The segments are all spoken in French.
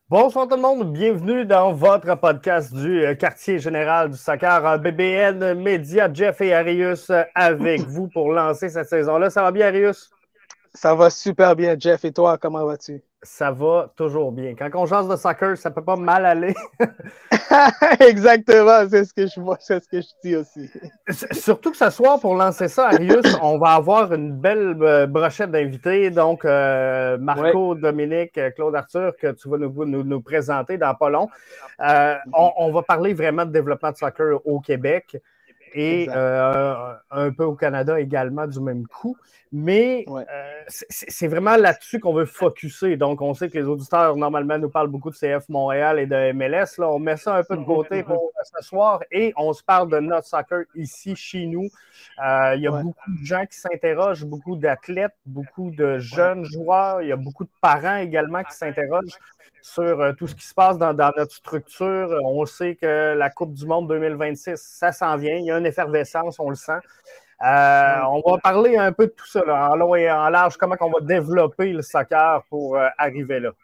Bonsoir tout le monde, bienvenue dans votre podcast du quartier général du soccer BBN Média. Jeff et Arius avec vous pour lancer cette saison-là. Ça va bien, Arius? Ça va super bien, Jeff. Et toi, comment vas-tu? Ça va toujours bien. Quand on jase de soccer, ça peut pas mal aller. Exactement, c'est ce que je vois, c'est ce que je dis aussi. Surtout que ce soir, pour lancer ça, Arius, on va avoir une belle brochette d'invités. Donc, Marco, ouais. Dominique, Claude Arthur, que tu vas nous présenter dans pas long. On va parler vraiment de développement de soccer au Québec et un peu au Canada également du même coup. Mais c'est vraiment là-dessus qu'on veut focusser. Donc, on sait que les auditeurs, normalement, nous parlent beaucoup de CF Montréal et de MLS. Là, on met ça un peu de côté pour ce soir et on se parle de notre soccer ici, chez nous. Il y a beaucoup de gens qui s'interrogent, beaucoup d'athlètes, beaucoup de jeunes joueurs. Il y a beaucoup de parents également qui s'interrogent sur tout ce qui se passe dans notre structure. On sait que la Coupe du Monde 2026, ça s'en vient. Il y a une effervescence, on le sent. On va parler un peu de tout ça, là, en long et en large, comment on va développer le soccer pour arriver là.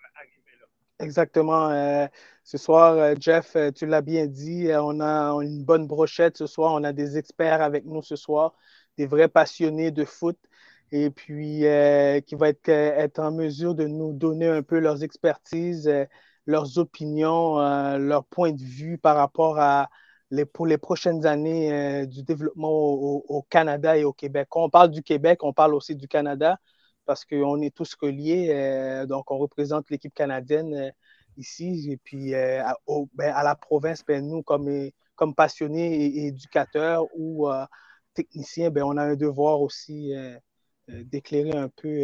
Exactement. Ce soir, Jeff, tu l'as bien dit, on a une bonne brochette ce soir. On a des experts avec nous ce soir, des vrais passionnés de foot, et puis qui vont être en mesure de nous donner un peu leurs expertises, leurs opinions, leur point de vue par rapport à pour les prochaines années du développement au Canada et au Québec. Quand on parle du Québec, on parle aussi du Canada parce qu'on est tous reliés. Donc, on représente l'équipe canadienne ici. Et puis, à la province, nous, comme passionnés et éducateurs ou techniciens, on a un devoir aussi d'éclairer un peu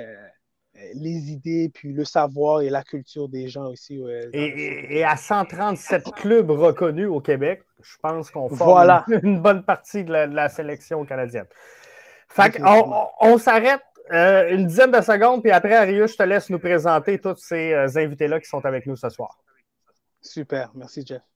les idées, puis le savoir et la culture des gens aussi. Et à 137 clubs reconnus au Québec, je pense qu'on forme une bonne partie de la sélection canadienne. Fait on s'arrête une dizaine de secondes, puis après, Arius, je te laisse nous présenter tous ces invités-là qui sont avec nous ce soir. Super. Merci, Jeff.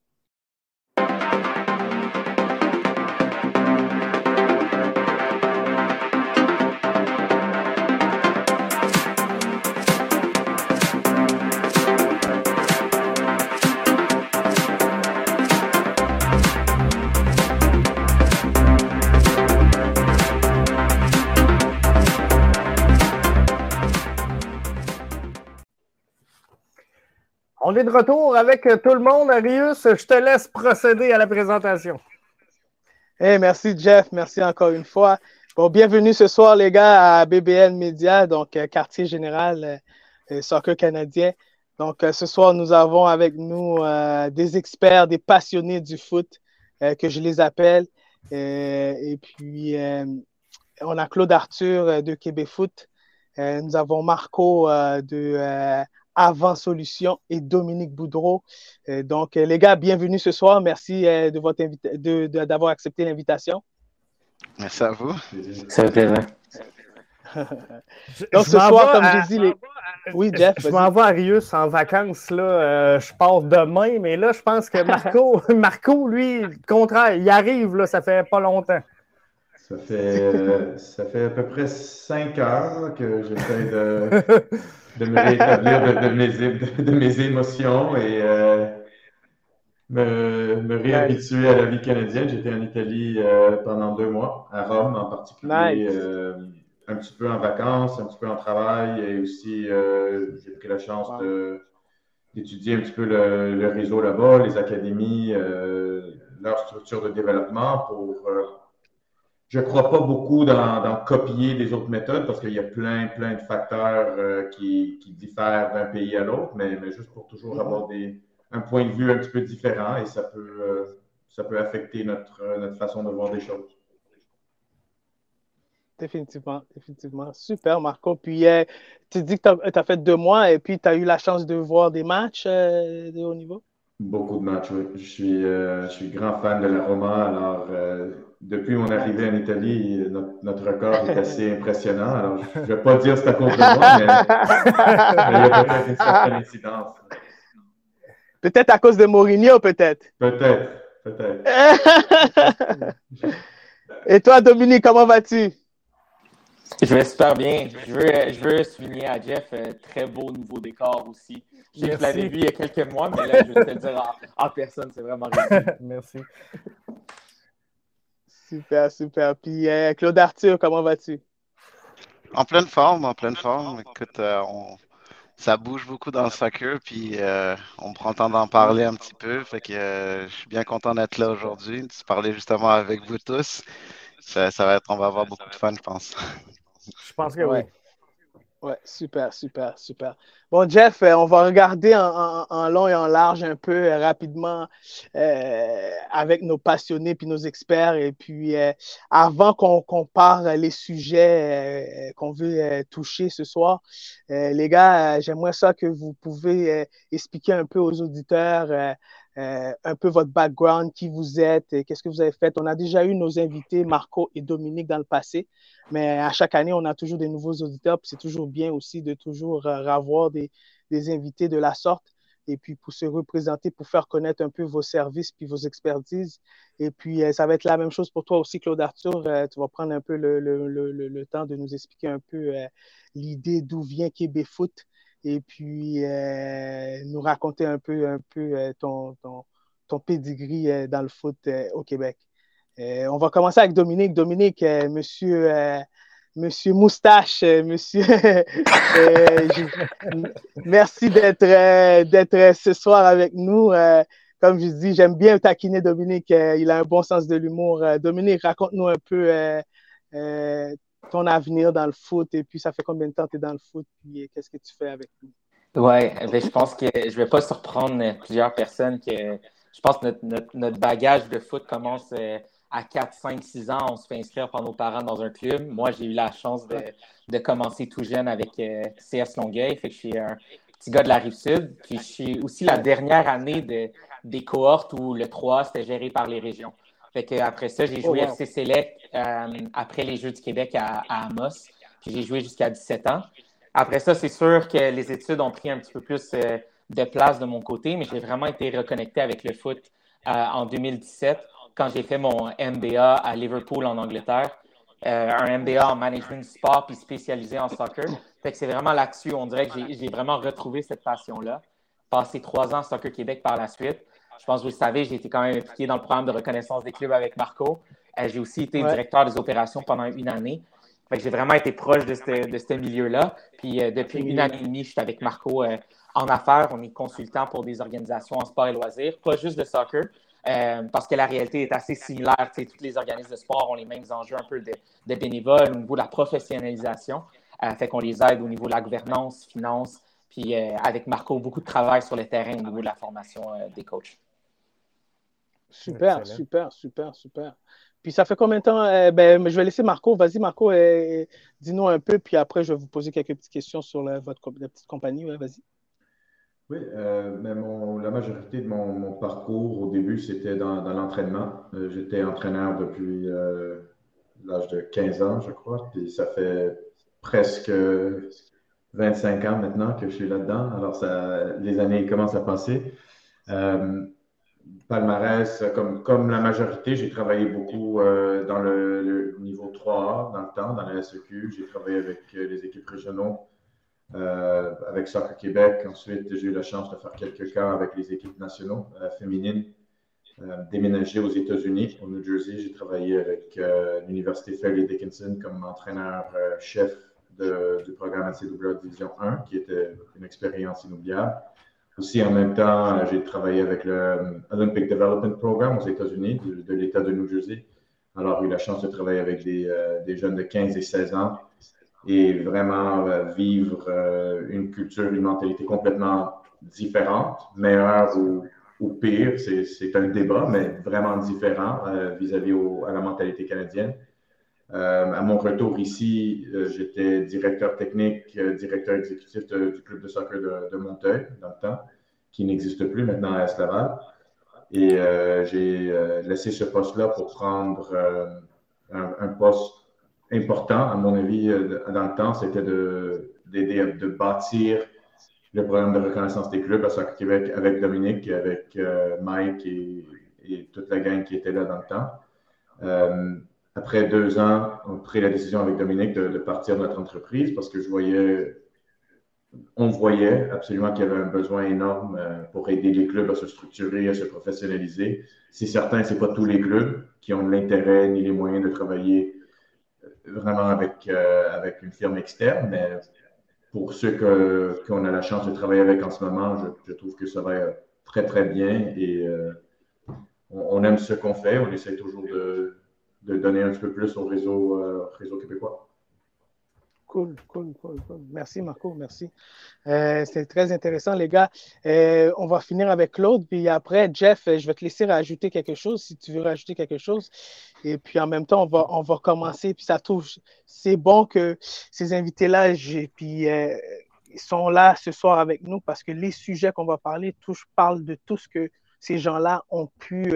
On est de retour avec tout le monde. Arius, je te laisse procéder à la présentation. Hey, merci, Jeff. Merci encore une fois. Bon, bienvenue ce soir, les gars, à BBN Média, donc quartier général soccer canadien. Donc, ce soir, nous avons avec nous des experts, des passionnés du foot, que je les appelle. Et puis, on a Claude Arthur de Québec Foot. Nous avons Marco de Avant Solutions et Dominique Boudreau. Donc, les gars, bienvenue ce soir. Merci d'avoir accepté l'invitation. Merci à vous. Ça fait plaisir. Donc, ce soir, comme j'ai dit, oui, Jeff. Je m'en vais à Arius en vacances. Là, je pars demain, mais là, je pense que Marco, lui, le contraire, il arrive, là, ça fait pas longtemps. Ça fait à peu près 5 heures que j'essaie de me rétablir de mes émotions et me réhabituer à la vie canadienne. J'étais en Italie pendant 2 mois, à Rome en particulier, un petit peu en vacances, un petit peu en travail et aussi j'ai pris la chance d'étudier un petit peu le réseau là-bas, les académies, leur structure de développement pour... Je ne crois pas beaucoup dans copier des autres méthodes parce qu'il y a plein de facteurs qui diffèrent d'un pays à l'autre, mais juste pour toujours avoir un point de vue un petit peu différent et ça peut affecter notre façon de voir des choses. Définitivement. Super, Marco. Puis, tu dis que tu as fait 2 mois et puis tu as eu la chance de voir des matchs de haut niveau? Beaucoup de matchs, oui. Je suis grand fan de la Roma. Alors, depuis mon arrivée en Italie, notre record est assez impressionnant. Alors, je ne vais pas dire que c'est à cause de moi, mais il y a peut-être une certaine incidence. Peut-être à cause de Mourinho, peut-être. Peut-être. Et toi, Dominique, comment vas-tu? Je vais super bien. Je veux souligner à Jeff, très beau nouveau décor aussi. Je sais que je l'avais vu il y a quelques mois, mais là, je vais te le dire en personne, c'est vraiment réussi. Merci. Super, super. Puis Claude Arthur, comment vas-tu? En pleine forme, en pleine forme. Écoute, ça bouge beaucoup dans le soccer, puis on prend le temps d'en parler un petit peu. Fait que je suis bien content d'être là aujourd'hui, de se parler justement avec vous tous. On va avoir beaucoup de fun, je pense. Je pense que oui. Ouais, super, super, super. Bon, Jeff, on va regarder en long et en large un peu rapidement avec nos passionnés puis nos experts. Et puis, avant qu'on parle les sujets qu'on veut toucher ce soir, les gars, j'aimerais ça que vous pouvez expliquer un peu aux auditeurs un peu votre background, qui vous êtes, qu'est-ce que vous avez fait. On a déjà eu nos invités, Marco et Dominique, dans le passé. Mais à chaque année, on a toujours des nouveaux auditeurs. Puis c'est toujours bien aussi de toujours avoir des invités de la sorte. Et puis pour se représenter, pour faire connaître un peu vos services puis vos expertises. Et puis ça va être la même chose pour toi aussi, Claude Arthur. Tu vas prendre un peu le temps de nous expliquer un peu l'idée d'où vient Québec Foot. Et puis nous raconter un peu ton pedigree dans le foot au Québec. On va commencer avec Dominique. Dominique, monsieur Moustache, monsieur, merci d'être ce soir avec nous. Comme je dis, j'aime bien taquiner Dominique. Il a un bon sens de l'humour. Dominique, raconte-nous un peu ton avenir dans le foot et puis ça fait combien de temps que tu es dans le foot puis qu'est-ce que tu fais avec nous? Oui, je pense que je ne vais pas surprendre plusieurs personnes que je pense que notre bagage de foot commence à 4, 5, 6 ans. On se fait inscrire par nos parents dans un club. Moi, j'ai eu la chance de commencer tout jeune avec CS Longueuil. Fait que je suis un petit gars de la Rive-Sud. Puis je suis aussi la dernière année des cohortes où le 3 c'était géré par les régions. Fait que après ça, j'ai joué FC Select après les Jeux du Québec à Amos. Puis j'ai joué jusqu'à 17 ans. Après ça, c'est sûr que les études ont pris un petit peu plus de place de mon côté, mais j'ai vraiment été reconnecté avec le foot en 2017 quand j'ai fait mon MBA à Liverpool en Angleterre. Un MBA en management du sport puis spécialisé en soccer. Fait que c'est vraiment là-dessus, on dirait que j'ai vraiment retrouvé cette passion-là. Passé 3 ans à Soccer Québec par la suite. Je pense que vous le savez, j'ai été quand même impliqué dans le programme de reconnaissance des clubs avec Marco. J'ai aussi été directeur des opérations pendant une année. Fait que j'ai vraiment été proche de ce milieu-là. Puis depuis une année et demie, je suis avec Marco en affaires. On est consultant pour des organisations en sport et loisirs, pas juste de soccer, parce que la réalité est assez similaire. T'sais, tous les organismes de sport ont les mêmes enjeux un peu de bénévoles au niveau de la professionnalisation. Fait qu'on les aide au niveau de la gouvernance, finance. Puis avec Marco, beaucoup de travail sur le terrain au niveau de la formation des coachs. Super, excellent. Super, super, super. Puis ça fait combien de temps? Je vais laisser Marco. Vas-y, Marco, dis-nous un peu, puis après, je vais vous poser quelques petites questions sur la petite compagnie. Ouais, vas-y. Oui, la majorité de mon parcours au début, c'était dans l'entraînement. J'étais entraîneur depuis l'âge de 15 ans, je crois. Puis ça fait presque 25 ans maintenant que je suis là-dedans. Alors, les années commencent à passer. Palmarès, comme la majorité, j'ai travaillé beaucoup dans le niveau 3A dans le temps, dans la SEQ. J'ai travaillé avec les équipes régionaux, avec Soccer Québec. Ensuite, j'ai eu la chance de faire quelques cas avec les équipes nationaux féminines. Déménagé aux États-Unis, au New Jersey. J'ai travaillé avec l'Université Fairleigh Dickinson comme entraîneur-chef du programme NCAA Division 1, qui était une expérience inoubliable. Aussi, en même temps, j'ai travaillé avec le Olympic Development Program aux États-Unis, de l'État de New Jersey. Alors, j'ai eu la chance de travailler avec des jeunes de 15 et 16 ans et vraiment vivre une culture, une mentalité complètement différente, meilleure ou pire. C'est un débat, mais vraiment différent vis-à-vis à la mentalité canadienne. À mon retour ici, j'étais directeur technique, directeur exécutif du club de soccer de Monteuil, dans le temps, qui n'existe plus maintenant à Est-Laval. Et j'ai laissé ce poste-là pour prendre un poste important, à mon avis, dans le temps, c'était d'aider de bâtir le programme de reconnaissance des clubs à Soccer Québec avec Dominique, avec Mike et toute la gang qui était là dans le temps. après 2 ans, on a pris la décision avec Dominique de partir de notre entreprise parce que on voyait absolument qu'il y avait un besoin énorme pour aider les clubs à se structurer, à se professionnaliser. C'est certain, ce n'est pas tous les clubs qui ont l'intérêt ni les moyens de travailler vraiment avec une firme externe, mais pour ceux qu'on a la chance de travailler avec en ce moment, je trouve que ça va très, très bien et on aime ce qu'on fait. On essaie toujours de donner un petit peu plus au réseau québécois. Cool. Merci, Marco, merci. C'est très intéressant, les gars. On va finir avec Claude, puis après, Jeff, je vais te laisser rajouter quelque chose, si tu veux rajouter quelque chose. Et puis, en même temps, on va commencer. Puis, c'est bon que ces invités-là, ils sont là ce soir avec nous parce que les sujets qu'on va parler parlent de tout ce que ces gens-là ont pu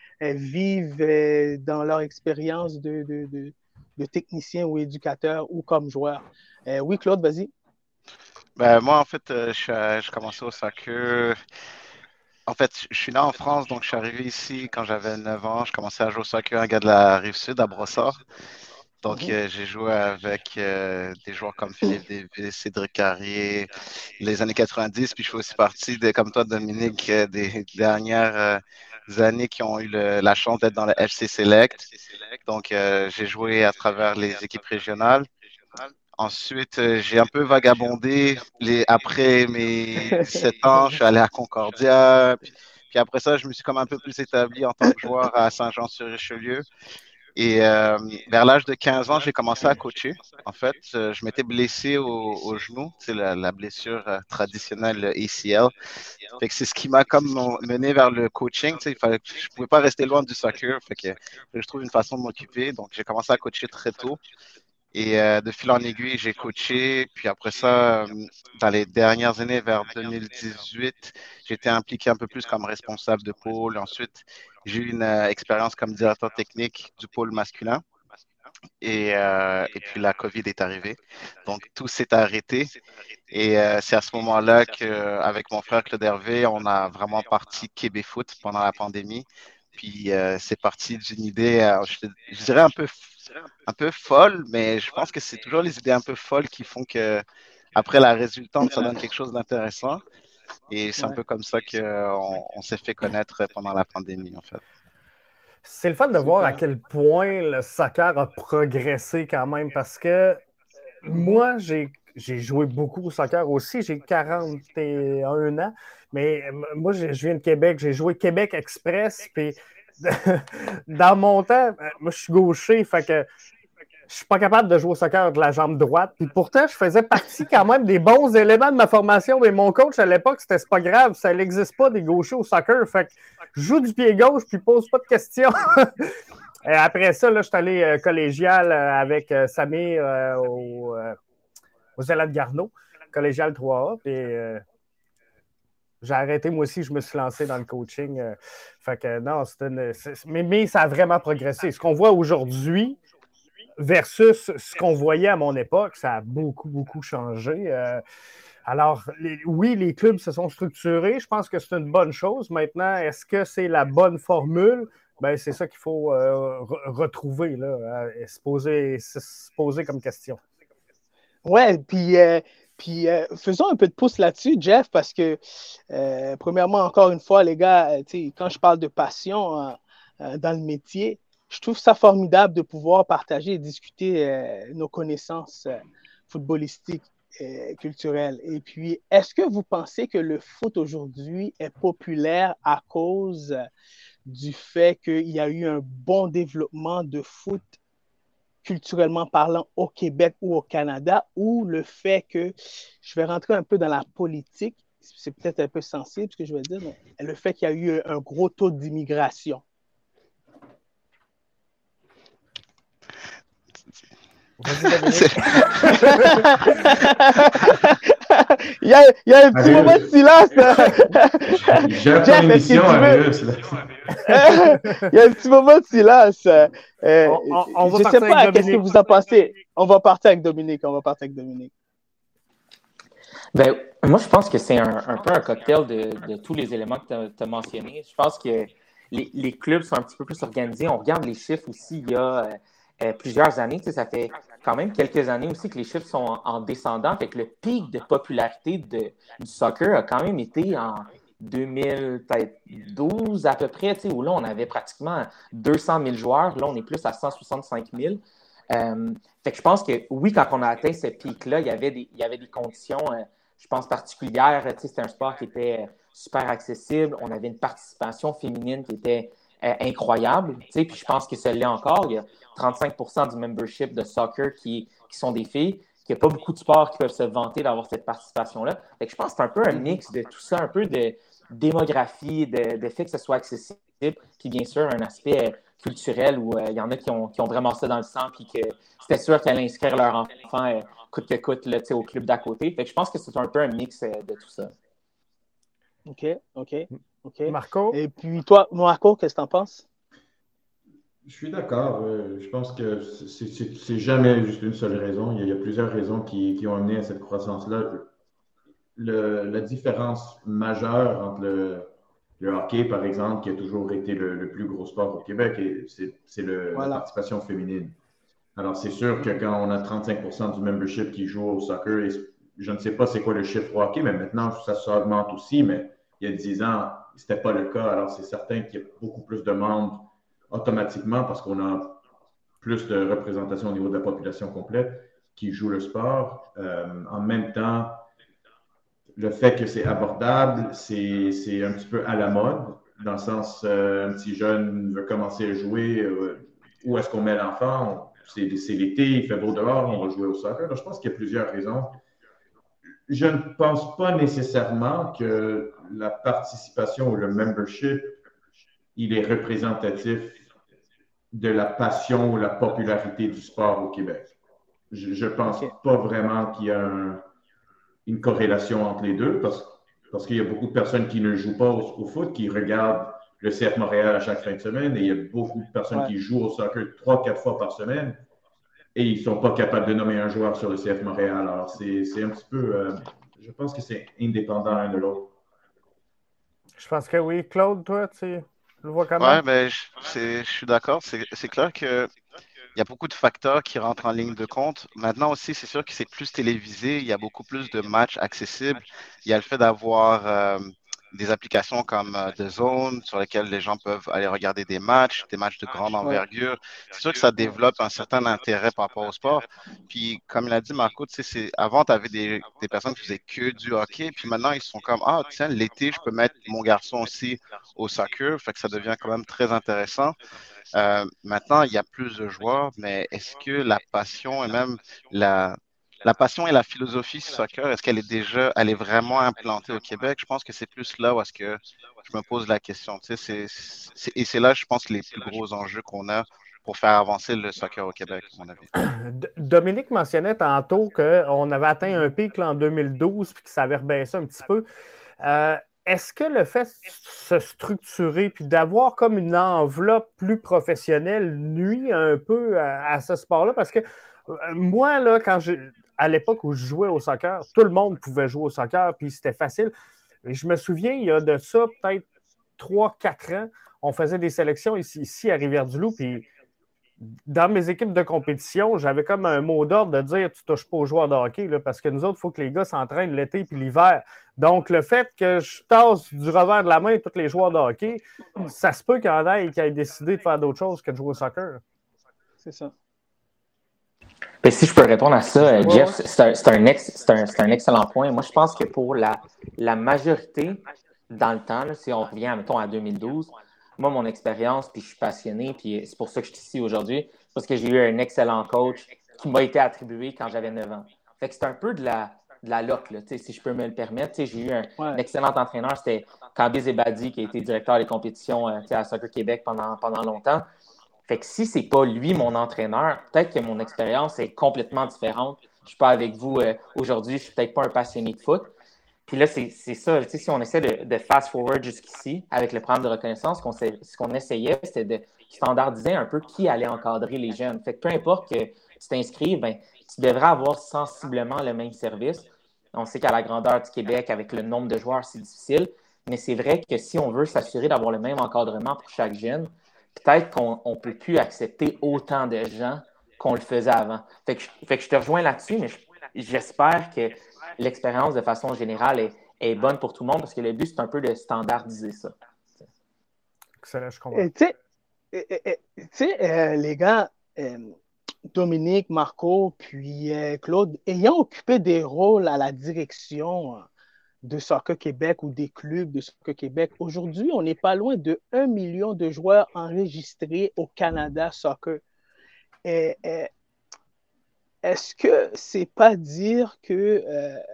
vivre dans leur expérience de technicien ou éducateur ou comme joueur. Oui, Claude, vas-y. Moi, en fait, je commençais au soccer. En fait, je suis né en France, donc je suis arrivé ici quand j'avais 9 ans. Je commençais à jouer au soccer, un gars de la Rive-Sud, à Brossard. Donc, j'ai joué avec des joueurs comme Philippe Davis, Cédric Carrier, les années 90. Puis, je fais aussi partie, comme toi, Dominique, des dernières années qui ont eu la chance d'être dans le FC Select. Donc, j'ai joué à travers les équipes régionales. Ensuite, j'ai un peu vagabondé. Après mes 17 ans, je suis allé à Concordia. Puis après ça, je me suis comme un peu plus établi en tant que joueur à Saint-Jean-sur-Richelieu. Et vers l'âge de 15 ans, j'ai commencé à coacher. En fait, je m'étais blessé au genou, c'est la blessure traditionnelle ACL. Fait que c'est ce qui m'a comme mené vers le coaching. Je ne pouvais pas rester loin du soccer. Fait que je trouve une façon de m'occuper. Donc, j'ai commencé à coacher très tôt. Et de fil en aiguille, j'ai coaché. Puis après ça, dans les dernières années, vers 2018, j'étais impliqué un peu plus comme responsable de pôle. Ensuite, j'ai eu une expérience comme directeur technique du pôle masculin. Et puis la COVID est arrivée. Donc, tout s'est arrêté. Et c'est à ce moment-là qu'avec mon frère Claude Hervé, on a vraiment parti Québec Foot pendant la pandémie. Puis c'est parti d'une idée, je dirais un peu folle, mais je pense que c'est toujours les idées un peu folles qui font que après la résultante, ça donne quelque chose d'intéressant. Et c'est un peu comme ça qu'on s'est fait connaître pendant la pandémie, en fait. C'est le fun de voir à quel point le soccer a progressé quand même, parce que moi, j'ai joué beaucoup au soccer aussi. J'ai 41 ans, mais moi, je viens de Québec. J'ai joué Québec Express, puis dans mon temps, moi, je suis gaucher, fait que je suis pas capable de jouer au soccer de la jambe droite. Puis pourtant, je faisais partie quand même des bons éléments de ma formation. Mais mon coach à l'époque, c'est pas grave. Ça n'existe pas des gauchers au soccer. Fait que je joue du pied gauche puis pose pas de questions. Après ça, là, je suis allé collégial avec Samir aux Zélates Garneau, collégial 3A. Puis j'ai arrêté, moi aussi, je me suis lancé dans le coaching. Fait que non, mais ça a vraiment progressé. Ce qu'on voit aujourd'hui versus ce qu'on voyait à mon époque, ça a beaucoup, beaucoup changé. Alors, oui, les clubs se sont structurés. Je pense que c'est une bonne chose. Maintenant, est-ce que c'est la bonne formule? Ben, c'est ça qu'il faut retrouver, là, se poser comme question. Ouais, puis faisons un peu de pouce là-dessus, Jeff, parce que, premièrement, encore une fois, les gars, quand je parle de passion dans le métier, je trouve ça formidable de pouvoir partager et discuter nos connaissances footballistiques et culturelles. Et puis, est-ce que vous pensez que le foot aujourd'hui est populaire à cause du fait qu'il y a eu un bon développement de foot culturellement parlant au Québec ou au Canada, ou le fait que, je vais rentrer un peu dans la politique, c'est peut-être un peu sensible ce que je veux dire, mais le fait qu'il y a eu un gros taux d'immigration? il y a un petit moment de silence. J'ai un peu d'émission Arius. Il y a un petit moment de silence. Je ne sais pas, qu'est-ce que vous en pensez? On va partir avec Dominique. Ben, moi, je pense que c'est un peu un cocktail de tous les éléments que tu as mentionnés. Je pense que les clubs sont un petit peu plus organisés. On regarde les chiffres aussi. Il y a plusieurs années. Ça fait quand même quelques années aussi que les chiffres sont en descendant. Fait que le pic de popularité du soccer a quand même été en 2012 à peu près, où là, on avait pratiquement 200 000 joueurs. Là, on est plus à 165 000. Fait que je pense que oui, quand on a atteint ce pic-là, il y avait des conditions, je pense, particulières. C'était un sport qui était super accessible. On avait une participation féminine qui était incroyable. Puis je pense que ça l'est encore. Il y a 35% du membership de soccer qui sont des filles. Il n'y a pas beaucoup de sports qui peuvent se vanter d'avoir cette participation-là. Fait que je pense que c'est un peu un mix de tout ça, un peu de démographie, de fait que ce soit accessible, puis bien sûr, un aspect culturel où il y en a qui ont vraiment ça dans le sang, puis que c'était sûr qu'elles allaient inscrire leur enfant coûte que coûte là, au club d'à côté. Fait que je pense que c'est un peu un mix de tout ça. OK. Marco? Et puis toi, Marco, qu'est-ce que tu en penses? Je suis d'accord. Je pense que c'est jamais juste une seule raison. Il y a plusieurs raisons qui ont amené à cette croissance-là. La différence majeure entre le hockey, par exemple, qui a toujours été le plus gros sport au Québec, c'est la participation féminine. Alors, c'est sûr que quand on a 35% du membership qui joue au soccer, et je ne sais pas c'est quoi le chiffre au hockey, mais maintenant, ça augmente aussi, mais il y a 10 ans, ce n'était pas le cas. Alors, c'est certain qu'il y a beaucoup plus de membres automatiquement parce qu'on a plus de représentation au niveau de la population complète qui joue le sport. En même temps, le fait que c'est abordable, c'est un petit peu à la mode, dans le sens, un petit jeune veut commencer à jouer, où est-ce qu'on met l'enfant? C'est l'été, il fait beau dehors, on va jouer au soccer. Donc, je pense qu'il y a plusieurs raisons. Je ne pense pas nécessairement que la participation ou le membership, il est représentatif de la passion ou la popularité du sport au Québec. Je ne pense pas vraiment qu'il y a une corrélation entre les deux parce qu'il y a beaucoup de personnes qui ne jouent pas au foot, qui regardent le CF Montréal à chaque fin de semaine et il y a beaucoup de personnes qui jouent au soccer 3-4 fois par semaine et ils ne sont pas capables de nommer un joueur sur le CF Montréal. Alors, c'est un petit peu... je pense que c'est indépendant l'un de l'autre. Je pense que oui. Claude, toi, tu le vois comment? Oui, ben, je suis d'accord. C'est clair que il y a beaucoup de facteurs qui rentrent en ligne de compte. Maintenant aussi, c'est sûr que c'est plus télévisé. Il y a beaucoup plus de matchs accessibles. Il y a le fait d'avoir des applications comme The Zone sur lesquelles les gens peuvent aller regarder des matchs de grande envergure. C'est sûr que ça développe un certain intérêt par rapport au sport. Puis, comme il a dit Marco, tu sais, avant, tu avais des personnes qui faisaient que du hockey. Puis maintenant, ils sont comme, ah, tiens, l'été, je peux mettre mon garçon aussi au soccer. Fait que ça devient quand même très intéressant. Maintenant, il y a plus de joueurs, mais est-ce que la passion et même la passion et la philosophie soccer, est-ce qu'elle elle est vraiment implantée au Québec? Je pense que c'est plus là où est-ce que je me pose la question. Tu sais, et c'est là, je pense, les plus gros enjeux qu'on a pour faire avancer le soccer au Québec, à mon avis. Dominique mentionnait tantôt qu'on avait atteint un pic là, en 2012 puis que ça avait rebaissé un petit peu. Est-ce que le fait de se structurer puis d'avoir comme une enveloppe plus professionnelle nuit un peu à ce sport-là? Parce que moi, là, à l'époque où je jouais au soccer, tout le monde pouvait jouer au soccer puis c'était facile. Et je me souviens, il y a de ça peut-être 3-4 ans, on faisait des sélections ici à Rivière-du-Loup puis dans mes équipes de compétition, j'avais comme un mot d'ordre de dire tu ne touches pas aux joueurs de hockey là, parce que nous autres, il faut que les gars s'entraînent l'été et l'hiver. Donc, le fait que je tasse du revers de la main tous les joueurs de hockey, ça se peut qu'il y en ait qui aient décidé de faire d'autres choses que de jouer au soccer. C'est ça. Mais si je peux répondre à ça, Jeff, c'est un excellent point. Moi, je pense que pour la majorité, dans le temps, là, si on revient, mettons, à 2012, moi, mon expérience, puis je suis passionné, puis c'est pour ça que je suis ici aujourd'hui, parce que j'ai eu un excellent coach qui m'a été attribué quand j'avais 9 ans. Fait que c'est un peu de la luck, là, si je peux me le permettre. J'ai eu un excellent entraîneur, c'était Kambi Zebadi, qui a été directeur des compétitions à Soccer Québec pendant longtemps. Fait que si c'est pas lui, mon entraîneur, peut-être que mon expérience est complètement différente. Je suis pas avec vous aujourd'hui, je suis peut-être pas un passionné de foot. Puis là, c'est ça. Si on essaie de fast-forward jusqu'ici, avec le programme de reconnaissance, ce qu'on essayait, c'était de standardiser un peu qui allait encadrer les jeunes. Fait que peu importe que tu t'inscrives, tu devrais avoir sensiblement le même service. On sait qu'à la grandeur du Québec, avec le nombre de joueurs, c'est difficile. Mais c'est vrai que si on veut s'assurer d'avoir le même encadrement pour chaque jeune, peut-être qu'on ne peut plus accepter autant de gens qu'on le faisait avant. Fait que je te rejoins là-dessus, mais j'espère que l'expérience de façon générale est bonne pour tout le monde parce que le but, c'est un peu de standardiser ça. Excellent, je comprends. Tu sais, les gars, Dominique, Marco, puis Claude, ayant occupé des rôles à la direction de Soccer Québec ou des clubs de Soccer Québec, aujourd'hui, on n'est pas loin de 1 million de joueurs enregistrés au Canada Soccer. Est-ce que c'est pas dire que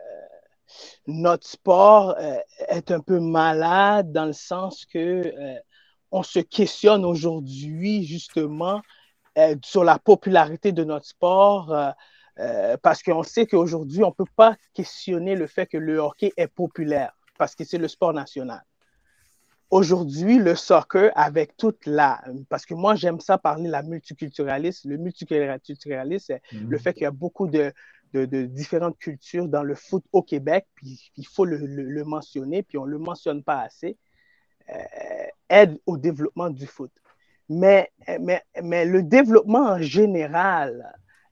notre sport est un peu malade dans le sens que on se questionne aujourd'hui justement sur la popularité de notre sport parce qu'on sait qu'aujourd'hui, on ne peut pas questionner le fait que le hockey est populaire parce que c'est le sport national. Aujourd'hui, le soccer, avec toute la... Parce que moi, j'aime ça parler la multiculturalisme. Le multiculturalisme, c'est le fait qu'il y a beaucoup de différentes cultures dans le foot au Québec, puis il faut le mentionner, puis on ne le mentionne pas assez, aide au développement du foot. Mais le développement en général,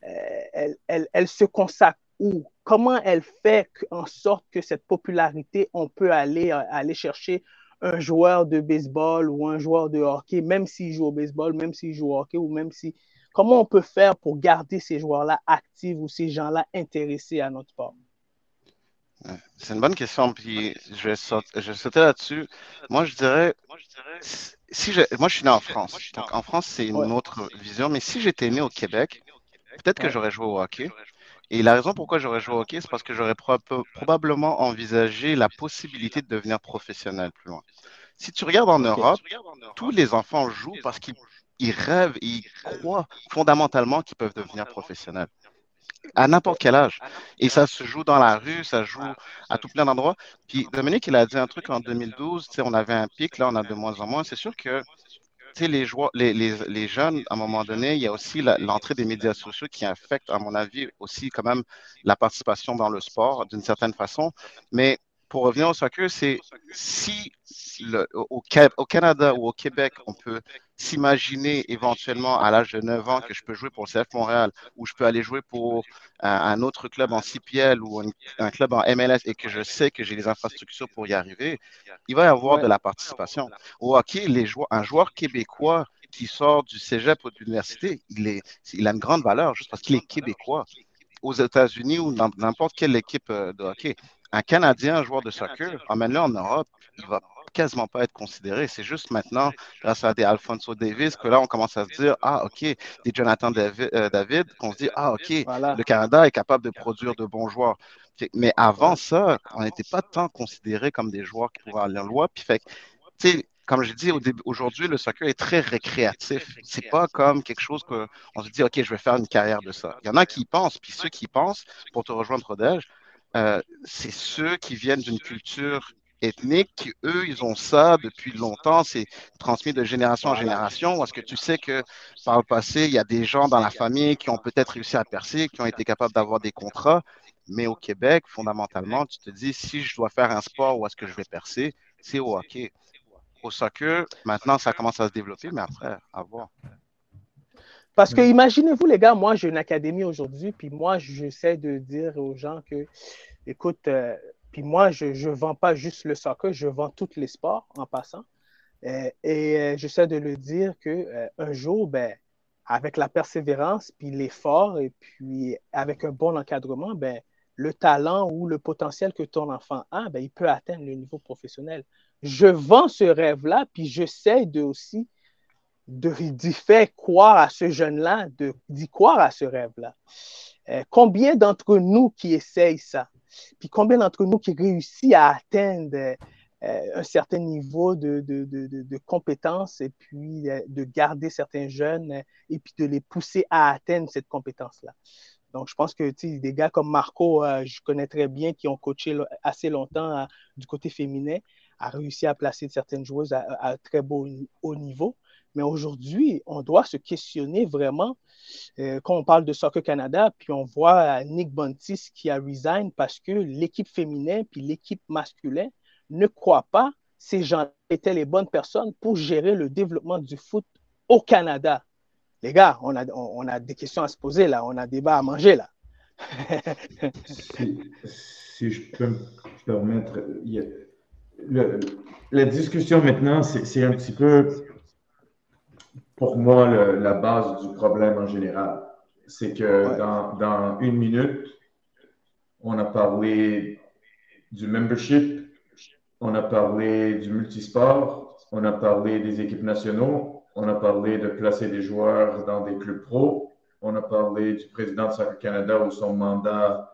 elle se consacre où? Comment elle fait en sorte que cette popularité, on peut aller chercher un joueur de baseball ou un joueur de hockey, même s'il joue au baseball, même s'il joue au hockey, ou même si... Comment on peut faire pour garder ces joueurs-là actifs ou ces gens-là intéressés à notre sport? C'est une bonne question, puis je vais sauter là-dessus. Moi, je dirais, moi, je suis né en France. Donc, en France, c'est une autre vision, mais si j'étais né au Québec, peut-être que j'aurais joué au hockey. Et la raison pourquoi j'aurais joué au hockey, c'est parce que j'aurais probablement envisagé la possibilité de devenir professionnel plus loin. Si tu regardes en Europe, tous les enfants jouent parce qu'ils rêvent et ils croient fondamentalement qu'ils peuvent devenir professionnels à n'importe quel âge. Et ça se joue dans la rue, ça joue à tout plein d'endroits. Puis Dominique, il a dit un truc en 2012, on avait un pic, là on a de moins en moins. C'est sûr que les joueurs, les jeunes, à un moment donné, il y a aussi l'entrée des médias sociaux qui affecte, à mon avis, aussi quand même la participation dans le sport d'une certaine façon. Mais pour revenir au soccer, c'est si au Canada ou au Québec, on peut s'imaginer éventuellement à l'âge de 9 ans que je peux jouer pour le CF Montréal ou je peux aller jouer pour un autre club en CPL ou un club en MLS et que je sais que j'ai les infrastructures pour y arriver, il va y avoir de la participation. Au hockey, un joueur québécois qui sort du cégep ou de l'université, il a une grande valeur juste parce qu'il est québécois. Aux États-Unis ou dans n'importe quelle équipe de hockey, un Canadien, un joueur de soccer, emmène-le en Europe, il va quasiment pas être considéré. C'est juste maintenant, grâce à des Alphonso Davis, que là, on commence à se dire, ah, OK, des Jonathan David, qu'on se dit, ah, OK, le Canada est capable de produire de bons joueurs. Mais avant ça, on n'était pas tant considérés comme des joueurs qui pouvaient aller en loi. Puis, fait, tu sais, comme je dis aujourd'hui, le soccer est très récréatif. C'est pas comme quelque chose qu'on se dit, OK, je vais faire une carrière de ça. Il y en a qui y pensent, puis ceux qui y pensent, pour te rejoindre, Rodège, c'est ceux qui viennent d'une culture ethnique, qui, eux, ils ont ça depuis longtemps, c'est transmis de génération en génération. Est-ce que tu sais que par le passé, il y a des gens dans la famille qui ont peut-être réussi à percer, qui ont été capables d'avoir des contrats, mais au Québec, fondamentalement, tu te dis, si je dois faire un sport où est-ce que je vais percer, c'est au hockey. Au soccer, maintenant, ça commence à se développer, mais après, à voir. Parce que imaginez-vous, les gars, moi, j'ai une académie aujourd'hui, puis moi, j'essaie de dire aux gens que, écoute, puis moi, je ne vends pas juste le soccer, je vends tous les sports en passant. Et j'essaie de le dire qu'un jour, ben, avec la persévérance, puis l'effort, et puis avec un bon encadrement, ben, le talent ou le potentiel que ton enfant a, ben, il peut atteindre le niveau professionnel. Je vends ce rêve-là, puis j'essaie aussi d'y faire croire à ce jeune-là, d'y croire à ce rêve-là. Combien d'entre nous qui essayent ça? Puis combien d'entre nous qui réussissent à atteindre un certain niveau de compétences et puis de garder certains jeunes et puis de les pousser à atteindre cette compétence-là? Donc, je pense que des gars comme Marco, je connais très bien, qui ont coaché assez longtemps du côté féminin, a réussi à placer certaines joueuses à très haut niveau. Mais aujourd'hui, on doit se questionner vraiment quand on parle de Soccer Canada, puis on voit Nick Bontis qui a resign parce que l'équipe féminine puis l'équipe masculine ne croient pas ces gens étaient les bonnes personnes pour gérer le développement du foot au Canada. Les gars, on a des questions à se poser, là. On a des bas à manger, là. Si je peux me permettre, la discussion maintenant, c'est un petit peu, pour moi, la base du problème en général. C'est que dans une minute, on a parlé du membership, on a parlé du multisport, on a parlé des équipes nationaux, on a parlé de placer des joueurs dans des clubs pro, on a parlé du président de Soccer Canada ou son mandat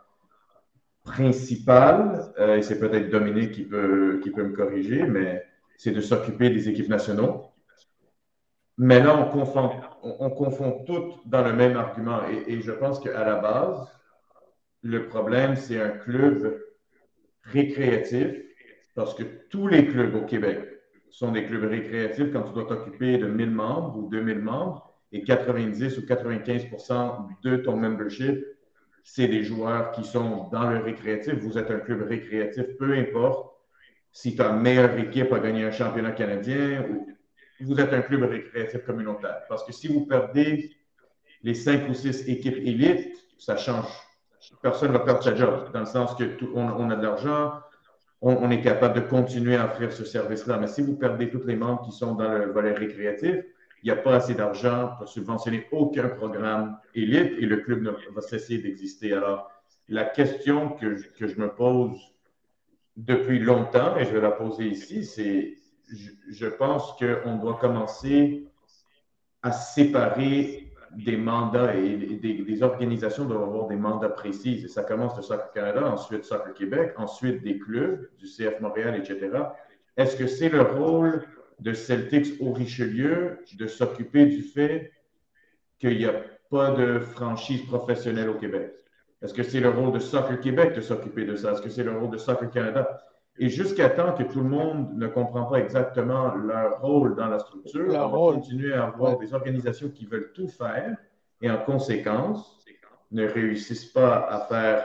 principal, et c'est peut-être Dominique qui peut me corriger, mais c'est de s'occuper des équipes nationaux. Mais là, on confond tout dans le même argument. Et je pense qu'à la base, le problème, c'est un club récréatif, parce que tous les clubs au Québec sont des clubs récréatifs quand tu dois t'occuper de 1000 membres ou 2000 membres, et 90 ou 95% de ton membership, c'est des joueurs qui sont dans le récréatif. Vous êtes un club récréatif, peu importe si ta meilleure équipe a gagné un championnat canadien ou vous êtes un club récréatif communautaire. Parce que si vous perdez les 5 ou 6 équipes élites, ça change. Personne ne va perdre sa job, dans le sens que on a de l'argent, on est capable de continuer à offrir ce service-là. Mais si vous perdez tous les membres qui sont dans le volet récréatif, il n'y a pas assez d'argent pour subventionner aucun programme élite et le club va cesser d'exister. Alors, la question que je me pose depuis longtemps, et je vais la poser ici, c'est je pense qu'on doit commencer à séparer des mandats et des organisations doivent avoir des mandats précis. Et ça commence de Soccer Canada, ensuite Soccer Québec, ensuite des clubs, du CF Montréal, etc. Est-ce que c'est le rôle de Celtics au Richelieu de s'occuper du fait qu'il n'y a pas de franchise professionnelle au Québec? Est-ce que c'est le rôle de Soccer Québec de s'occuper de ça? Est-ce que c'est le rôle de Soccer Canada? Et jusqu'à temps que tout le monde ne comprend pas exactement leur rôle dans la structure, on va continuer à avoir des organisations qui veulent tout faire et en conséquence ne réussissent pas à faire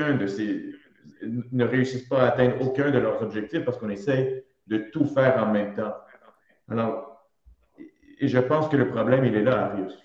ne réussissent pas à atteindre aucun de leurs objectifs parce qu'on essaie de tout faire en même temps. Alors, et je pense que le problème, il est là, Arius.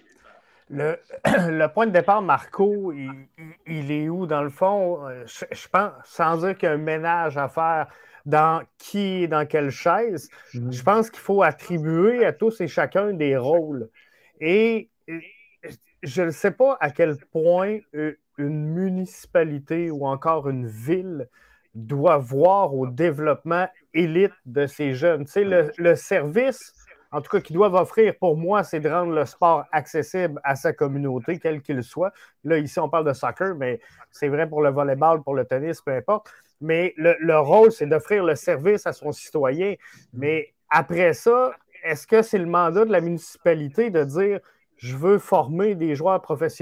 Le point de départ, Marco, il est où dans le fond? Je pense, sans dire qu'il y a un ménage à faire dans qui est dans quelle chaise, je pense qu'il faut attribuer à tous et chacun des rôles. Et je ne sais pas à quel point une municipalité ou encore une ville doit voir au développement élite de ces jeunes. Tu sais, le service, en tout cas, qu'ils doivent offrir, pour moi, c'est de rendre le sport accessible à sa communauté, quel qu'il soit. Là, ici, on parle de soccer, mais c'est vrai pour le volleyball, pour le tennis, peu importe. Mais le rôle, c'est d'offrir le service à son citoyen. Mais après ça, est-ce que c'est le mandat de la municipalité de dire « je veux former des joueurs professionnels »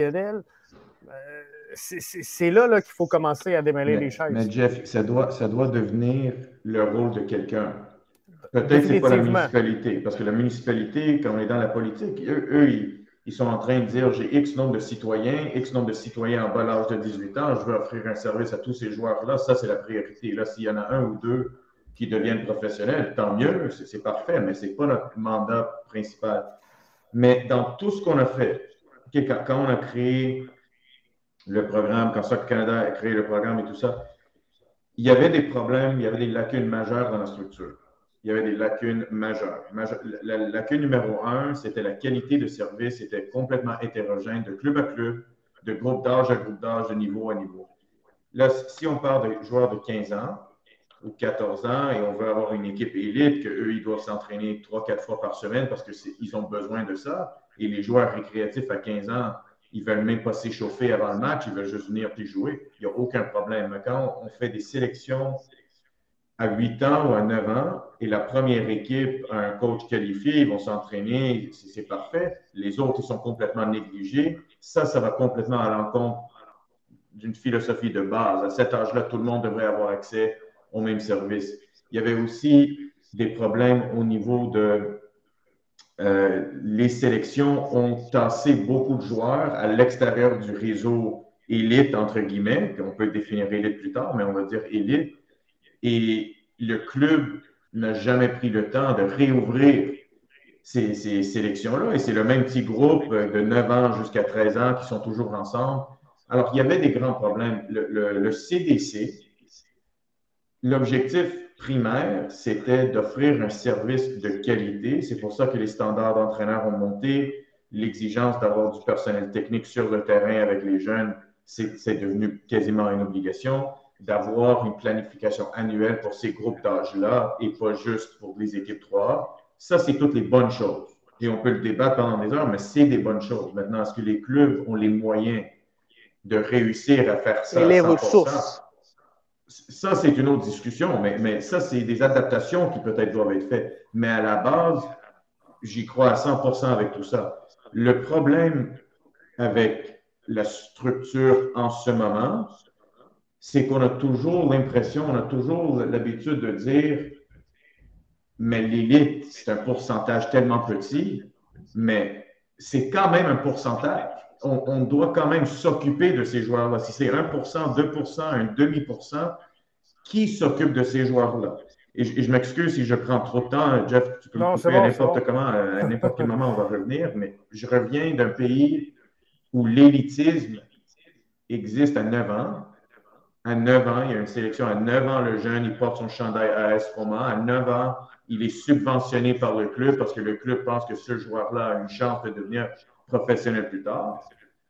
c'est là qu'il faut commencer à démêler les chaises. Mais Jeff, ça doit devenir le rôle de quelqu'un. Peut-être que ce n'est pas la municipalité, parce que la municipalité, quand on est dans la politique, eux ils sont en train de dire j'ai X nombre de citoyens en bas l'âge de 18 ans, je veux offrir un service à tous ces joueurs-là, ça c'est la priorité. Là, s'il y en a un ou deux qui deviennent professionnels, tant mieux, c'est parfait, mais ce n'est pas notre mandat principal. Mais dans tout ce qu'on a fait, quand on a créé le programme, quand Soccer Canada a créé le programme et tout ça, il y avait des problèmes, il y avait des lacunes majeures dans la structure. Il y avait des lacunes majeures. La lacune numéro 1, c'était la qualité de service, c'était complètement hétérogène de club à club, de groupe d'âge à groupe d'âge, de niveau à niveau. Là, si on parle de joueurs de 15 ans ou 14 ans et on veut avoir une équipe élite, qu'eux, ils doivent s'entraîner 3-4 fois par semaine parce qu'ils ont besoin de ça, et les joueurs récréatifs à 15 ans, ils ne veulent même pas s'échauffer avant le match, ils veulent juste venir puis jouer. Il n'y a aucun problème. Mais quand on fait des sélections à 8 ans ou à 9 ans, et la première équipe a un coach qualifié, ils vont s'entraîner, c'est parfait. Les autres, ils sont complètement négligés. Ça va complètement à l'encontre d'une philosophie de base. À cet âge-là, tout le monde devrait avoir accès au même service. Il y avait aussi des problèmes au niveau de... les sélections ont tassé beaucoup de joueurs à l'extérieur du réseau élite, entre guillemets, on peut définir élite plus tard, mais on va dire élite. Et le club n'a jamais pris le temps de réouvrir ces sélections-là. Et c'est le même petit groupe de 9 ans jusqu'à 13 ans qui sont toujours ensemble. Alors, il y avait des grands problèmes. Le CDC, l'objectif primaire, c'était d'offrir un service de qualité. C'est pour ça que les standards d'entraîneurs ont monté. L'exigence d'avoir du personnel technique sur le terrain avec les jeunes, c'est devenu quasiment une obligation. D'avoir une planification annuelle pour ces groupes d'âge-là et pas juste pour les équipes 3A. Ça, c'est toutes les bonnes choses. Et on peut le débattre pendant des heures, mais c'est des bonnes choses. Maintenant, est-ce que les clubs ont les moyens de réussir à faire ça et les 100%? ressources? Ça, c'est une autre discussion, mais ça, c'est des adaptations qui peut-être doivent être faites. Mais à la base, j'y crois à 100% avec tout ça. Le problème avec la structure en ce moment, c'est qu'on a toujours l'impression, on a toujours l'habitude de dire, mais l'élite, c'est un pourcentage tellement petit, mais c'est quand même un pourcentage. On doit quand même s'occuper de ces joueurs-là. Si c'est 1%, 2%, un demi-pourcent, qui s'occupe de ces joueurs-là? Et je m'excuse si je prends trop de temps, Jeff, tu peux me couper à n'importe comment, à n'importe quel moment, on va revenir, mais je reviens d'un pays où l'élitisme existe à 9 ans. À 9 ans, il y a une sélection. À 9 ans, le jeune, il porte son chandail AS Roma. À 9 ans, il est subventionné par le club parce que le club pense que ce joueur-là a une chance de devenir professionnel plus tard.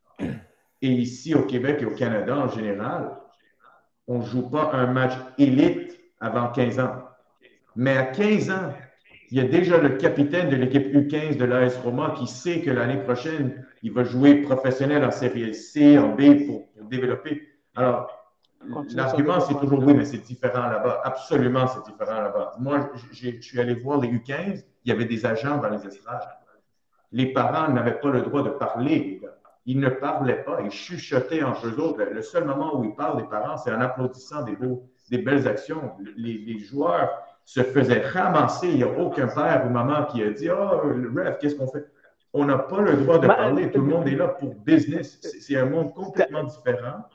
Et ici, au Québec et au Canada en général, on ne joue pas un match élite avant 15 ans. Mais à 15 ans, il y a déjà le capitaine de l'équipe U15 de l'AS Roma qui sait que l'année prochaine, il va jouer professionnel en série C, en B pour développer. Alors, l'argument, c'est toujours oui, mais c'est différent là-bas. Absolument, c'est différent là-bas. Moi, je suis allé voir les U15, il y avait des agents dans les estrades. Les parents n'avaient pas le droit de parler, les gars. Ils ne parlaient pas, ils chuchotaient entre eux autres. Le seul moment où ils parlent, les parents, c'est en applaudissant des belles actions. Les joueurs se faisaient ramasser. Il n'y a aucun père ou maman qui a dit « Oh, le ref, qu'est-ce qu'on fait? » On n'a pas le droit de parler. Tout le monde est là pour business. C'est un monde complètement différent.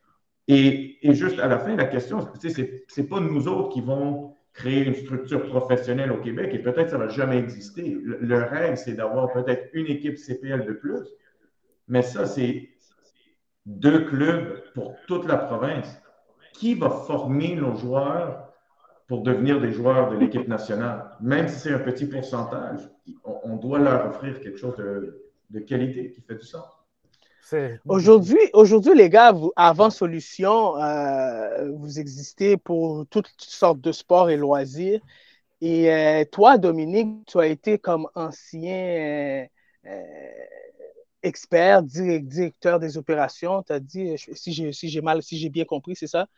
Et juste à la fin, la question, c'est pas nous autres qui vont créer une structure professionnelle au Québec et peut-être ça va jamais exister. Le rêve, c'est d'avoir peut-être une équipe CPL de plus, mais ça, c'est 2 clubs pour toute la province. Qui va former nos joueurs pour devenir des joueurs de l'équipe nationale? Même si c'est un petit pourcentage, on doit leur offrir quelque chose de qualité qui fait du sens. Aujourd'hui, les gars, avant Solution, vous existez pour toutes sortes de sports et loisirs. Et toi, Dominique, tu as été comme ancien expert, directeur des opérations. Tu as dit, si j'ai bien compris, c'est ça.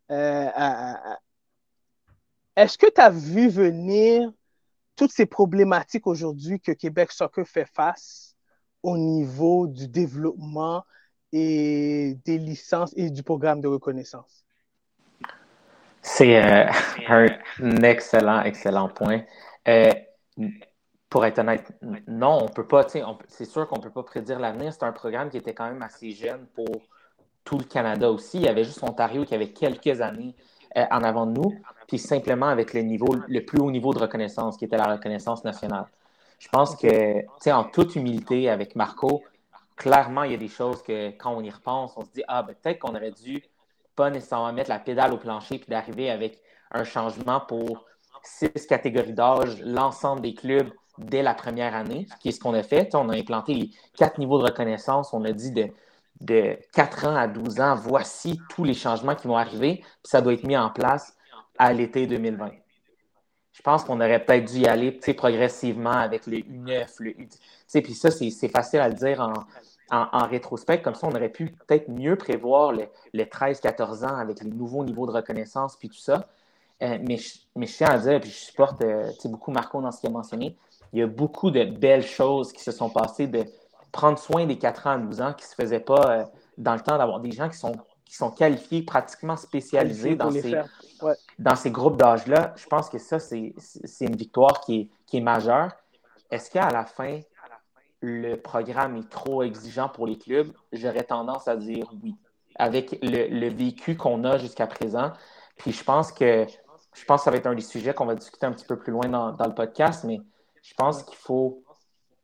Est-ce que tu as vu venir toutes ces problématiques aujourd'hui que Québec Soccer fait face au niveau du développement et des licences et du programme de reconnaissance? C'est un excellent point. Pour être honnête, non, on peut pas, c'est sûr qu'on ne peut pas prédire l'avenir. C'est un programme qui était quand même assez jeune pour tout le Canada aussi. Il y avait juste Ontario qui avait quelques années en avant de nous, puis simplement avec le plus haut niveau de reconnaissance, qui était la reconnaissance nationale. Je pense que, en toute humilité avec Marco, clairement, il y a des choses que quand on y repense, on se dit, peut-être qu'on aurait dû pas nécessairement mettre la pédale au plancher puis d'arriver avec un changement pour 6 catégories d'âge, l'ensemble des clubs dès la première année, qui est ce qu'on a fait. On a implanté les 4 niveaux de reconnaissance. On a dit de 4 ans à 12 ans, voici tous les changements qui vont arriver, puis ça doit être mis en place à l'été 2020. Je pense qu'on aurait peut-être dû y aller progressivement avec le U9, le U10. Puis ça, c'est facile à le dire en rétrospect. Comme ça, on aurait pu peut-être mieux prévoir les 13-14 ans avec les nouveaux niveaux de reconnaissance puis tout ça. Mais je tiens à dire, puis je supporte beaucoup Marco dans ce qu'il a mentionné, il y a beaucoup de belles choses qui se sont passées de prendre soin des 4 ans à 12 ans qui ne se faisaient pas dans le temps, d'avoir des gens qui sont qualifiés, pratiquement spécialisés dans ces groupes d'âge-là. Je pense que ça, c'est une victoire qui est majeure. Est-ce qu'à la fin, le programme est trop exigeant pour les clubs? J'aurais tendance à dire oui, avec le vécu qu'on a jusqu'à présent. Puis je pense que ça va être un des sujets qu'on va discuter un petit peu plus loin dans le podcast, mais je pense qu'il faut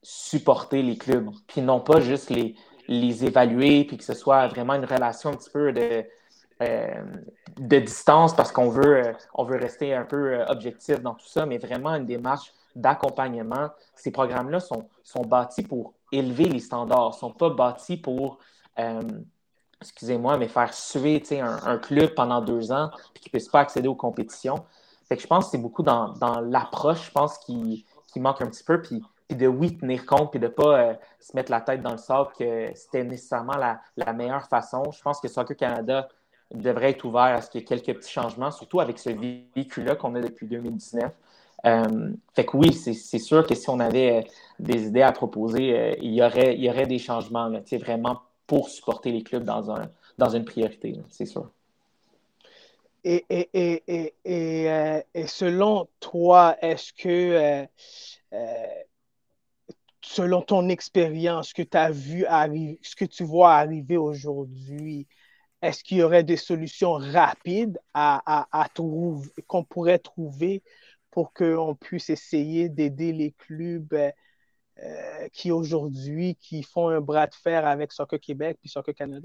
supporter les clubs, puis non pas juste les évaluer, puis que ce soit vraiment une relation un petit peu de distance parce qu'on veut rester un peu objectif dans tout ça, mais vraiment une démarche d'accompagnement. Ces programmes-là sont bâtis pour élever les standards, ne sont pas bâtis pour, excusez-moi, mais faire suer un club pendant 2 ans puis qu'il ne puisse pas accéder aux compétitions. Fait que je pense que c'est beaucoup dans l'approche, je pense, qui manque un petit peu, puis de tenir compte, puis de ne pas se mettre la tête dans le sable que c'était nécessairement la meilleure façon. Je pense que Soccer Canada devrait être ouvert à ce qu'il y ait quelques petits changements, surtout avec ce véhicule-là qu'on a depuis 2019. Fait que oui, c'est sûr que si on avait des idées à proposer, il y aurait des changements, là, vraiment pour supporter les clubs dans une priorité, là, c'est sûr. Et selon toi, est-ce que, selon ton expérience, ce que tu as vu arriver, ce que tu vois arriver aujourd'hui, est-ce qu'il y aurait des solutions rapides à trouver, qu'on pourrait trouver pour qu'on puisse essayer d'aider les clubs qui aujourd'hui qui font un bras de fer avec Soccer Québec et Soccer Canada?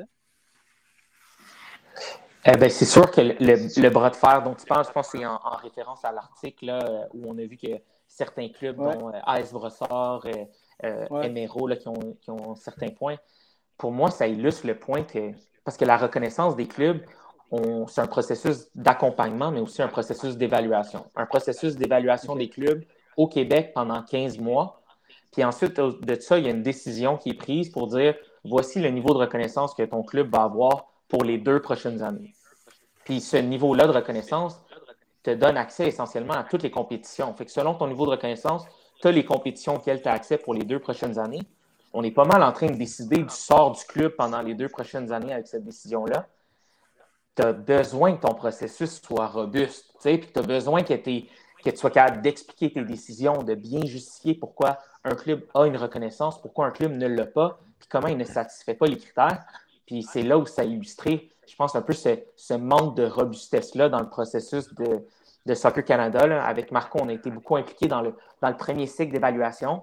C'est sûr que le bras de fer dont tu parles, je pense que c'est en référence à l'article là, où on a vu que certains clubs, dont AS Brossard, Emeraude, là, qui ont certains points. Pour moi, ça illustre le point que, parce que la reconnaissance des clubs, c'est un processus d'accompagnement, mais aussi un processus d'évaluation. Un processus d'évaluation des clubs au Québec pendant 15 mois. Puis ensuite de ça, il y a une décision qui est prise pour dire voici le niveau de reconnaissance que ton club va avoir pour les 2 prochaines années. Puis ce niveau-là de reconnaissance te donne accès essentiellement à toutes les compétitions. Fait que selon ton niveau de reconnaissance, tu as les compétitions auxquelles tu as accès pour les 2 prochaines années. On est pas mal en train de décider du sort du club pendant les 2 prochaines années avec cette décision-là. Tu as besoin que ton processus soit robuste, puis tu as besoin que tu sois capable d'expliquer tes décisions, de bien justifier pourquoi un club a une reconnaissance, pourquoi un club ne l'a pas, puis comment il ne satisfait pas les critères. Puis c'est là où ça a illustré, je pense, un peu ce manque de robustesse-là dans le processus de Soccer Canada. Là. Avec Marco, on a été beaucoup impliqués dans le premier cycle d'évaluation.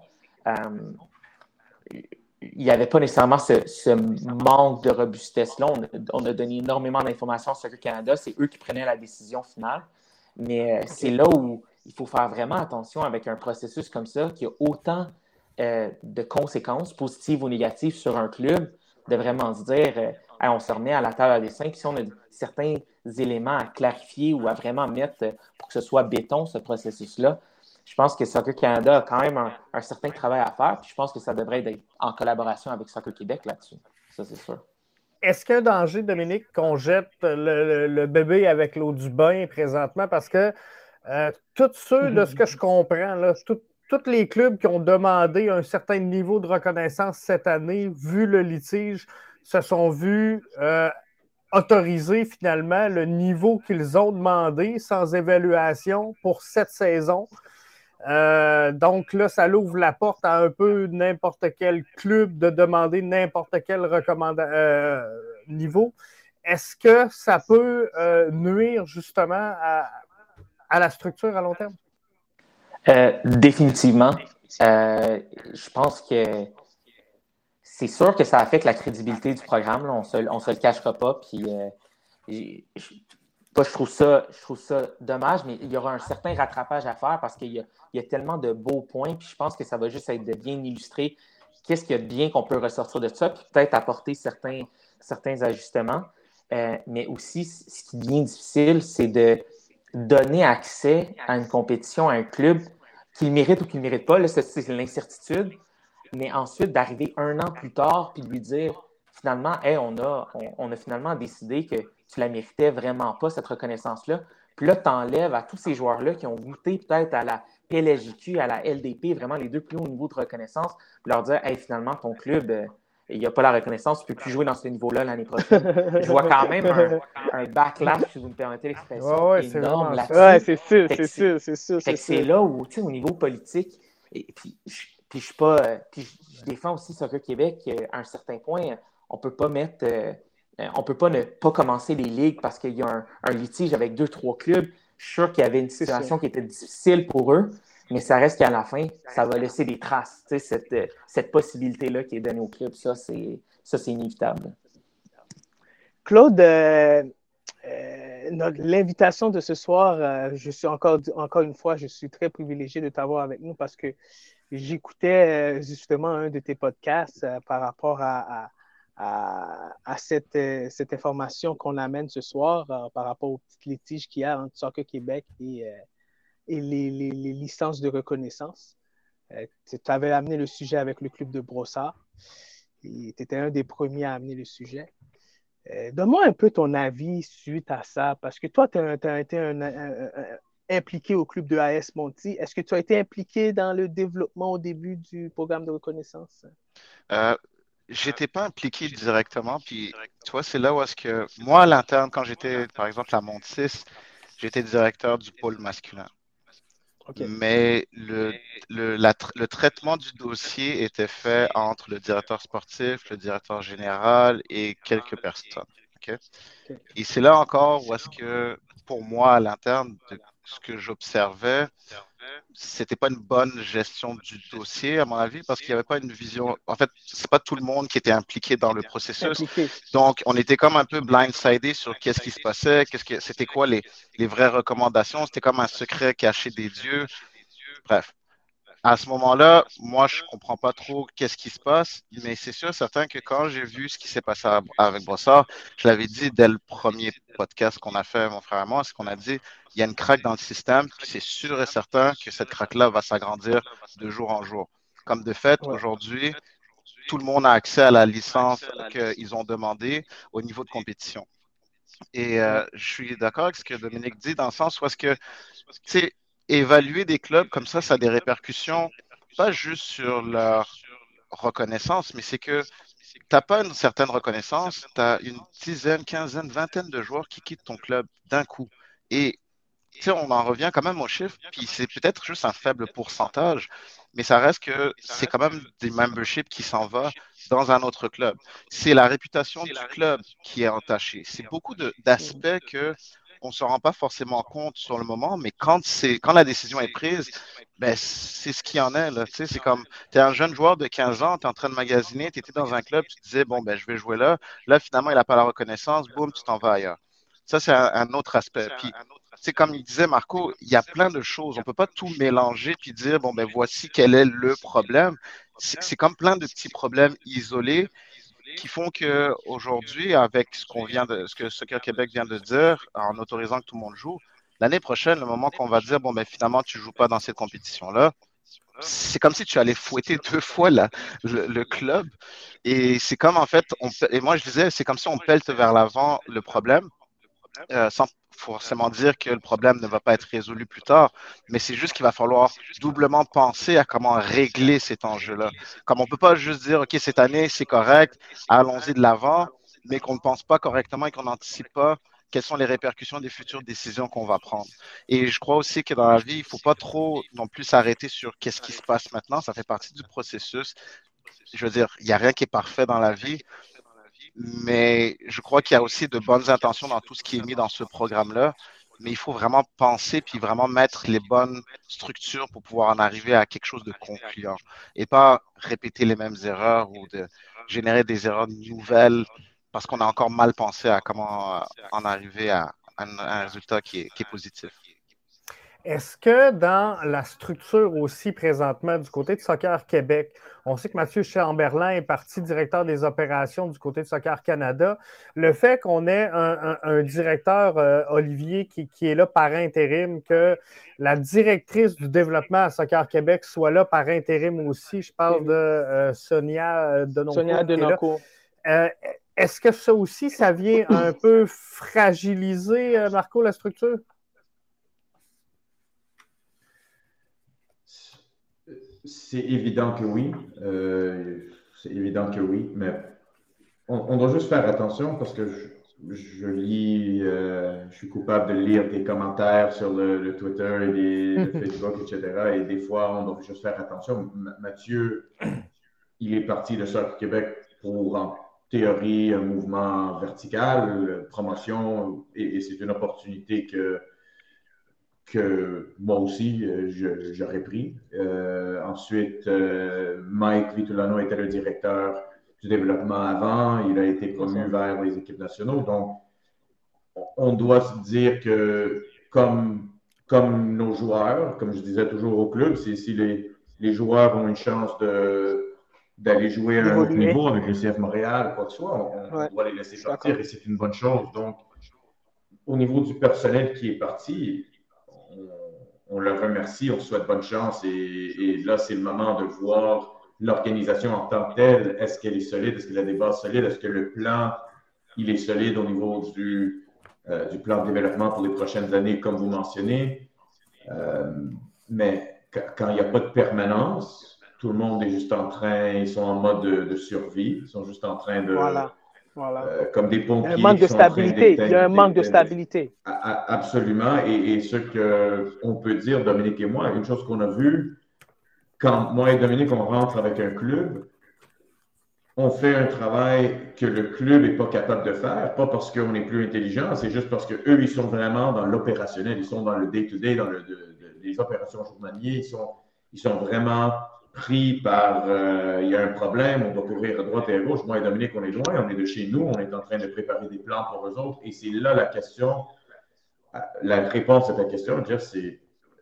Il n'y avait pas nécessairement ce manque de robustesse-là. On a donné énormément d'informations à Soccer Canada. C'est eux qui prenaient la décision finale. Mais c'est là où il faut faire vraiment attention avec un processus comme ça qui a autant de conséquences positives ou négatives sur un club, de vraiment se dire on se remet à la table à dessin, puis si on a certains éléments à clarifier ou à vraiment mettre pour que ce soit béton, ce processus-là, je pense que Soccer Canada a quand même un certain travail à faire, puis je pense que ça devrait être en collaboration avec Soccer Québec là-dessus. Ça, c'est sûr. Est-ce qu'il y a un danger, Dominique, qu'on jette le bébé avec l'eau du bain présentement? Parce que tous ceux, de ce que je comprends, là, tous les clubs qui ont demandé un certain niveau de reconnaissance cette année, vu le litige, se sont vus autoriser finalement le niveau qu'ils ont demandé sans évaluation pour cette saison. Donc là, ça l'ouvre la porte à un peu n'importe quel club de demander n'importe quel niveau. Est-ce que ça peut nuire justement à la structure à long terme? Définitivement. Je pense que c'est sûr que ça affecte la crédibilité du programme. Là. On se le cachera pas. Puis, je trouve ça dommage, mais il y aura un certain rattrapage à faire parce qu'il y a tellement de beaux points. Puis je pense que ça va juste être de bien illustrer qu'est-ce qu'il y a de bien qu'on peut ressortir de ça, puis peut-être apporter certains ajustements. Mais aussi, ce qui est bien difficile, c'est de donner accès à une compétition, à un club qu'il mérite ou qu'il ne mérite pas. Là, c'est l'incertitude. Mais ensuite, d'arriver 1 an plus tard puis de lui dire finalement, hey, on a finalement décidé que tu la méritais vraiment pas, cette reconnaissance-là. Puis là, tu enlèves à tous ces joueurs-là qui ont goûté peut-être à la PLSJQ, à la LDP, vraiment les 2 plus hauts niveaux de reconnaissance, leur dire hey, finalement, ton club, il n'y a pas la reconnaissance, tu ne peux plus jouer dans ce niveau-là l'année prochaine. Je vois quand même un backlash, si vous me permettez l'expression, énorme là-dessus. Ouais, c'est sûr. C'est là où, tu sais, au niveau politique, et puis je suis pas. Puis je défends aussi Soccer Québec à un certain point. On peut pas mettre. On peut pas ne pas commencer les ligues parce qu'il y a un litige avec 2-3 clubs. Je suis sûr qu'il y avait une situation qui était difficile pour eux. Mais ça reste qu'à la fin, ça va laisser des traces. Cette possibilité-là qui est donnée au club, ça, c'est inévitable. Claude, l'invitation de ce soir, je suis encore une fois, je suis très privilégié de t'avoir avec nous parce que j'écoutais justement un de tes podcasts par rapport à cette information qu'on amène ce soir par rapport aux petites litiges qu'il y a entre Soccer Québec et les licences de reconnaissance. Tu avais amené le sujet avec le club de Brossard et tu étais un des premiers à amener le sujet. Donne-moi un peu ton avis suite à ça, parce que toi, tu as été impliqué au club de AS Monti. Est-ce que tu as été impliqué dans le développement au début du programme de reconnaissance? J'étais pas impliqué directement, puis tu vois, c'est là où est-ce que moi, à l'interne, quand j'étais, par exemple, à Monte-6, j'étais directeur du pôle masculin. Okay. Mais le traitement du dossier était fait entre le directeur sportif, le directeur général et quelques personnes. Okay? Okay. Et c'est là encore où est-ce que, pour moi, à l'interne, de ce que j'observais, c'était pas une bonne gestion du dossier, à mon avis, parce qu'il n'y avait pas une vision. En fait, c'est pas tout le monde qui était impliqué dans le processus. Donc, on était comme un peu blindsided sur qu'est-ce qui se passait, c'était quoi les vraies recommandations. C'était comme un secret caché des dieux. Bref. À ce moment-là, moi, je comprends pas trop qu'est-ce qui se passe, mais c'est sûr, certain que quand j'ai vu ce qui s'est passé avec Brossard, je l'avais dit dès le premier podcast qu'on a fait, mon frère et moi, c'est qu'on a dit, il y a une craque dans le système, puis c'est sûr et certain que cette craque-là va s'agrandir de jour en jour. Comme de fait, aujourd'hui, tout le monde a accès à la licence qu'ils ont demandée au niveau de compétition. Et je suis d'accord avec ce que Dominique dit, dans le sens où est-ce que, tu sais, évaluer des clubs comme ça a des répercussions, pas juste sur leur reconnaissance, mais c'est que tu n'as pas une certaine reconnaissance, tu as une dizaine, quinzaine, vingtaine de joueurs qui quittent ton club d'un coup. Et tu sais, on en revient quand même aux chiffres, puis c'est peut-être juste un faible pourcentage, mais ça reste que c'est quand même des memberships qui s'en vont dans un autre club. C'est la réputation du club qui est entachée. C'est beaucoup d'aspects que on ne se rend pas forcément compte sur le moment, mais quand la décision est prise, ben, c'est ce qu'il y en est. Là. Tu sais, c'est comme, tu es un jeune joueur de 15 ans, tu es en train de magasiner, tu étais dans un club, tu te disais, bon, ben, je vais jouer là. Là, finalement, il n'a pas la reconnaissance, boum, tu t'en vas ailleurs. Ça, c'est un autre aspect. Puis, c'est comme il disait Marco, il y a plein de choses. On ne peut pas tout mélanger puis dire, bon, ben voici quel est le problème. C'est comme plein de petits problèmes isolés qui font qu'aujourd'hui, avec ce que Soccer Québec vient de dire, en autorisant que tout le monde joue, l'année prochaine, le moment qu'on va dire, bon, ben finalement, tu ne joues pas dans cette compétition-là, c'est comme si tu allais fouetter 2 fois le club. Et c'est comme, en fait, et moi, je disais, c'est comme si on pelte vers l'avant le problème. Sans forcément dire que le problème ne va pas être résolu plus tard, mais c'est juste qu'il va falloir doublement penser à comment régler cet enjeu-là. Comme on ne peut pas juste dire, OK, cette année, c'est correct, allons-y de l'avant, mais qu'on ne pense pas correctement et qu'on n'anticipe pas quelles sont les répercussions des futures décisions qu'on va prendre. Et je crois aussi que dans la vie, il ne faut pas trop non plus s'arrêter sur qu'est-ce qui se passe maintenant. Ça fait partie du processus. Je veux dire, il n'y a rien qui est parfait dans la vie. Mais je crois qu'il y a aussi de bonnes intentions dans tout ce qui est mis dans ce programme-là. Mais il faut vraiment penser puis vraiment mettre les bonnes structures pour pouvoir en arriver à quelque chose de concluant et pas répéter les mêmes erreurs ou de générer des erreurs nouvelles parce qu'on a encore mal pensé à comment en arriver à un résultat qui est positif. Est-ce que dans la structure aussi présentement du côté de Soccer Québec, on sait que Mathieu Chamberlain est parti directeur des opérations du côté de Soccer Canada, le fait qu'on ait un directeur, Olivier, qui est là par intérim, que la directrice du développement à Soccer Québec soit là par intérim aussi, je parle de Sonia Denoncourt. Sonia Denoncourt. Est-ce que ça aussi, ça vient un peu fragiliser, Marco, la structure? C'est évident que oui. C'est évident que oui, mais on doit juste faire attention parce que je lis, je suis coupable de lire des commentaires sur le Twitter et le Facebook, etc. Et des fois, on doit juste faire attention. Mathieu, il est parti de Soccer Québec pour, en théorie, un mouvement vertical, promotion, et c'est une opportunité que moi aussi, j'aurais pris. Ensuite, Mike Vitulano était le directeur du développement avant. Il a été promu vers les équipes nationales. Donc, on doit se dire que comme nos joueurs, comme je disais toujours au club, si les joueurs ont une chance d'aller jouer à un autre niveau avec le CF Montréal, quoi que ce soit, on doit les laisser partir et c'est une bonne chose. Donc, au niveau du personnel qui est parti, on le remercie, on souhaite bonne chance et là, c'est le moment de voir l'organisation en tant que telle. Est-ce qu'elle est solide? Est-ce qu'elle a des bases solides? Est-ce que le plan, il est solide au niveau du plan de développement pour les prochaines années, comme vous mentionnez? Mais quand il n'y a pas de permanence, tout le monde est juste en train, ils sont en mode de survie, ils sont juste en train de... Voilà. Comme des pompiers. Il y a un manque de stabilité. Il y a un manque de stabilité. Absolument. Et ce qu'on peut dire, Dominique et moi, une chose qu'on a vue, quand moi et Dominique, on rentre avec un club, on fait un travail que le club n'est pas capable de faire, pas parce qu'on est plus intelligent, c'est juste parce qu'eux, ils sont vraiment dans l'opérationnel, ils sont dans le day-to-day, dans les opérations journalières, ils sont vraiment pris par il y a un problème, on doit courir à droite et à gauche. Moi et Dominique, on est loin, on est de chez nous, on est en train de préparer des plans pour eux autres. Et c'est là la question, la réponse à ta question, Jeff, c'est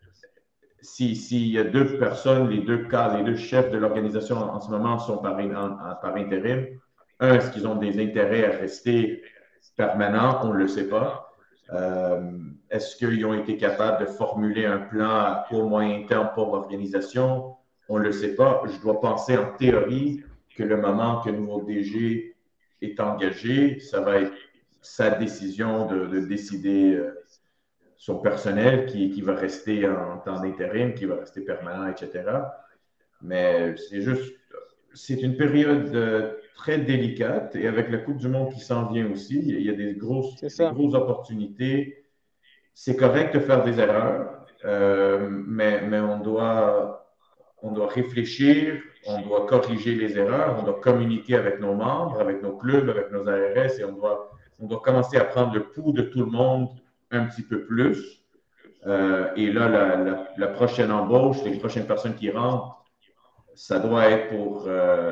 s'il y a deux personnes, les deux chefs de l'organisation en ce moment sont par intérim, est-ce qu'ils ont des intérêts à rester permanents? On ne le sait pas. Est-ce qu'ils ont été capables de formuler un plan à court moyen terme pour l'organisation? On ne le sait pas. Je dois penser en théorie que le moment que le nouveau DG est engagé, ça va être sa décision de décider son personnel qui va rester en temps d'intérim, qui va rester permanent, etc. Mais c'est une période très délicate et avec la Coupe du Monde qui s'en vient aussi, il y a des grosses opportunités. C'est correct de faire des erreurs, mais on doit réfléchir, on doit corriger les erreurs, on doit communiquer avec nos membres, avec nos clubs, avec nos ARS et on doit commencer à prendre le pouls de tout le monde un petit peu plus. Et là, la prochaine embauche, les prochaines personnes qui rentrent, ça doit être pour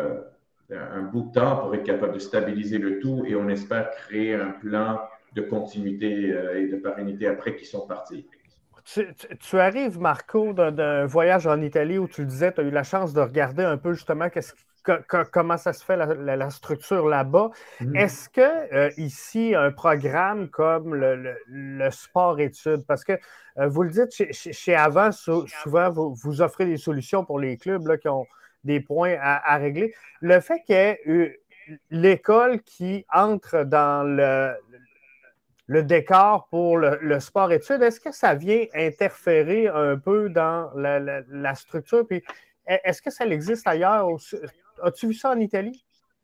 un bout de temps pour être capable de stabiliser le tout et on espère créer un plan de continuité et de pérennité après qu'ils sont partis. Tu arrives, Marco, d'un voyage en Italie où tu le disais, tu as eu la chance de regarder un peu justement comment ça se fait la structure là-bas. Est-ce que ici, un programme comme le sport-études, parce que vous le dites, chez Avant, souvent, vous offrez des solutions pour les clubs là, qui ont des points à régler. Le fait qu'il y ait l'école qui entre dans le décor pour le sport-études, est-ce que ça vient interférer un peu dans la structure? Puis, est-ce que ça existe ailleurs? As-tu vu ça en Italie?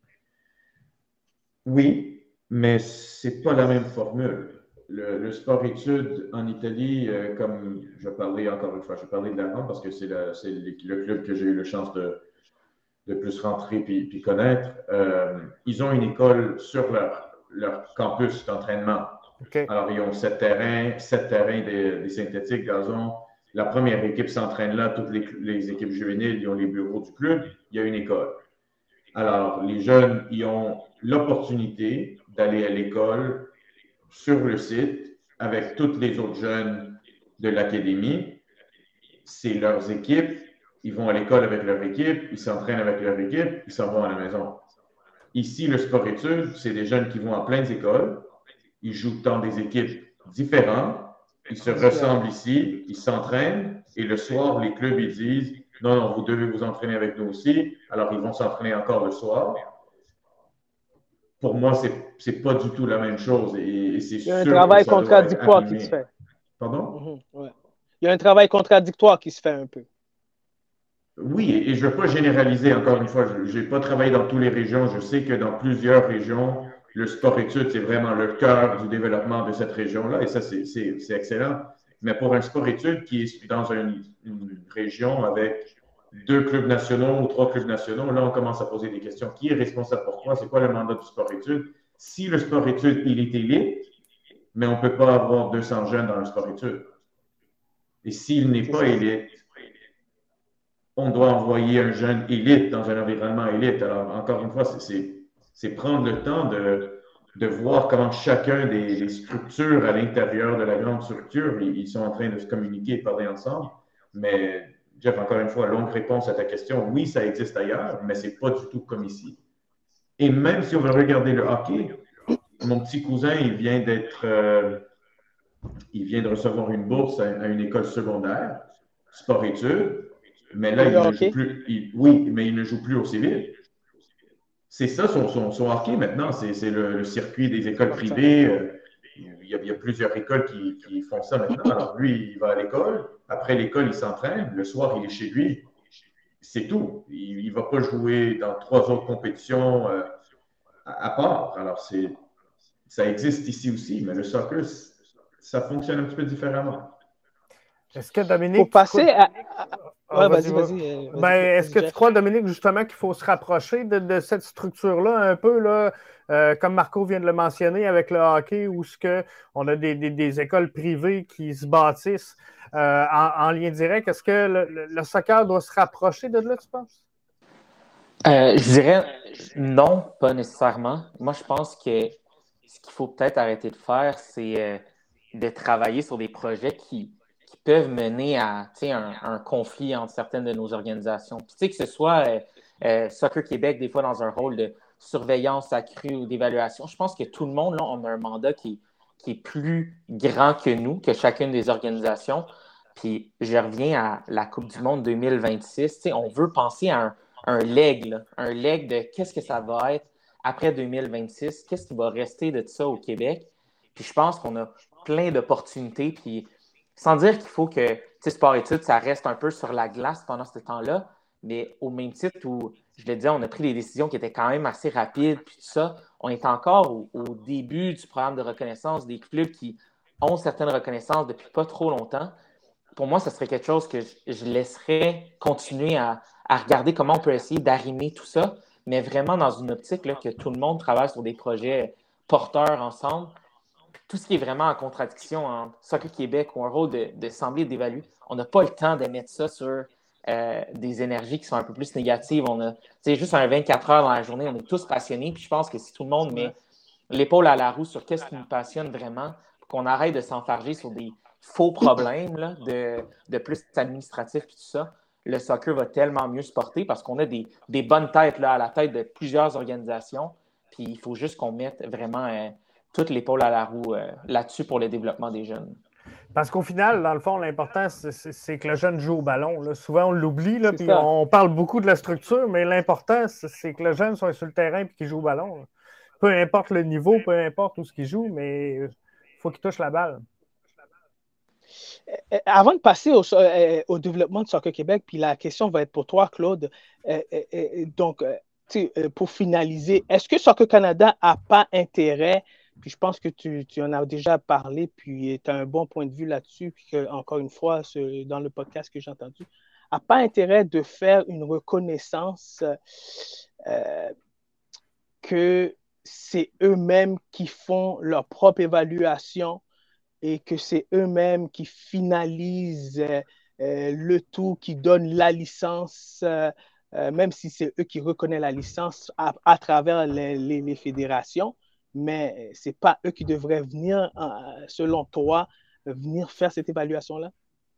Oui, mais ce n'est pas la même formule. Le sport-études en Italie, comme je parlais encore une fois, je parlais de la Rome parce que c'est le club que j'ai eu la chance de plus rentrer puis connaître. Ils ont une école sur leur campus d'entraînement. Okay. Alors, ils ont 7 terrains des synthétiques, gazon. La première équipe s'entraîne là, toutes les équipes juvéniles, ils ont les bureaux du club, il y a une école. Alors, les jeunes, ils ont l'opportunité d'aller à l'école sur le site avec tous les autres jeunes de l'académie. C'est leurs équipes, ils vont à l'école avec leur équipe, ils s'entraînent avec leur équipe, ils s'en vont à la maison. Ici, le sport-études, c'est des jeunes qui vont à plein d'écoles. Ils jouent dans des équipes différentes, ils se ressemblent ici, ils s'entraînent et le soir, les clubs, ils disent « Non, vous devez vous entraîner avec nous aussi. » Alors, ils vont s'entraîner encore le soir. Pour moi, ce n'est pas du tout la même chose et c'est sûr. Il y a un travail contradictoire qui se fait. Pardon? Ouais. Il y a un travail contradictoire qui se fait un peu. Oui, et je ne veux pas généraliser encore une fois. Je n'ai pas travaillé dans toutes les régions. Je sais que dans plusieurs régions, le sport-études, c'est vraiment le cœur du développement de cette région-là, et ça, c'est excellent. Mais pour un sport-études qui est dans une région avec 2 clubs nationaux ou 3 clubs nationaux, là, on commence à poser des questions. Qui est responsable pour quoi? C'est quoi le mandat du sport-études? Si le sport-études, il est élite, mais on ne peut pas avoir 200 jeunes dans le sport-études. Et s'il n'est pas élite, on doit envoyer un jeune élite dans un environnement élite. Alors, encore une fois, c'est prendre le temps de voir comment chacun des structures à l'intérieur de la grande structure, ils sont en train de se communiquer et de parler ensemble. Mais, Jeff, encore une fois, longue réponse à ta question. Oui, ça existe ailleurs, mais c'est pas du tout comme ici. Et même si on veut regarder le hockey, mon petit cousin, il vient de recevoir une bourse à une école secondaire, sport-études, mais là, il ne joue plus. Oui, mais il ne joue plus au civil. C'est ça son hockey maintenant, c'est le circuit des écoles privées. Il y a plusieurs écoles qui font ça maintenant. Alors lui, il va à l'école. Après l'école, il s'entraîne. Le soir, il est chez lui. C'est tout. Il ne va pas jouer dans 3 autres compétitions à part. Alors, ça existe ici aussi, mais le soccer, ça fonctionne un petit peu différemment. Est-ce que Dominique... Pour passer à... Ouais, vas-y. Est-ce que tu crois, Dominique, justement, qu'il faut se rapprocher de cette structure-là un peu, là, comme Marco vient de le mentionner avec le hockey, où on a des écoles privées qui se bâtissent en lien direct? Est-ce que le soccer doit se rapprocher de là, tu penses? Je dirais non, pas nécessairement. Moi, je pense que ce qu'il faut peut-être arrêter de faire, c'est de travailler sur des projets qui peuvent mener à un conflit entre certaines de nos organisations. Puis, que ce soit Soccer Québec, des fois dans un rôle de surveillance accrue ou d'évaluation, je pense que tout le monde, là, on a un mandat qui est plus grand que nous, que chacune des organisations. Puis, je reviens à la Coupe du Monde 2026. On veut penser à un leg de qu'est-ce que ça va être après 2026, qu'est-ce qui va rester de ça au Québec. Puis, je pense qu'on a plein d'opportunités, puis sans dire qu'il faut que sport-études, ça reste un peu sur la glace pendant ce temps-là, mais au même titre où, je le disais, on a pris des décisions qui étaient quand même assez rapides, puis tout ça, on est encore au début du programme de reconnaissance des clubs qui ont certaines reconnaissances depuis pas trop longtemps. Pour moi, ce serait quelque chose que je laisserais continuer à regarder comment on peut essayer d'arrimer tout ça, mais vraiment dans une optique là, que tout le monde travaille sur des projets porteurs ensemble. Tout ce qui est vraiment en contradiction entre Soccer Québec ou un rôle de sembler d'évaluer, on n'a pas le temps de mettre ça sur des énergies qui sont un peu plus négatives. On a juste un 24 heures dans la journée, on est tous passionnés. Puis je pense que si tout le monde met l'épaule à la roue sur qu'est-ce qui nous passionne vraiment, qu'on arrête de s'enfarger sur des faux problèmes là, de plus administratifs et tout ça, le soccer va tellement mieux se porter parce qu'on a des bonnes têtes là, à la tête de plusieurs organisations. Puis il faut juste qu'on mette vraiment toute l'épaule à la roue là-dessus pour le développement des jeunes. Parce qu'au final, dans le fond, l'important, c'est que le jeune joue au ballon. Là. Souvent, on l'oublie, là, puis on parle beaucoup de la structure, mais l'important, c'est que le jeune soit sur le terrain et qu'il joue au ballon. Là. Peu importe le niveau, peu importe où ce qu'il joue, mais il faut qu'il touche la balle. Avant de passer au développement de Soccer Québec, puis la question va être pour toi, Claude. Donc, pour finaliser, est-ce que Soccer Canada n'a pas intérêt, puis je pense que tu en as déjà parlé, puis tu as un bon point de vue là-dessus, puis que, encore une fois, dans le podcast que j'ai entendu, n'a pas intérêt de faire une reconnaissance que c'est eux-mêmes qui font leur propre évaluation et que c'est eux-mêmes qui finalisent le tout, qui donnent la licence, même si c'est eux qui reconnaissent la licence à travers les fédérations, mais ce n'est pas eux qui devraient venir, selon toi, venir faire cette évaluation-là?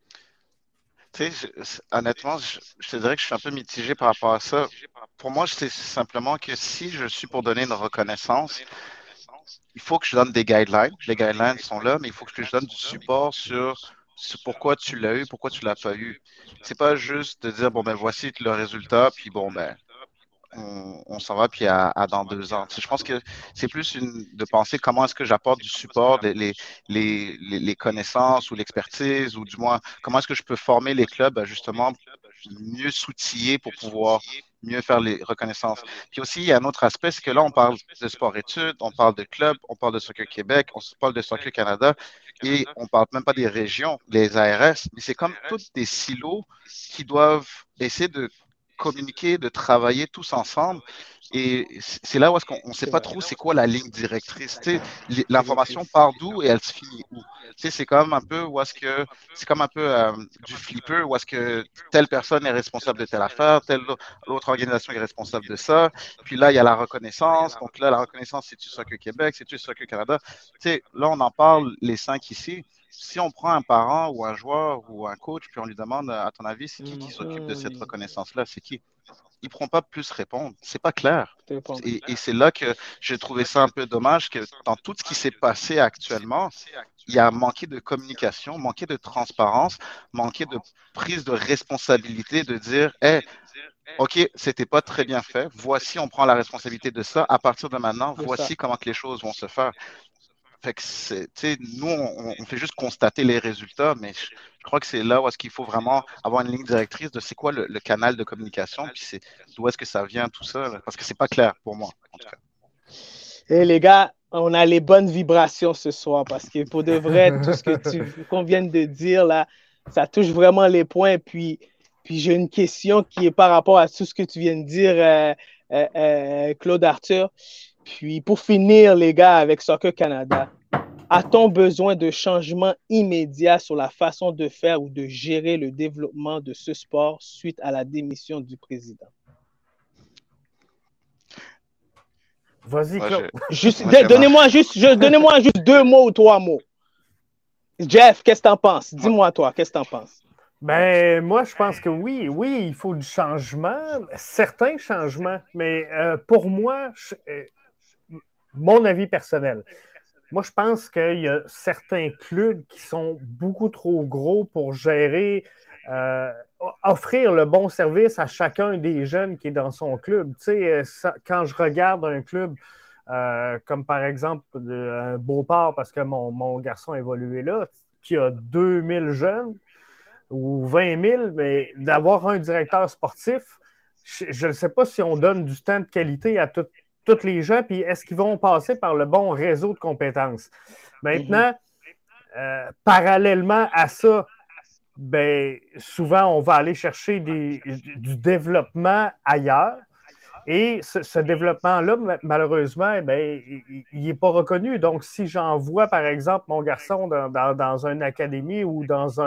Honnêtement, je te dirais que je suis un peu mitigé par rapport à ça. Pour moi, c'est simplement que si je suis pour donner une reconnaissance, il faut que je donne des guidelines. Les guidelines sont là, mais il faut que je donne du support sur pourquoi tu l'as eu, pourquoi tu l'as pas eu. C'est pas juste de dire, bon, ben, voici le résultat, puis bon, ben, on s'en va, puis à dans 2 ans. Je pense que c'est plus de penser comment est-ce que j'apporte du support, les connaissances ou l'expertise, ou du moins, comment est-ce que je peux former les clubs à justement mieux s'outiller pour pouvoir mieux faire les reconnaissances. Puis aussi, il y a un autre aspect, c'est que là, on parle de sport-études, on parle de clubs, on parle de Soccer Québec, on parle de Soccer Canada, et on ne parle même pas des régions, les ARS, mais c'est comme tous des silos qui doivent essayer de communiquer, de travailler tous ensemble. Et c'est là où est-ce qu'on ne sait pas trop c'est quoi la ligne directrice. Tu sais, l'information part d'où et elle se finit où. Tu sais, c'est comme un peu où est-ce que c'est comme un peu du flipper où est-ce que telle personne est responsable de telle affaire, telle l'autre organisation est responsable de ça. Puis là, il y a la reconnaissance. Donc là, la reconnaissance, c'est-tu Soccer Québec, c'est-tu Soccer Canada. Tu sais, là, on en parle les 5 ici. Si on prend un parent ou un joueur ou un coach, puis on lui demande, à ton avis, c'est qui s'occupe de cette reconnaissance-là? C'est qui? Ils ne pourront pas plus répondre. C'est pas clair. Et c'est là que j'ai trouvé ça un peu dommage que dans tout ce qui s'est passé actuellement, il y a manqué de communication, manqué de transparence, manqué de prise de responsabilité de dire, hey, OK, c'était pas très bien fait. Voici, on prend la responsabilité de ça. À partir de maintenant, voici comment que les choses vont se faire. Fait que nous, on fait juste constater les résultats, mais je crois que c'est là où est-ce qu'il faut vraiment avoir une ligne directrice de c'est quoi le canal de communication, puis c'est d'où est-ce que ça vient tout ça, là, parce que c'est pas clair pour moi, en tout cas. Et les gars, on a les bonnes vibrations ce soir parce que pour de vrai, tout ce qu'on vient de dire là, ça touche vraiment les points. Puis j'ai une question qui est par rapport à tout ce que tu viens de dire, Claude Arthur. Puis pour finir, les gars, avec Soccer Canada, a-t-on besoin de changements immédiats sur la façon de faire ou de gérer le développement de ce sport suite à la démission du président? Vas-y, Claude. Donnez-moi juste 2 mots ou 3 mots. Jeff, qu'est-ce que tu en penses? Dis-moi, toi, qu'est-ce que tu en penses? Ben, moi, je pense que oui, il faut du changement, certains changements, mais pour moi, mon avis personnel, moi, je pense qu'il y a certains clubs qui sont beaucoup trop gros pour gérer, offrir le bon service à chacun des jeunes qui est dans son club. Tu sais, quand je regarde un club comme par exemple un Beauport, parce que mon garçon a évolué là, qui a 2000 jeunes ou 20 000, mais d'avoir un directeur sportif, je ne sais pas si on donne du temps de qualité à tous les gens, puis est-ce qu'ils vont passer par le bon réseau de compétences? Maintenant, parallèlement à ça, ben, souvent, on va aller chercher du développement ailleurs. Et ce développement-là, malheureusement, ben, il n'est pas reconnu. Donc, si j'envoie, par exemple, mon garçon dans une académie ou dans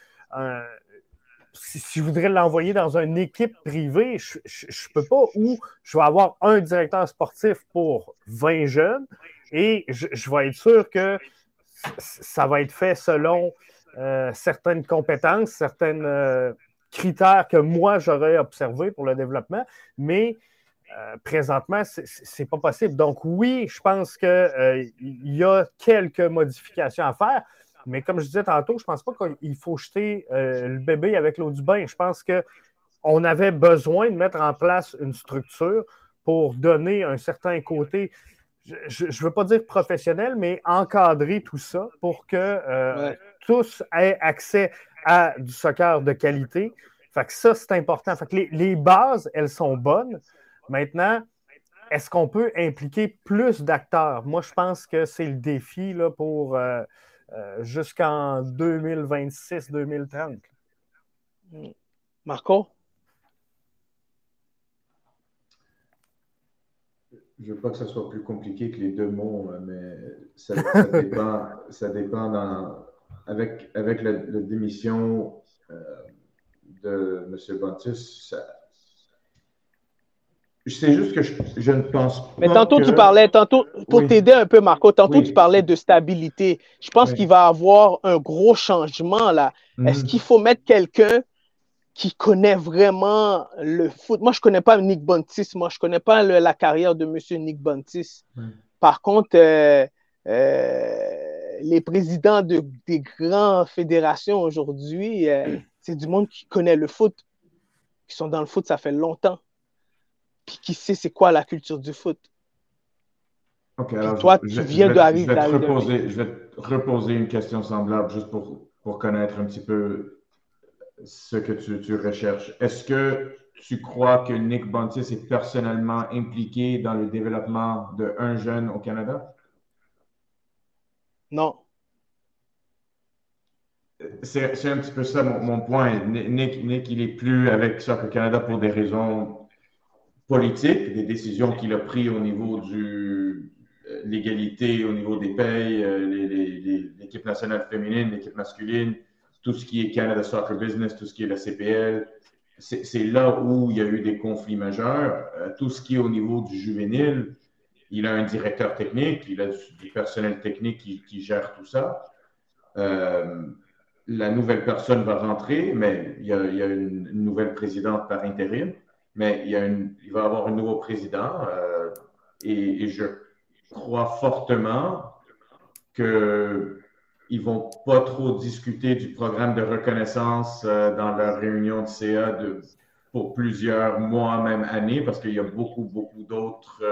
si je voudrais l'envoyer dans une équipe privée, je ne peux pas, ou je vais avoir un directeur sportif pour 20 jeunes et je vais être sûr que ça va être fait selon certaines compétences, certains critères que moi, j'aurais observés pour le développement, mais présentement, c'est pas possible. Donc oui, je pense qu'il y a quelques modifications à faire, mais comme je disais tantôt, je pense pas qu'il faut jeter le bébé avec l'eau du bain. Je pense qu'on avait besoin de mettre en place une structure pour donner un certain côté, je ne veux pas dire professionnel, mais encadrer tout ça pour que tous aient accès à du soccer de qualité. Fait que ça, c'est important. Fait que les bases, elles sont bonnes. Maintenant, est-ce qu'on peut impliquer plus d'acteurs? Moi, je pense que c'est le défi là, pour jusqu'en 2026-2030. Marco? Je ne veux pas que ce soit plus compliqué que les 2 mots, mais ça dépend avec la démission de M. Bontis. C'est juste que je ne pense pas. Mais tantôt, pour t'aider un peu, Marco, tu parlais de stabilité. Je pense qu'il va y avoir un gros changement là. Est-ce qu'il faut mettre quelqu'un qui connaît vraiment le foot? Moi, je ne connais pas Nick Bontis. Moi, je ne connais pas la carrière de M. Nick Bontis. Par contre, les présidents des grandes fédérations aujourd'hui, c'est du monde qui connaît le foot, qui sont dans le foot, ça fait longtemps. Puis qui sait c'est quoi la culture du foot. OK, alors toi, tu viens d'arriver. Je vais te reposer une question semblable juste pour connaître un petit peu ce que tu recherches. Est-ce que tu crois que Nick Bontis est personnellement impliqué dans le développement d'un jeune au Canada? Non. C'est un petit peu ça mon point. Nick, il n'est plus avec Soccer Canada pour des raisons politiques, des décisions qu'il a prises au niveau de l'égalité, au niveau des payes, l'équipe nationale féminine, l'équipe masculine, tout ce qui est Canada Soccer Business, tout ce qui est la CPL. C'est là où il y a eu des conflits majeurs. Tout ce qui est au niveau du juvénile, il a un directeur technique, il a du personnel technique qui gère tout ça. La nouvelle personne va rentrer, mais il y a une nouvelle présidente par intérim, mais il va y avoir un nouveau président et je crois fortement qu'ils ne vont pas trop discuter du programme de reconnaissance dans leur réunion de CA pour plusieurs mois, même années, parce qu'il y a beaucoup, beaucoup d'autres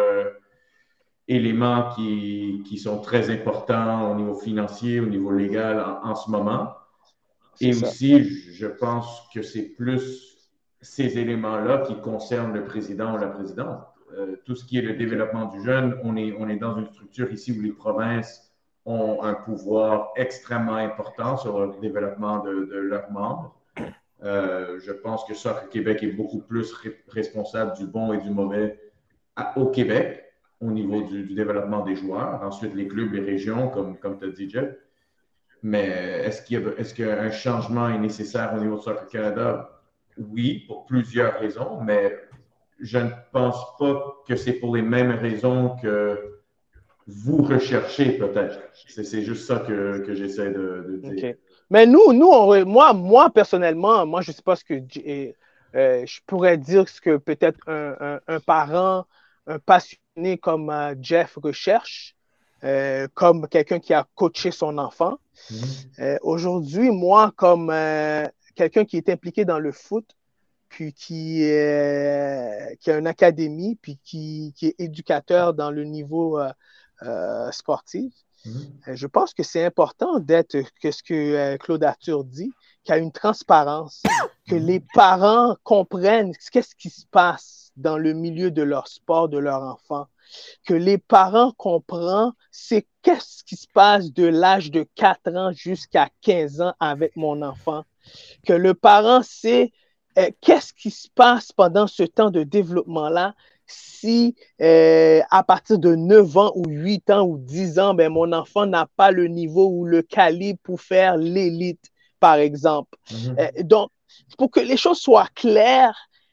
éléments qui sont très importants au niveau financier, au niveau légal en ce moment. Et aussi, je pense que c'est plus ces éléments-là qui concernent le président ou la présidente. Tout ce qui est le développement du jeune, on est dans une structure ici où les provinces ont un pouvoir extrêmement important sur le développement de leurs membres. Je pense que Soccer Québec est beaucoup plus responsable du bon et du mauvais au Québec au niveau du développement des joueurs. Ensuite, les clubs et régions, comme tu as dit, Jeff. Mais est-ce qu'un changement est nécessaire au niveau de Soccer Canada? Oui, pour plusieurs raisons, mais je ne pense pas que c'est pour les mêmes raisons que vous recherchez peut-être. C'est juste ça que j'essaie de dire. Okay. Mais moi personnellement, je ne sais pas ce que je pourrais dire ce que peut-être un parent, un passionné comme Jeff recherche. Comme quelqu'un qui a coaché son enfant. Aujourd'hui, moi, comme quelqu'un qui est impliqué dans le foot, puis qui a une académie, puis qui est éducateur dans le niveau sportif, je pense que c'est important que ce que Claude Arthur dit, qu'il y a une transparence, que les parents comprennent qu'est-ce qui se passe dans le milieu de leur sport, de leur enfant. Que les parents comprennent c'est qu'est-ce qui se passe de l'âge de 4 ans jusqu'à 15 ans avec mon enfant. Que le parent sait qu'est-ce qui se passe pendant ce temps de développement-là si à partir de 9 ans ou 8 ans ou 10 ans, ben, mon enfant n'a pas le niveau ou le calibre pour faire l'élite, par exemple. Donc, pour que les choses soient claires,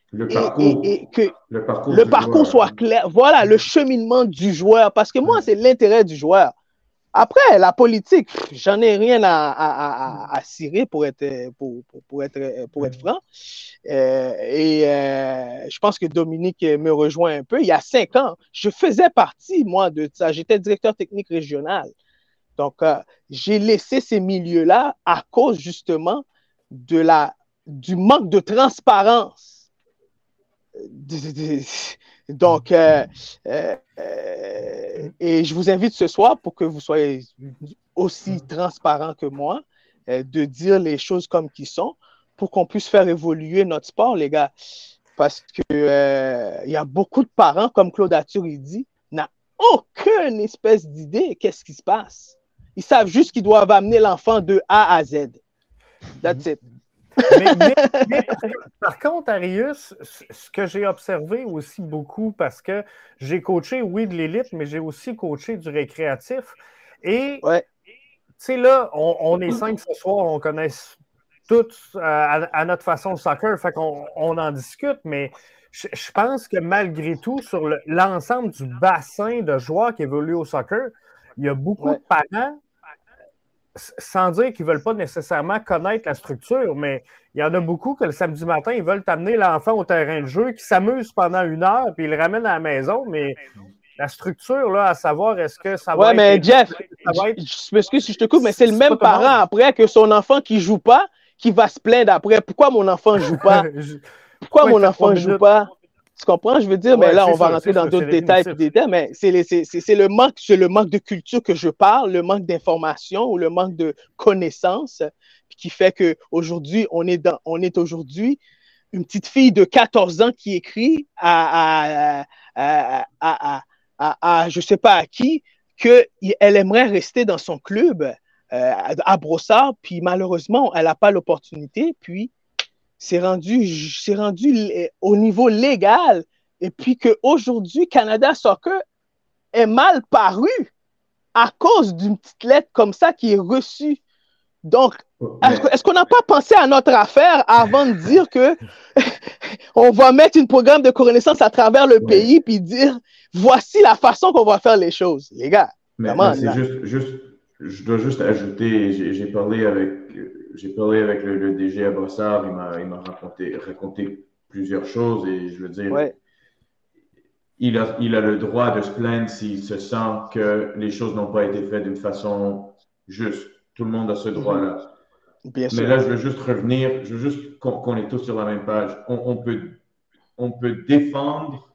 et que le parcours soit clair. Voilà, le cheminement du joueur. Parce que moi, c'est l'intérêt du joueur. Après, la politique, j'en ai rien à cirer pour être franc. Je pense que Dominique me rejoint un peu. Il y a 5 ans, je faisais partie, moi, de ça. J'étais directeur technique régional. Donc, j'ai laissé ces milieux-là à cause, justement, du manque de transparence. Donc, et je vous invite ce soir pour que vous soyez aussi transparent que moi, de dire les choses comme qu'ils sont pour qu'on puisse faire évoluer notre sport, les gars. Parce que y a beaucoup de parents, comme Claude Arthur il dit, n'ont aucune espèce d'idée qu'est-ce qui se passe. Ils savent juste qu'ils doivent amener l'enfant de A à Z. That's it. Mais par contre, Arius, ce que j'ai observé aussi beaucoup, parce que j'ai coaché, oui, de l'élite, mais j'ai aussi coaché du récréatif. Et, tu sais, là, on est 5 ce soir, on connaît tous à notre façon le soccer, fait qu'on en discute, mais je pense que malgré tout, sur l'ensemble du bassin de joueurs qui évoluent au soccer, il y a beaucoup de parents, sans dire qu'ils ne veulent pas nécessairement connaître la structure, mais il y en a beaucoup que le samedi matin, ils veulent amener l'enfant au terrain de jeu, qui s'amuse pendant 1 heure, puis ils le ramènent à la maison, mais la structure, là, à savoir, est-ce que ça va être... Oui, mais Jeff, je m'excuse si je te coupe, mais c'est le même parent après que son enfant qui ne joue pas, qui va se plaindre après. Pourquoi mon enfant ne joue pas? Pourquoi mon enfant ne joue pas? Tu comprends? Je veux dire, mais là, on va rentrer dans d'autres détails, mais c'est le manque de culture que je parle, le manque d'information ou le manque de connaissances qui fait qu'aujourd'hui, on est aujourd'hui une petite fille de 14 ans qui écrit à je ne sais pas à qui, qu'elle aimerait rester dans son club à Brossard, puis malheureusement, elle n'a pas l'opportunité, puis c'est rendu au niveau légal et puis qu'aujourd'hui, Canada Soccer est mal paru à cause d'une petite lettre comme ça qui est reçue. Donc, est-ce qu'on n'a pas pensé à notre affaire avant de dire que on va mettre un programme de reconnaissance à travers le pays puis dire voici la façon qu'on va faire les choses, les gars. Mais c'est je dois juste ajouter, j'ai parlé avec le DG à Brossard, il m'a raconté plusieurs choses et je veux dire, il a le droit de se plaindre s'il se sent que les choses n'ont pas été faites d'une façon juste. Tout le monde a ce droit-là. Bien sûr. Mais là, je veux juste qu'on est tous sur la même page. On peut défendre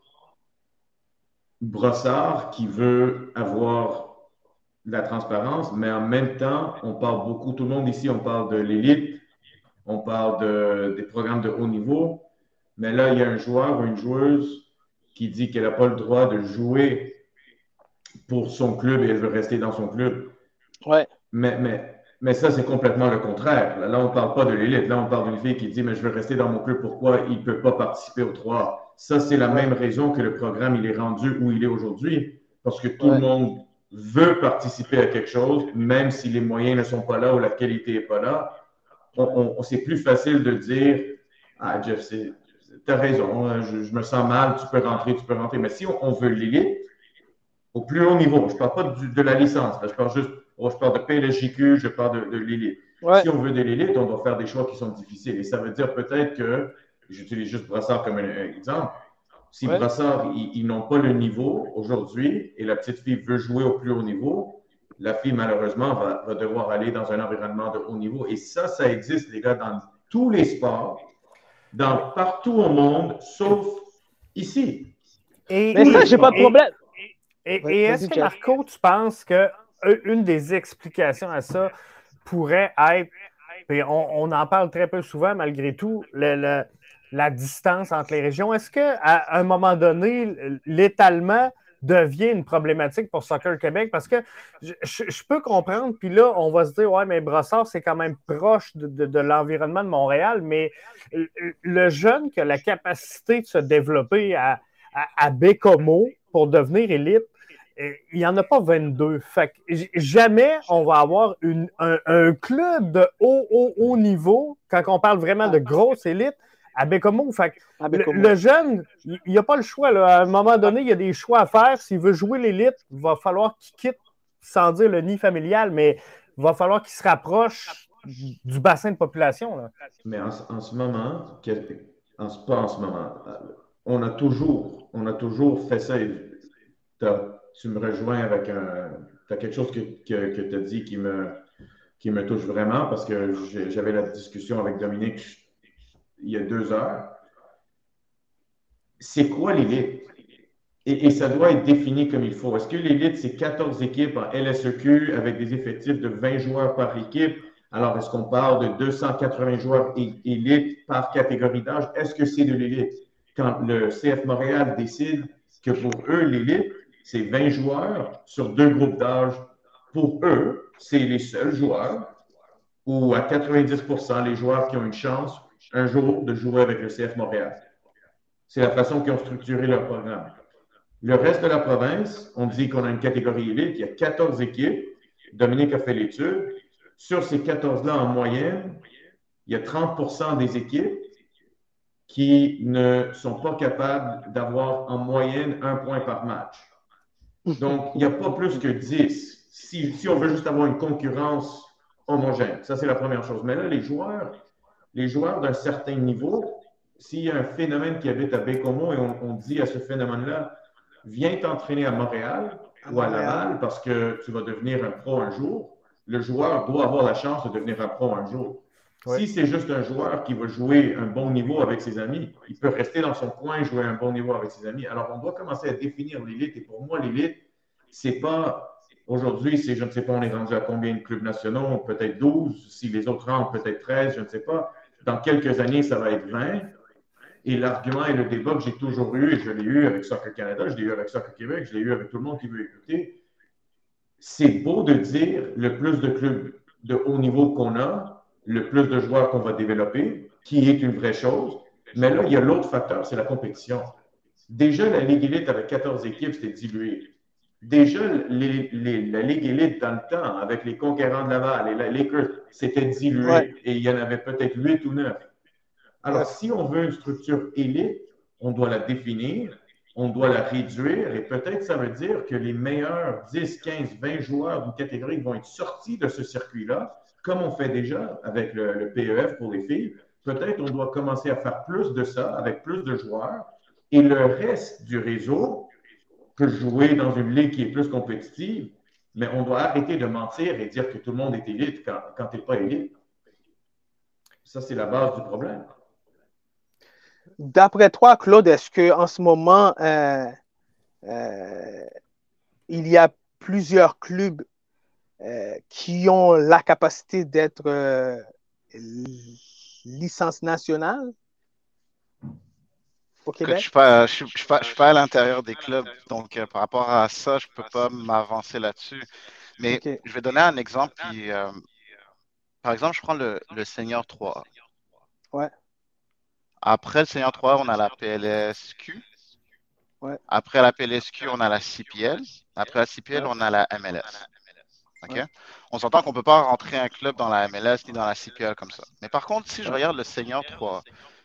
Brossard qui veut avoir de la transparence, mais en même temps, on parle beaucoup, tout le monde ici, on parle de l'élite, on parle des programmes de haut niveau, mais là, il y a un joueur ou une joueuse qui dit qu'elle n'a pas le droit de jouer pour son club et elle veut rester dans son club. Ouais. Mais ça, c'est complètement le contraire. Là, on ne parle pas de l'élite. Là, on parle d'une fille qui dit « Mais je veux rester dans mon club. Pourquoi il ne peut pas participer au 3 ?» Ça, c'est la même raison que le programme il est rendu où il est aujourd'hui. Parce que tout le monde veut participer à quelque chose, même si les moyens ne sont pas là ou la qualité n'est pas là. C'est plus facile de dire « Ah, Jeff, tu as raison. Je me sens mal. Tu peux rentrer. Mais si on veut l'élite, au plus haut niveau, je ne parle pas de la licence. Là, je parle de PLSJQ, je parle de l'élite. Si on veut de l'élite, on doit faire des choix qui sont difficiles. Et ça veut dire peut-être que, j'utilise juste Brassard comme un exemple, si Brassard, ils n'ont pas le niveau aujourd'hui et la petite fille veut jouer au plus haut niveau, la fille, malheureusement, va devoir aller dans un environnement de haut niveau. Et ça existe, les gars, dans tous les sports, partout au monde, sauf ici. Mais ça, j'ai pas de problème. Et est-ce que, Marco, tu penses qu'une des explications à ça pourrait être, et on en parle très peu souvent malgré tout, la distance entre les régions? Est-ce qu'à un moment donné, l'étalement devient une problématique pour Soccer Québec? Parce que je peux comprendre, puis là, on va se dire, ouais, mais Brossard, c'est quand même proche de l'environnement de Montréal, mais le jeune qui a la capacité de se développer à Bécomo pour devenir élite, il n'y en a pas 22. Fait que jamais on va avoir un club de haut niveau, quand on parle vraiment de grosse élite, à Bécomo. Fait que le jeune, il n'y a pas le choix. Là. À un moment donné, il y a des choix à faire. S'il veut jouer l'élite, il va falloir qu'il quitte, sans dire le nid familial, mais il va falloir qu'il se rapproche du bassin de population. Là. Mais en ce moment, pas en ce moment, on a toujours fait ça. Tu me rejoins avec tu as quelque chose que tu as dit qui me touche vraiment parce que j'avais la discussion avec Dominique il y a 2 heures. C'est quoi l'élite? Et ça doit être défini comme il faut. Est-ce que l'élite, c'est 14 équipes en LSEQ avec des effectifs de 20 joueurs par équipe? Alors, est-ce qu'on parle de 280 joueurs élites par catégorie d'âge? Est-ce que c'est de l'élite? Quand le CF Montréal décide que pour eux, l'élite, c'est 20 joueurs sur 2 groupes d'âge. Pour eux, c'est les seuls joueurs ou à 90% les joueurs qui ont une chance un jour de jouer avec le CF Montréal. C'est la façon qu'ils ont structuré leur programme. Le reste de la province, on dit qu'on a une catégorie élite, il y a 14 équipes. Dominique a fait l'étude. Sur ces 14-là, en moyenne, il y a 30% des équipes qui ne sont pas capables d'avoir en moyenne 1 point par match. Donc, il n'y a pas plus que 10. Si on veut juste avoir une concurrence homogène, ça c'est la première chose. Mais là, les joueurs d'un certain niveau, s'il y a un phénomène qui habite à Bécomo et on dit à ce phénomène-là, viens t'entraîner à Montréal ou à Laval parce que tu vas devenir un pro un jour, le joueur doit avoir la chance de devenir un pro un jour. Si c'est juste un joueur qui va jouer un bon niveau avec ses amis, il peut rester dans son coin et jouer un bon niveau avec ses amis. Alors, on doit commencer à définir l'élite. Et pour moi, l'élite, c'est pas... Aujourd'hui, je ne sais pas, on est rendu à combien de clubs nationaux, peut-être 12. Si les autres rentrent, peut-être 13, je ne sais pas. Dans quelques années, ça va être 20. Et l'argument et le débat que j'ai toujours eu, et je l'ai eu avec Soccer Canada, je l'ai eu avec Soccer Québec, je l'ai eu avec tout le monde qui veut écouter, c'est beau de dire le plus de clubs de haut niveau qu'on a, le plus de joueurs qu'on va développer, qui est une vraie chose. Mais là, il y a l'autre facteur, c'est la compétition. Déjà, la Ligue élite avec 14 équipes, c'était dilué. Déjà, la Ligue élite dans le temps, avec les Conquérants de Laval et les Lakers, c'était dilué. Ouais. Et il y en avait peut-être 8 ou 9. Alors, si on veut une structure élite, on doit la définir, on doit la réduire, et peut-être ça veut dire que les meilleurs 10, 15, 20 joueurs d'une catégorie vont être sortis de ce circuit-là, comme on fait déjà avec le PEF pour les filles. Peut-être on doit commencer à faire plus de ça avec plus de joueurs, et le reste du réseau peut jouer dans une ligue qui est plus compétitive, mais on doit arrêter de mentir et dire que tout le monde est élite quand tu n'es pas élite. Ça, c'est la base du problème. D'après toi, Claude, est-ce qu'en ce moment, il y a plusieurs clubs qui ont la capacité d'être licence nationale au Québec? Je suis pas à l'intérieur des clubs, donc par rapport à ça, je peux pas m'avancer là-dessus. Mais je vais donner un exemple. Puis, par exemple, je prends le Senior 3. Ouais. Après le Senior 3, on a la PLSQ. Ouais. Après la PLSQ, on a la CPL. Après la CPL, on a la MLS. OK? Ouais. On s'entend qu'on ne peut pas rentrer un club dans la MLS ni dans la CPL comme ça. Mais par contre, si je regarde le Senior 3,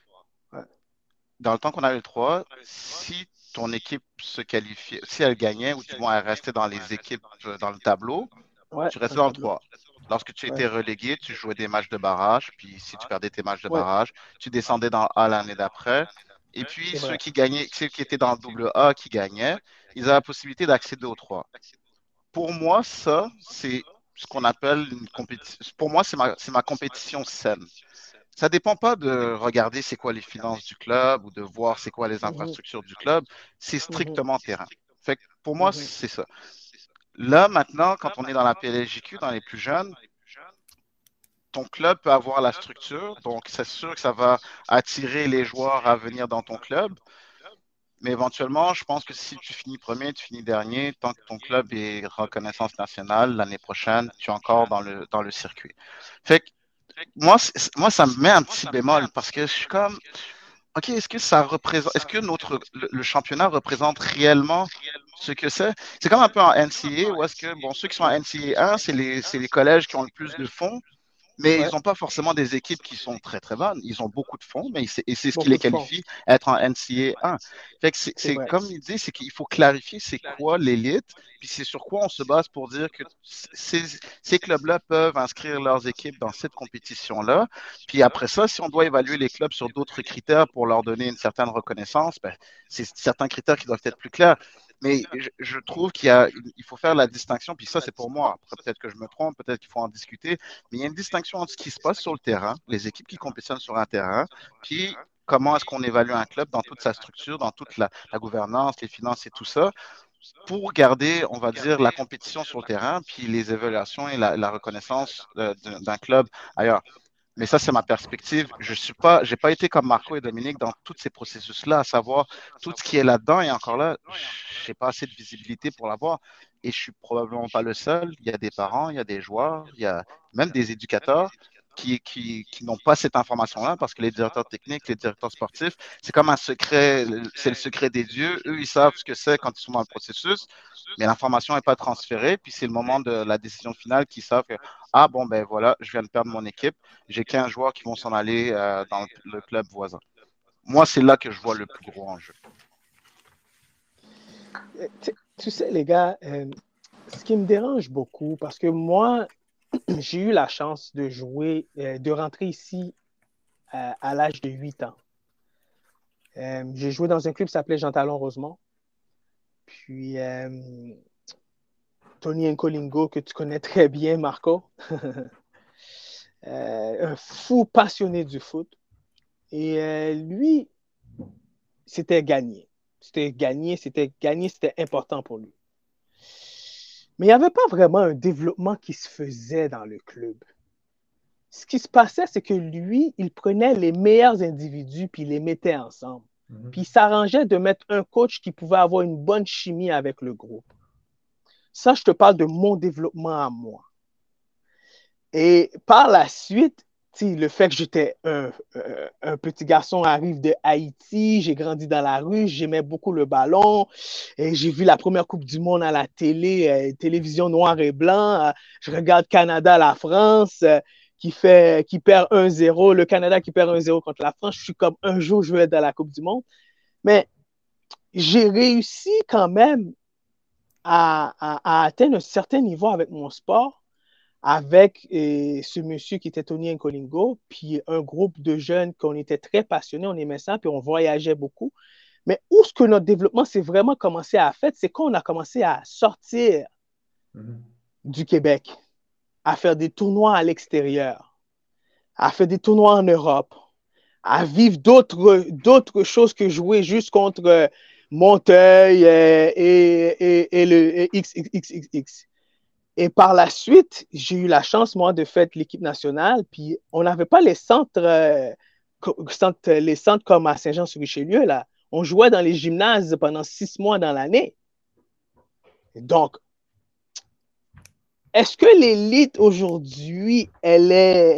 dans le temps qu'on avait le 3, si ton équipe se qualifiait, si elle gagnait ou du moins elle restait dans les équipes dans le tableau, tu restais dans le 3. Lorsque tu étais relégué, tu jouais des matchs de barrage, puis si tu perdais tes matchs de barrage, tu descendais dans A l'année d'après. Et puis ceux qui gagnaient, ceux qui étaient dans le double A qui gagnaient, ils avaient la possibilité d'accéder au 3. Pour moi, ça, c'est ce qu'on appelle une compétition. Pour moi, c'est ma compétition saine. Ça ne dépend pas de regarder c'est quoi les finances du club ou de voir c'est quoi les infrastructures du club. C'est strictement terrain. Fait que pour moi, c'est ça. Là, maintenant, quand on est dans la PLSJQ, dans les plus jeunes, ton club peut avoir la structure. Donc, c'est sûr que ça va attirer les joueurs à venir dans ton club. Mais éventuellement, je pense que si tu finis premier, tu finis dernier, tant que ton club est reconnaissance nationale, l'année prochaine, tu es encore dans le circuit. Fait que moi, ça me met un petit bémol parce que je suis comme, OK, est-ce que ça représente, est-ce que le championnat représente réellement ce que c'est? C'est comme un peu en NCAA où est-ce que, bon, ceux qui sont en NCAA 1, c'est les collèges qui ont le plus de fonds, mais ils n'ont pas forcément des équipes qui sont très, très bonnes. Ils ont beaucoup de fonds, mais c'est ce qui les qualifie à être en NCAA 1. Fait que c'est comme il dit, c'est qu'il faut clarifier c'est quoi l'élite, puis c'est sur quoi on se base pour dire que ces clubs-là peuvent inscrire leurs équipes dans cette compétition-là. Puis après ça, si on doit évaluer les clubs sur d'autres critères pour leur donner une certaine reconnaissance, ben, c'est certains critères qui doivent être plus clairs. Mais je trouve il faut faire la distinction, puis ça, c'est pour moi. Après, peut-être que je me trompe, peut-être qu'il faut en discuter, mais il y a une distinction entre ce qui se passe sur le terrain, les équipes qui compétitionnent sur un terrain, puis comment est-ce qu'on évalue un club dans toute sa structure, dans toute la gouvernance, les finances et tout ça, pour garder, on va dire, la compétition sur le terrain, puis les évaluations et la reconnaissance d'un club ailleurs. Mais ça, c'est ma perspective. J'ai pas été comme Marco et Dominique dans tous ces processus-là, à savoir tout ce qui est là-dedans. Et encore là, j'ai pas assez de visibilité pour l'avoir. Et je suis probablement pas le seul. Il y a des parents, il y a des joueurs, il y a même des éducateurs qui n'ont pas cette information-là parce que les directeurs techniques, les directeurs sportifs, c'est comme un secret, c'est le secret des dieux. Eux, ils savent ce que c'est quand ils sont dans le processus, mais l'information n'est pas transférée. Puis c'est le moment de la décision finale qu'ils savent que, ah bon, ben voilà, je viens de perdre mon équipe. J'ai 15 joueurs qui vont s'en aller dans le club voisin. Moi, c'est là que je vois le plus gros enjeu. Tu sais, les gars, ce qui me dérange beaucoup, parce que moi, j'ai eu la chance de jouer, de rentrer ici à l'âge de 8 ans. J'ai joué dans un club qui s'appelait Jean Talon Rosemont. Puis Tony Nkolingo, que tu connais très bien, Marco. Un fou passionné du foot. Et lui, c'était gagné. C'était important pour lui. Mais il n'y avait pas vraiment un développement qui se faisait dans le club. Ce qui se passait, c'est que lui, il prenait les meilleurs individus puis il les mettait ensemble. Puis il s'arrangeait de mettre un coach qui pouvait avoir une bonne chimie avec le groupe. Ça, je te parle de mon développement à moi. Et par la suite, le fait que j'étais un petit garçon arrive de Haïti, j'ai grandi dans la rue, j'aimais beaucoup le ballon, et j'ai vu la première Coupe du Monde à la télé, télévision noir et blanc. Je regarde Canada, la France, qui perd 1-0, le Canada qui perd 1-0 contre la France. Je suis comme un jour, je vais être dans la Coupe du Monde. Mais j'ai réussi quand même à atteindre un certain niveau avec mon sport, avec ce monsieur qui était Tony Nkolingo, puis un groupe de jeunes qu'on était très passionnés, on aimait ça, puis on voyageait beaucoup. Mais où est-ce que notre développement s'est vraiment commencé à faire, c'est quand on a commencé à sortir du Québec, à faire des tournois à l'extérieur, à faire des tournois en Europe, à vivre d'autres choses que jouer juste contre Monteuil et le XXXX. Et par la suite, j'ai eu la chance, moi, de faire l'équipe nationale. Puis, on n'avait pas les centres comme à Saint-Jean-sur-Richelieu, là. On jouait dans les gymnases pendant 6 mois dans l'année. Donc, est-ce que l'élite aujourd'hui, elle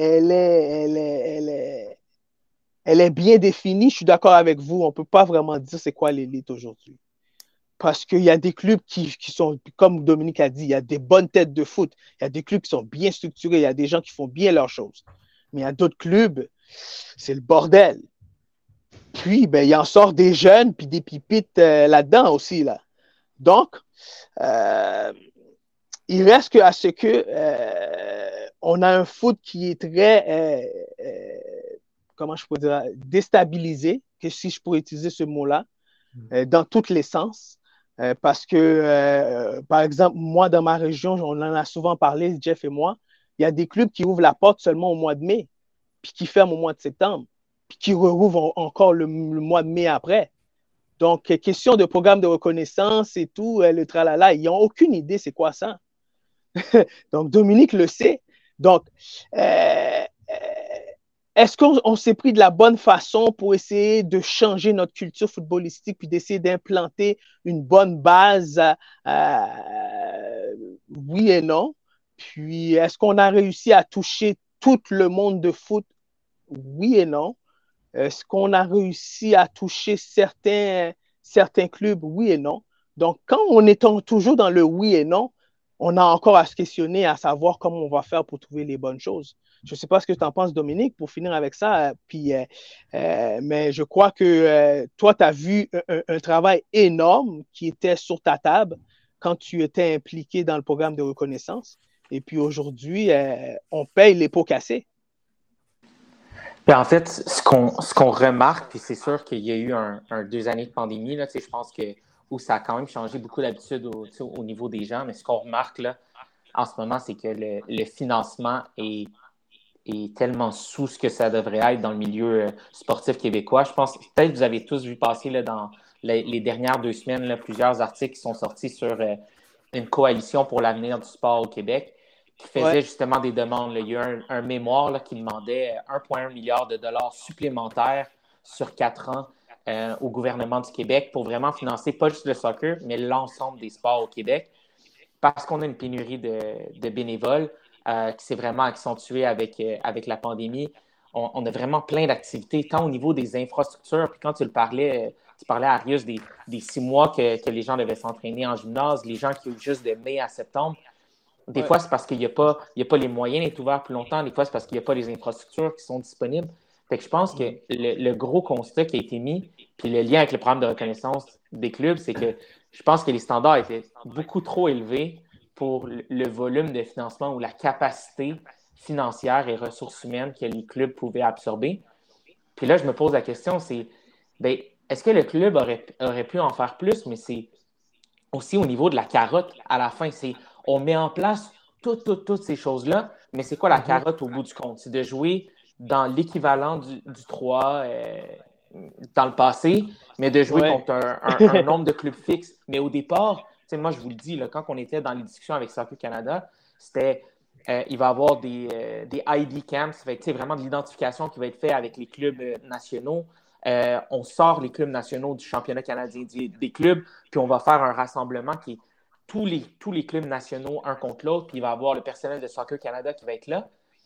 est bien définie? Je suis d'accord avec vous. On ne peut pas vraiment dire c'est quoi l'élite aujourd'hui. Parce qu'il y a des clubs qui sont, comme Dominique a dit, il y a des bonnes têtes de foot. Il y a des clubs qui sont bien structurés. Il y a des gens qui font bien leurs choses. Mais il y a d'autres clubs, c'est le bordel. Puis, il en sort des jeunes puis des pipites là-dedans aussi. Là. Donc, il reste qu'à ce que on a un foot qui est très, comment je pourrais dire, déstabilisé, que si je pourrais utiliser ce mot-là, dans tous les sens. Parce que, par exemple, moi, dans ma région, on en a souvent parlé, Jeff et moi, il y a des clubs qui ouvrent la porte seulement au mois de mai, puis qui ferment au mois de septembre, puis qui rouvrent encore le mois de mai après. Donc, question de programme de reconnaissance et tout, le tralala, ils n'ont aucune idée c'est quoi ça. Donc, Dominique le sait. Donc, est-ce qu'on s'est pris de la bonne façon pour essayer de changer notre culture footballistique puis d'essayer d'implanter une bonne base? Oui et non. Puis, est-ce qu'on a réussi à toucher tout le monde de foot? Oui et non. Est-ce qu'on a réussi à toucher certains clubs? Oui et non. Donc, quand on est toujours dans le oui et non, on a encore à se questionner, à savoir comment on va faire pour trouver les bonnes choses. Je ne sais pas ce que tu en penses, Dominique, pour finir avec ça. Mais je crois que toi, tu as vu un travail énorme qui était sur ta table quand tu étais impliqué dans le programme de reconnaissance. Et puis aujourd'hui, on paye les pots cassés. Puis en fait, ce qu'on remarque, puis c'est sûr qu'il y a eu 2 années de pandémie, là, je pense que où ça a quand même changé beaucoup l'habitude au niveau des gens, mais ce qu'on remarque là, en ce moment, c'est que le financement est tellement sous ce que ça devrait être dans le milieu sportif québécois. Je pense peut-être que vous avez tous vu passer là, dans les dernières 2 semaines là, plusieurs articles qui sont sortis sur une coalition pour l'avenir du sport au Québec qui faisait justement des demandes. Là. Il y a eu un mémoire là, qui demandait 1,1 milliard de dollars supplémentaires sur 4 ans au gouvernement du Québec pour vraiment financer pas juste le soccer, mais l'ensemble des sports au Québec parce qu'on a une pénurie de bénévoles qui s'est vraiment accentuée avec la pandémie. On a vraiment plein d'activités, tant au niveau des infrastructures, puis quand tu parlais à Arius des 6 mois que les gens devaient s'entraîner en gymnase, les gens qui ouvrent juste de mai à septembre. Des fois, c'est parce qu'il n'y a pas les moyens d'être ouvert plus longtemps. Des fois, c'est parce qu'il n'y a pas les infrastructures qui sont disponibles. Fait que je pense que le gros constat qui a été mis, puis le lien avec le programme de reconnaissance des clubs, c'est que je pense que les standards étaient beaucoup trop élevés pour le volume de financement ou la capacité financière et ressources humaines que les clubs pouvaient absorber. Puis là, je me pose la question, c'est est-ce que le club aurait pu en faire plus? Mais c'est aussi au niveau de la carotte à la fin. On met en place toutes ces choses-là, mais c'est quoi la carotte au bout du compte? C'est de jouer dans l'équivalent du 3 dans le passé, mais de jouer contre un nombre de clubs fixes. Mais au départ, moi, je vous le dis, là, quand on était dans les discussions avec Soccer Canada, c'était il va y avoir des ID camps, ça va être vraiment de l'identification qui va être faite avec les clubs nationaux. On sort les clubs nationaux du championnat canadien des clubs, puis on va faire un rassemblement qui est tous les clubs nationaux un contre l'autre, puis il va y avoir le personnel de Soccer Canada qui va être là.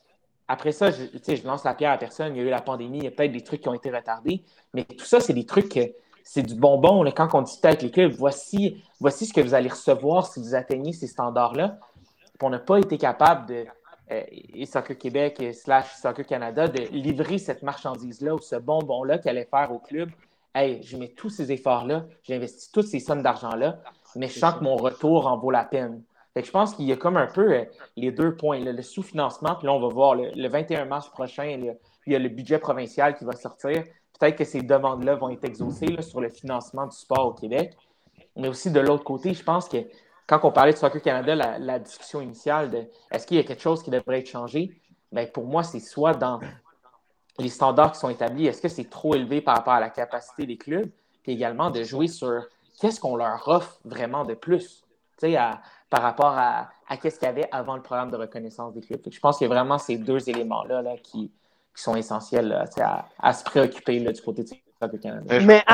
après ça, je lance la pierre à personne. Il y a eu la pandémie, il y a peut-être des trucs qui ont été retardés. Mais tout ça, c'est des trucs que c'est du bonbon. Là, quand on discute avec les clubs, voici ce que vous allez recevoir si vous atteignez ces standards-là. Puis on n'a pas été capable de, et Soccer Québec / Soccer Canada, de livrer cette marchandise-là ou ce bonbon-là qu'elle allait faire au club. Hey, je mets tous ces efforts-là, j'investis toutes ces sommes d'argent-là, mais je sens que mon retour en vaut la peine. Fait que je pense qu'il y a comme un peu les 2 points, là, le sous-financement, puis là, on va voir le 21 mars prochain, il y a le budget provincial qui va sortir. Peut-être que ces demandes-là vont être exaucées là, sur le financement du sport au Québec. Mais aussi, de l'autre côté, je pense que quand on parlait de Soccer Canada, la discussion initiale de est-ce qu'il y a quelque chose qui devrait être changé, bien, pour moi, c'est soit dans les standards qui sont établis, est-ce que c'est trop élevé par rapport à la capacité des clubs, puis également de jouer sur qu'est-ce qu'on leur offre vraiment de plus, par rapport à qu'est-ce qu'il y avait avant le programme de reconnaissance des clubs. Je pense qu'il y a vraiment ces 2 éléments-là là, qui sont essentiels là, à se préoccuper là, du côté de Soccer Canada. Mais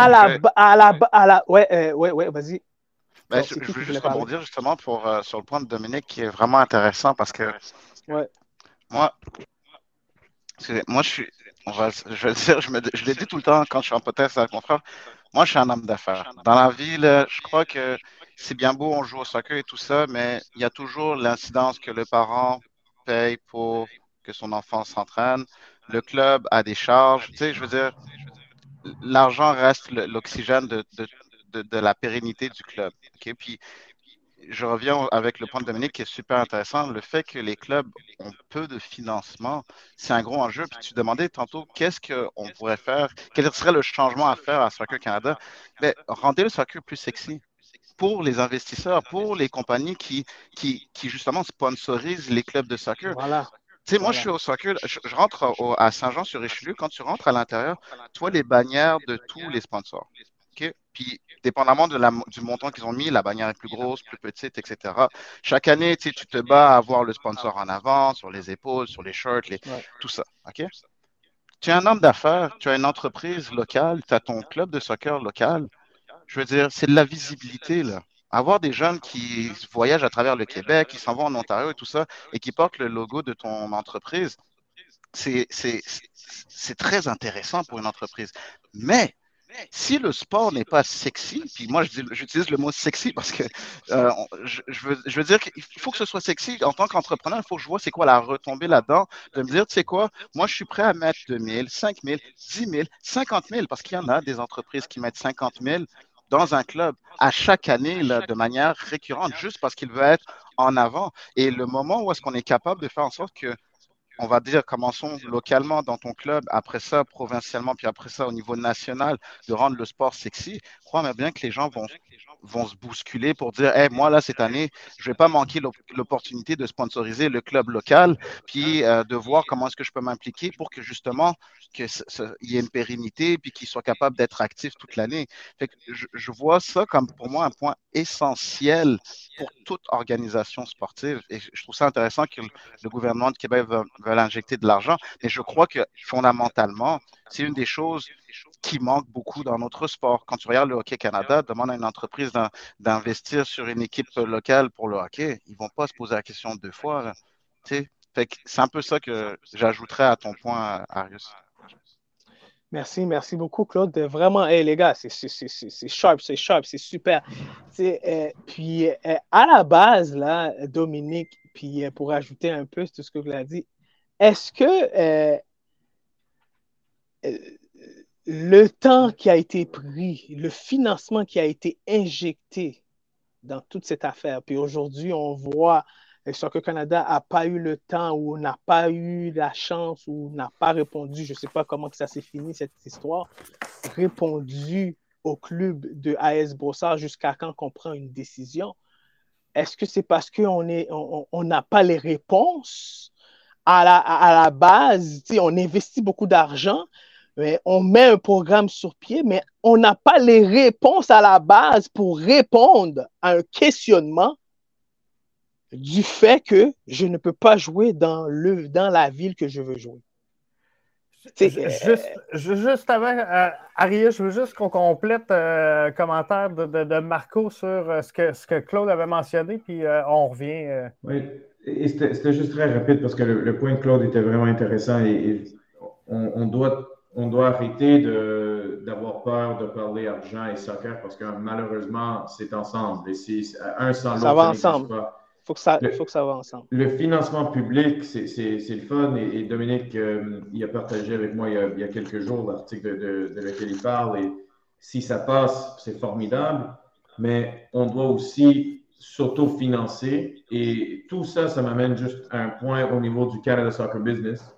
ouais, vas-y. Ben, je veux juste rebondir justement sur le point de Dominique qui est vraiment intéressant parce que moi, je vais le dire, je l'ai dit tout le temps quand je suis en podcast avec mon frère, moi je suis un homme d'affaires. Dans la vie, là, je crois que c'est bien beau, on joue au soccer et tout ça, mais il y a toujours l'incidence que le parent paye pour que son enfant s'entraîne. Le club a des charges. Tu sais, je veux dire, l'argent reste l'oxygène de la pérennité du club. Okay? Puis, je reviens avec le point de Dominique qui est super intéressant. Le fait que les clubs ont peu de financement, c'est un gros enjeu. Puis tu demandais tantôt qu'est-ce qu'on pourrait faire, quel serait le changement à faire à Soccer Canada. Bien, rendez le soccer plus sexy pour les investisseurs, pour les compagnies qui justement sponsorisent les clubs de soccer. Voilà. Tu sais, moi, je suis au soccer, je rentre à Saint-Jean-sur-Richelieu. Quand tu rentres à l'intérieur, tu vois les bannières de tous les sponsors. Okay? Puis, dépendamment du montant qu'ils ont mis, la bannière est plus grosse, plus petite, etc. Chaque année, tu te bats à avoir le sponsor en avant, sur les épaules, sur les shirts, tout ça. Okay? Tu es un homme d'affaires, tu as une entreprise locale, tu as ton club de soccer local. Je veux dire, c'est de la visibilité, là. Avoir des jeunes qui voyagent à travers le Québec, qui s'en vont en Ontario et tout ça, et qui portent le logo de ton entreprise, c'est très intéressant pour une entreprise. Mais si le sport n'est pas sexy, puis moi j'utilise le mot sexy parce que je veux dire qu'il faut que ce soit sexy. En tant qu'entrepreneur, il faut que je vois c'est quoi la retombée là-dedans, de me dire, tu sais quoi, moi je suis prêt à mettre 2 000, 5 000, 10 000, 50 000, parce qu'il y en a des entreprises qui mettent 50 000 dans un club à chaque année là, de manière récurrente, juste parce qu'il veut être en avant. Et le moment où est-ce qu'on est capable de faire en sorte que on va dire, commençons localement dans ton club, après ça, provincialement, puis après ça, au niveau national, de rendre le sport sexy, crois-moi bien que les gens vont se bousculer pour dire, hey, moi, là, cette année, je ne vais pas manquer l'opportunité de sponsoriser le club local, puis de voir comment est-ce que je peux m'impliquer pour que justement, qu'il y ait une pérennité, puis qu'il soit capable d'être actif toute l'année. Fait que je vois ça comme, pour moi, un point essentiel pour toute organisation sportive. Et je trouve ça intéressant que le gouvernement de Québec veulent injecter de l'argent, mais je crois que fondamentalement, c'est une des choses qui manque beaucoup dans notre sport. Quand tu regardes le Hockey Canada, demande à une entreprise d'investir sur une équipe locale pour le hockey, ils ne vont pas se poser la question 2 fois. Fait que c'est un peu ça que j'ajouterais à ton point, Arius. Merci beaucoup, Claude. Vraiment, hey, les gars, c'est sharp, c'est super. Puis, à la base, là, Dominique, puis pour ajouter un peu tout ce que vous avez dit, est-ce que le temps qui a été pris, le financement qui a été injecté dans toute cette affaire, puis aujourd'hui, on voit Soccer Canada n'a pas eu le temps ou n'a pas eu la chance ou n'a pas répondu, je ne sais pas comment que ça s'est fini cette histoire, répondu au club de AS Brossard jusqu'à quand qu'on prend une décision. Est-ce que c'est parce qu'on n'a pas les réponses à la base? On investit beaucoup d'argent, mais on met un programme sur pied, mais on n'a pas les réponses à la base pour répondre à un questionnement du fait que je ne peux pas jouer dans la ville que je veux jouer. Juste avant, Arius, je veux juste qu'on complète le commentaire de Marco sur ce que Claude avait mentionné, puis on revient. Oui, et c'était juste très rapide parce que le point de Claude était vraiment intéressant et on doit arrêter d'avoir peur de parler argent et soccer parce que malheureusement, c'est ensemble. Et si un sans l'autre, ça n'existe pas. Faut que ça va ensemble. Le financement public, c'est le fun. Et Dominique, il a partagé avec moi il y a quelques jours l'article de lequel il parle. Et si ça passe, c'est formidable. Mais on doit aussi s'auto-financer. Et tout ça, ça m'amène juste à un point au niveau du Canada Soccer Business.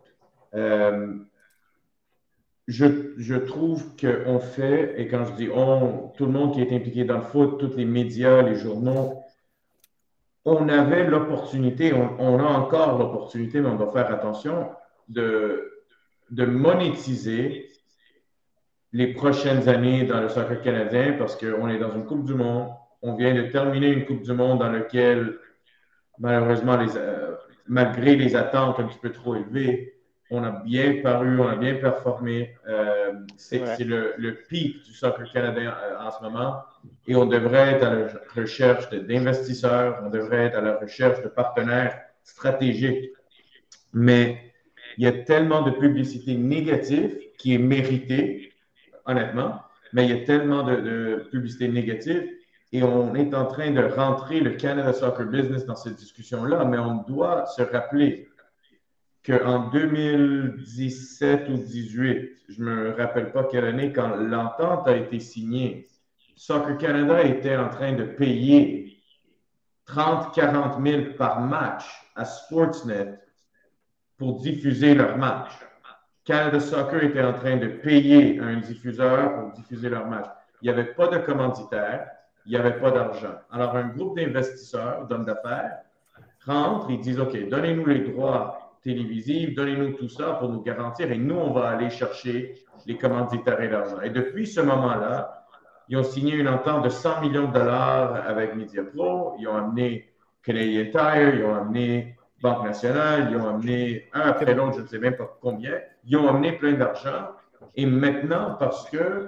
Je trouve qu'on fait, et quand je dis on, tout le monde qui est impliqué dans le foot, tous les médias, les journaux, on avait l'opportunité, on a encore l'opportunité, mais on doit faire attention de monétiser les prochaines années dans le soccer canadien parce qu'on est dans une Coupe du Monde. On vient de terminer une Coupe du Monde dans laquelle, malheureusement, malgré les attentes un petit peu trop élevées, on a bien paru, on a bien performé. C'est le pic du soccer canadien en ce moment. Et on devrait être à la recherche d'investisseurs, on devrait être à la recherche de partenaires stratégiques. Mais il y a tellement de publicité négative qui est méritée, honnêtement, mais il y a tellement de publicité négative et on est en train de rentrer le Canada Soccer Business dans cette discussion-là, mais on doit se rappeler qu'en 2017 ou 2018, je ne me rappelle pas quelle année, quand l'entente a été signée, Soccer Canada était en train de payer 30-40 000 par match à Sportsnet pour diffuser leur match. Canada Soccer était en train de payer un diffuseur pour diffuser leur match. Il n'y avait pas de commanditaire, il n'y avait pas d'argent. Alors, un groupe d'investisseurs, d'hommes d'affaires, rentrent, ils disent, OK, donnez-nous les droits télévisifs, donnez-nous tout ça pour nous garantir et nous, on va aller chercher les commanditaires et l'argent. Et depuis ce moment-là, ils ont signé une entente de 100 millions de dollars avec Mediapro, ils ont amené Canadian Tire, ils ont amené Banque Nationale, ils ont amené un après l'autre, je ne sais même pas combien, ils ont amené plein d'argent. Et maintenant, parce que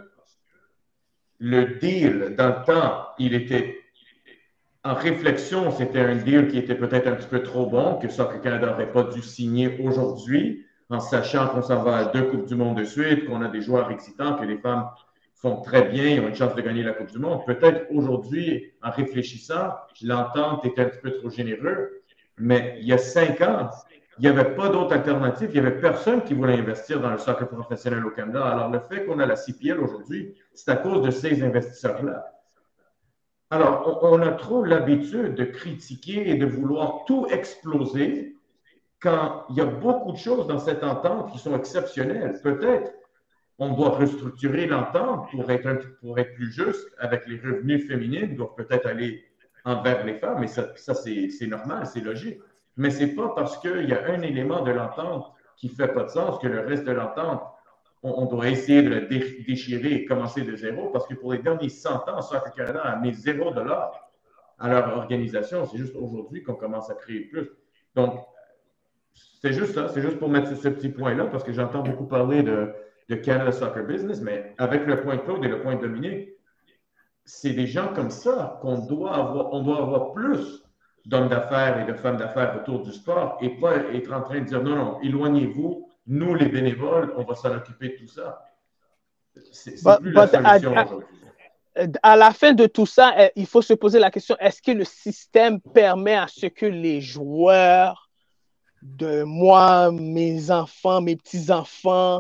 le deal, dans le temps, il était en réflexion, c'était un deal qui était peut-être un petit peu trop bon, que Soccer Canada n'aurait pas dû signer aujourd'hui, en sachant qu'on s'en va à 2 Coupes du Monde de suite, qu'on a des joueurs excitants, que les femmes font très bien, ils ont une chance de gagner la Coupe du Monde. Peut-être aujourd'hui, en réfléchissant, l'entente était un petit peu trop généreuse, mais il y a 5 ans, il n'y avait pas d'autre alternative. Il n'y avait personne qui voulait investir dans le soccer professionnel au Canada. Alors, le fait qu'on a la CPL aujourd'hui, c'est à cause de ces investisseurs-là. Alors, on a trop l'habitude de critiquer et de vouloir tout exploser quand il y a beaucoup de choses dans cette entente qui sont exceptionnelles. Peut-être on doit restructurer l'entente pour être plus juste avec les revenus féminines, doivent peut-être aller envers les femmes, et ça c'est normal, c'est logique. Mais ce n'est pas parce qu'il y a un élément de l'entente qui ne fait pas de sens que le reste de l'entente, on doit essayer de le déchirer et commencer de zéro, parce que pour les derniers 100 ans, Soccer Canada a mis $0 à leur organisation. C'est juste aujourd'hui qu'on commence à créer plus. Donc, c'est juste ça. C'est juste pour mettre ce petit point-là, parce que j'entends beaucoup parler de Canada Soccer Business, mais avec le point de Claude et le point de Dominique, c'est des gens comme ça qu'on doit avoir. On doit avoir plus d'hommes d'affaires et de femmes d'affaires autour du sport et pas être en train de dire non, éloignez-vous, nous les bénévoles, on va s'en occuper de tout ça. C'est plus la solution aujourd'hui. À la fin de tout ça, il faut se poser la question, est-ce que le système permet à ce que les joueurs de moi, mes enfants, mes petits-enfants,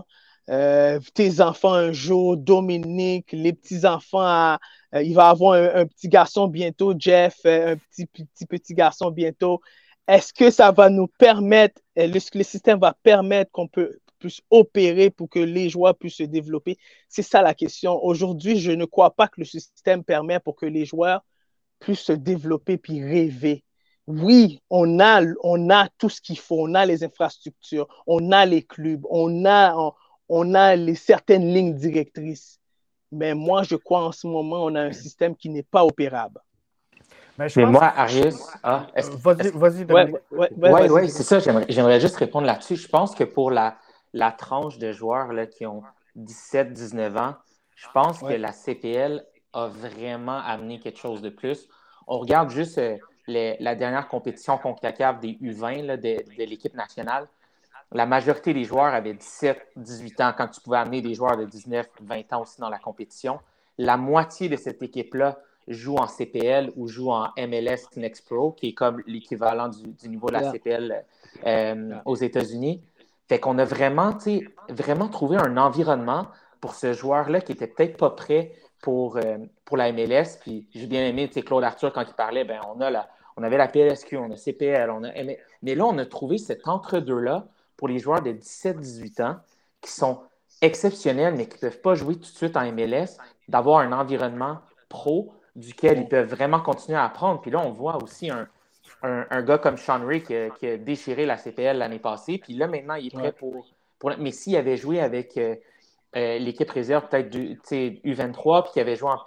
tes enfants un jour, Dominique, les petits-enfants, il va avoir un petit garçon bientôt, Jeff, un petit garçon bientôt. Est-ce que ça va nous permettre, le système va permettre qu'on puisse opérer pour que les joueurs puissent se développer? C'est ça la question. Aujourd'hui, je ne crois pas que le système permet pour que les joueurs puissent se développer puis rêver. Oui, on a tout ce qu'il faut, on a les infrastructures, on a les clubs, on a certaines lignes directrices. Mais moi, je crois en ce moment, on a un système qui n'est pas opérable. Mais moi, Arius... Vas-y, Dominique. Oui, c'est ça. J'aimerais juste répondre là-dessus. Je pense que pour la la tranche de joueurs là, qui ont 17-19 ans, je pense que la CPL a vraiment amené quelque chose de plus. On regarde juste la dernière compétition CONCACAF des U20 là, de l'équipe nationale. La majorité des joueurs avaient 17-18 ans quand tu pouvais amener des joueurs de 19-20 ans aussi dans la compétition. La moitié de cette équipe-là joue en CPL ou joue en MLS Next Pro, qui est comme l'équivalent du niveau de la CPL aux États-Unis. Fait qu'on a vraiment trouvé un environnement pour ce joueur-là qui n'était peut-être pas prêt pour la MLS. Puis j'ai bien aimé Claude Arthur quand il parlait, on avait la PLSQ, on a CPL, mais là, on a trouvé cet entre-deux-là pour les joueurs de 17-18 ans qui sont exceptionnels, mais qui ne peuvent pas jouer tout de suite en MLS, d'avoir un environnement pro duquel ils peuvent vraiment continuer à apprendre. Puis là, on voit aussi un gars comme Sean Ray qui a déchiré la CPL l'année passée. Puis là, maintenant, il est prêt pour... Mais s'il avait joué avec l'équipe réserve, peut-être U23, puis qu'il avait joué en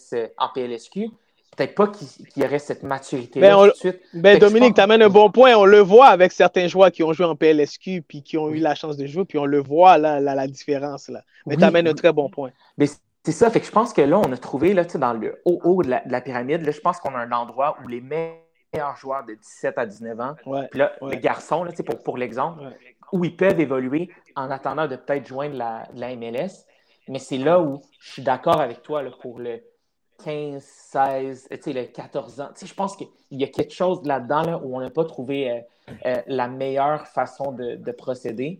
PLSQ, peut-être pas qu'il y aurait cette maturité-là tout de suite. Dominique, tu amènes un bon point. On le voit avec certains joueurs qui ont joué en PLSQ puis qui ont eu la chance de jouer, puis on le voit, là, la différence. Là. Mais tu amènes un très bon point. Mais c'est ça. Fait que je pense que là, on a trouvé là, dans le haut de la pyramide, là, je pense qu'on a un endroit où les meilleurs joueurs de 17 à 19 ans, puis là, les garçons, là, pour l'exemple, où ils peuvent évoluer en attendant de peut-être joindre la MLS. Mais c'est là où je suis d'accord avec toi là, pour le 15, 16, le 14 ans. Je pense qu'il y a quelque chose là-dedans là, où on n'a pas trouvé la meilleure façon de procéder.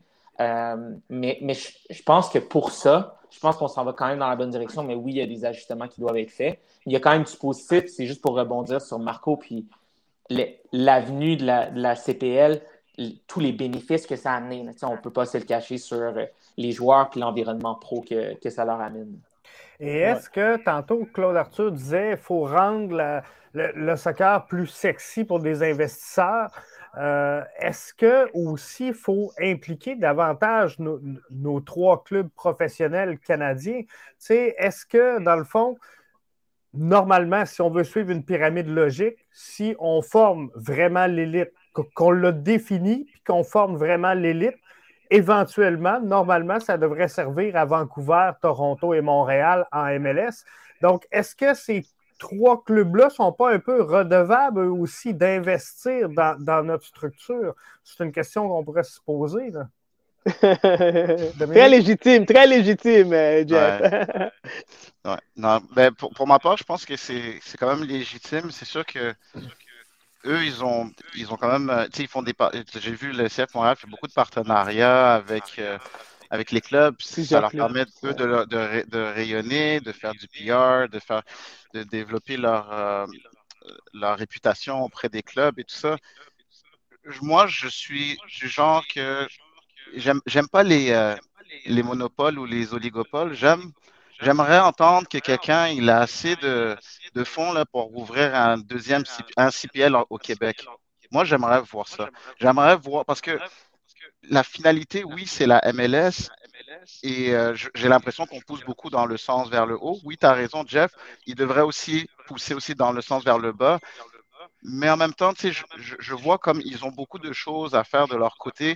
Mais je pense que pour ça, je pense qu'on s'en va quand même dans la bonne direction, mais oui, il y a des ajustements qui doivent être faits. Il y a quand même du positif, c'est juste pour rebondir sur Marco, puis l'avenue de la CPL, tous les bénéfices que ça a amené. On ne peut pas se le cacher sur les joueurs et l'environnement pro que ça leur amène. Et est-ce que, tantôt, Claude Arthur disait qu'il faut rendre le soccer plus sexy pour des investisseurs? Est-ce que aussi il faut impliquer davantage nos 3 clubs professionnels canadiens? Est-ce que, dans le fond, normalement, si on veut suivre une pyramide logique, si on forme vraiment l'élite, qu'on l'a défini, puis qu'on forme vraiment l'élite, éventuellement, normalement, ça devrait servir à Vancouver, Toronto et Montréal en MLS. Donc, est-ce que ces 3 clubs-là ne sont pas un peu redevables eux aussi d'investir dans notre structure? C'est une question qu'on pourrait se poser, là. Très légitime, Jeff. Ouais. Non, pour ma part, je pense que c'est quand même légitime. C'est sûr que eux, ils ont quand même, ils font j'ai vu le CF Montréal fait beaucoup de partenariats avec les clubs. Ça leur permet, eux, de rayonner, de faire du PR, de développer leur réputation auprès des clubs et tout ça. Moi, je suis du genre que j'aime pas les monopoles ou les oligopoles. J'aimerais entendre que quelqu'un il a assez de fonds là, pour ouvrir un CPL au Québec. Moi, j'aimerais voir ça. J'aimerais voir, parce que la finalité, oui, c'est la MLS. Et j'ai l'impression qu'on pousse beaucoup dans le sens vers le haut. Oui, tu as raison, Jeff. Il devrait aussi pousser aussi dans le sens vers le bas. Mais en même temps, je vois comme ils ont beaucoup de choses à faire de leur côté.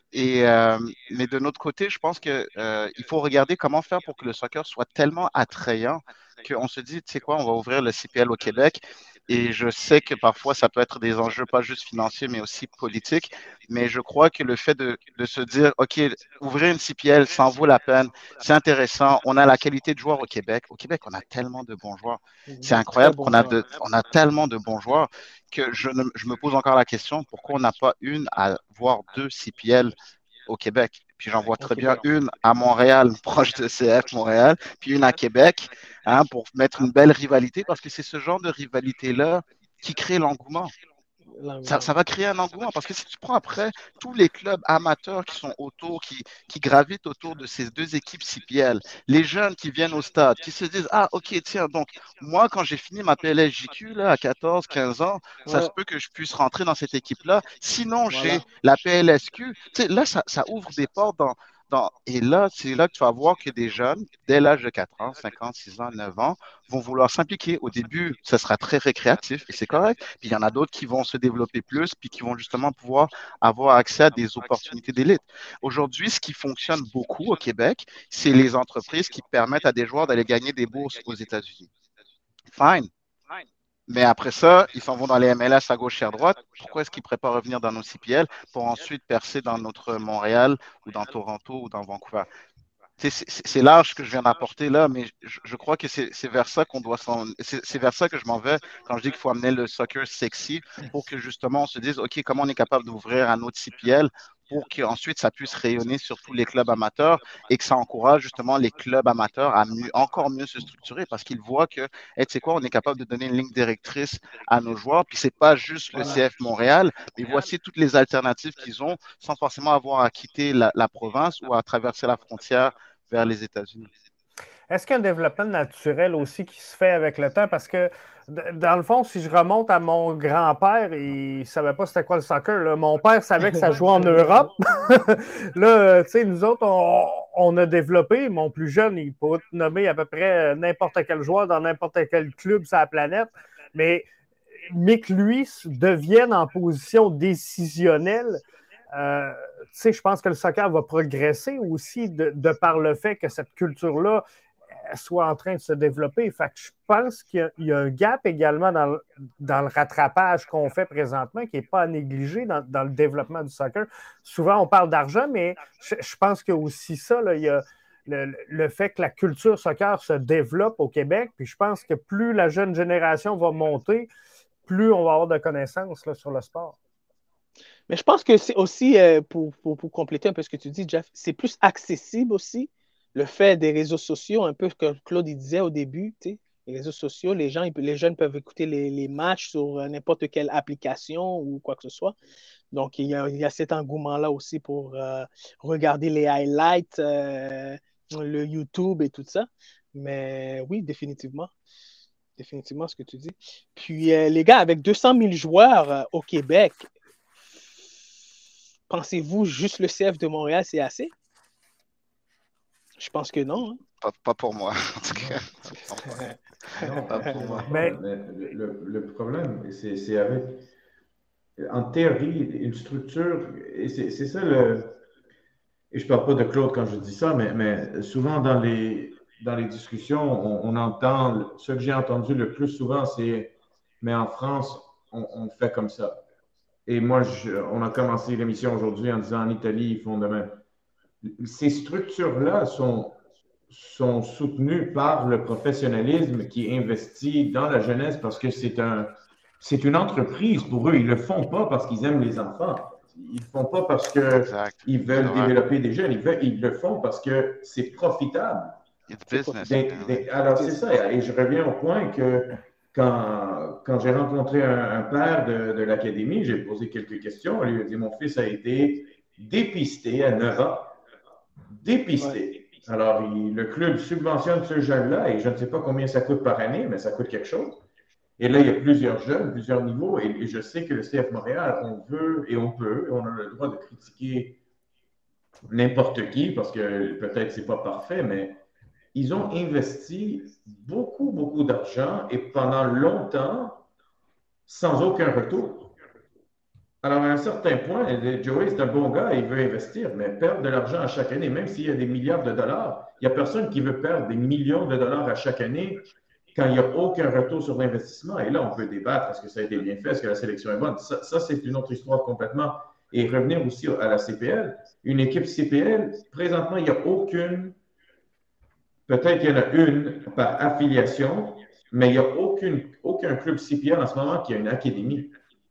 Mais de notre côté, je pense qu'il faut regarder comment faire pour que le soccer soit tellement attrayant qu'on se dit, tu sais quoi, on va ouvrir le CPL au Québec. Et je sais que parfois, ça peut être des enjeux pas juste financiers, mais aussi politiques. Mais je crois que le fait de se dire, OK, ouvrir une CPL, ça en vaut la peine, c'est intéressant. On a la qualité de joueurs au Québec. Au Québec, on a tellement de bons joueurs. C'est incroyable qu'on a tellement de bons joueurs que je me pose encore la question, pourquoi on n'a pas voire 2 CPL au Québec? Puis j'en vois très bien une à Montréal, proche de CF Montréal, puis une à Québec, pour mettre une belle rivalité, parce que c'est ce genre de rivalité-là qui crée l'engouement. Ça va créer un engouement, parce que si tu prends après tous les clubs amateurs qui sont autour, qui gravitent autour de ces 2 équipes CPL, les jeunes qui viennent au stade, qui se disent, ah ok, tiens, donc moi quand j'ai fini ma PLSJQ là, à 14, 15 ans, ça se peut que je puisse rentrer dans cette équipe-là. Sinon, j'ai la PLSQ. Tu sais, là, ça ouvre des portes Et là, c'est là que tu vas voir que des jeunes, dès l'âge de 4 ans, 5 ans, 6 ans, 9 ans, vont vouloir s'impliquer. Au début, ça sera très récréatif et c'est correct. Puis il y en a d'autres qui vont se développer plus, puis qui vont justement pouvoir avoir accès à des opportunités d'élite. Aujourd'hui, ce qui fonctionne beaucoup au Québec, c'est les entreprises qui permettent à des joueurs d'aller gagner des bourses aux États-Unis. Fine. Mais après ça, ils s'en vont dans les MLS à gauche et à droite. Pourquoi est-ce qu'ils ne pourraient pas revenir dans nos CPL pour ensuite percer dans notre Montréal ou dans Toronto ou dans Vancouver? C'est large ce que je viens d'apporter là, mais je crois que c'est vers ça qu'on doit c'est vers ça que je m'en vais quand je dis qu'il faut amener le soccer sexy pour que justement on se dise, OK, comment on est capable d'ouvrir un autre CPL pour qu'ensuite ça puisse rayonner sur tous les clubs amateurs et que ça encourage justement les clubs amateurs à encore mieux se structurer parce qu'ils voient que, hey, tu sais quoi, on est capable de donner une ligne directrice à nos joueurs, puis c'est pas juste le CF Montréal, mais voici toutes les alternatives qu'ils ont sans forcément avoir à quitter la province ou à traverser la frontière vers les États-Unis. Est-ce qu'il y a un développement naturel aussi qui se fait avec le temps? Parce que, dans le fond, si je remonte à mon grand-père, il ne savait pas c'était quoi le soccer. Là. Mon père savait que ça jouait en Europe. Là, tu sais, nous autres, on a développé, mon plus jeune, il pourrait te nommer à peu près n'importe quel joueur dans n'importe quel club sur la planète. Mais que lui devienne en position décisionnelle, tu sais, je pense que le soccer va progresser aussi de par le fait que cette culture-là soit en train de se développer. Fait que je pense qu'il y a un gap également dans le rattrapage qu'on fait présentement qui n'est pas à négliger dans le développement du soccer. Souvent, on parle d'argent, mais je pense qu'il y a aussi ça, là, il y a le fait que la culture soccer se développe au Québec. Puis je pense que plus la jeune génération va monter, plus on va avoir de connaissances là, sur le sport. Mais je pense que c'est aussi, pour compléter un peu ce que tu dis, Jeff, c'est plus accessible aussi, le fait des réseaux sociaux, un peu comme Claude il disait au début, tu sais, les réseaux sociaux, les jeunes peuvent écouter les matchs sur n'importe quelle application ou quoi que ce soit. Donc, il y a cet engouement-là aussi pour regarder les highlights, le YouTube et tout ça. Mais oui, définitivement. Définitivement ce que tu dis. Puis, les gars, avec 200 000 joueurs au Québec, pensez-vous juste le CF de Montréal, c'est assez? Je pense que non. Hein? Pas pour moi, en tout cas. Non, pas pour moi. Mais le problème, c'est avec, en théorie, une structure, et c'est ça et je ne parle pas de Claude quand je dis ça, mais souvent dans les discussions, on entend, ce que j'ai entendu le plus souvent, c'est, mais en France, on fait comme ça. Et moi, on a commencé l'émission aujourd'hui en disant en Italie, ils font de même. Ces structures-là sont soutenues par le professionnalisme qui investit dans la jeunesse parce que c'est une entreprise pour eux. Ils ne le font pas parce qu'ils aiment les enfants. Ils ne le font pas parce qu'ils veulent développer des jeunes. Ils le font parce que c'est profitable. Alors, c'est ça. Et je reviens au point que quand j'ai rencontré un père de l'académie, j'ai posé quelques questions. Il lui a dit, mon fils a été dépisté à 9 ans. Dépisté. Ouais. Alors, le club subventionne ce jeune-là et je ne sais pas combien ça coûte par année, mais ça coûte quelque chose. Et là, il y a plusieurs jeunes, plusieurs niveaux. Et je sais que le CF Montréal, on veut et on peut, et on a le droit de critiquer n'importe qui parce que peut-être c'est pas parfait, mais ils ont investi beaucoup, beaucoup d'argent et pendant longtemps sans aucun retour. Alors, à un certain point, Joey, c'est un bon gars, il veut investir, mais perdre de l'argent à chaque année, même s'il y a des milliards de dollars, il n'y a personne qui veut perdre des millions de dollars à chaque année quand il n'y a aucun retour sur l'investissement. Et là, on peut débattre, est-ce que ça a été bien fait, est-ce que la sélection est bonne? Ça c'est une autre histoire complètement. Et revenir aussi à la CPL. Une équipe CPL, présentement, il n'y a aucune, peut-être qu'il y en a une par affiliation, mais il n'y a aucun club CPL en ce moment qui a une académie.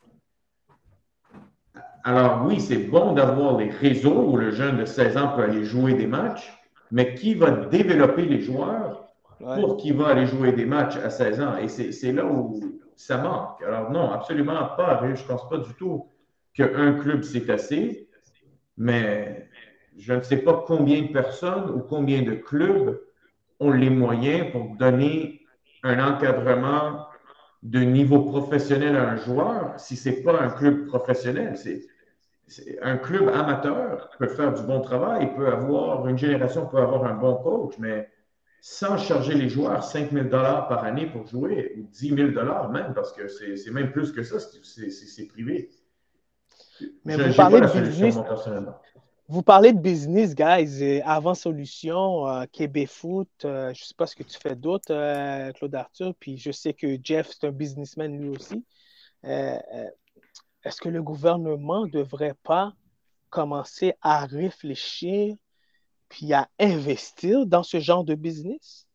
Alors oui, c'est bon d'avoir les réseaux où le jeune de 16 ans peut aller jouer des matchs, mais qui va développer les joueurs pour qui va aller jouer des matchs à 16 ans? Et c'est là où ça manque. Alors non, absolument pas. Je ne pense pas du tout qu'un club c'est assez, mais je ne sais pas combien de personnes ou combien de clubs ont les moyens pour donner un encadrement de niveau professionnel à un joueur si ce n'est pas un club professionnel. Un club amateur peut faire du bon travail, une génération peut avoir un bon coach, mais sans charger les joueurs 5 000 $ par année pour jouer, ou 10 000 $ même, parce que c'est même plus que ça, c'est privé. Mais Je vous n'ai parlez pas la de solution, business. moi, personnellement. Vous parlez de business, guys. Avant Solution, Québec Foot, je ne sais pas ce que tu fais d'autre, Claude Arthur, puis je sais que Jeff, c'est un businessman lui aussi. Est-ce que le gouvernement ne devrait pas commencer à réfléchir puis à investir dans ce genre de business?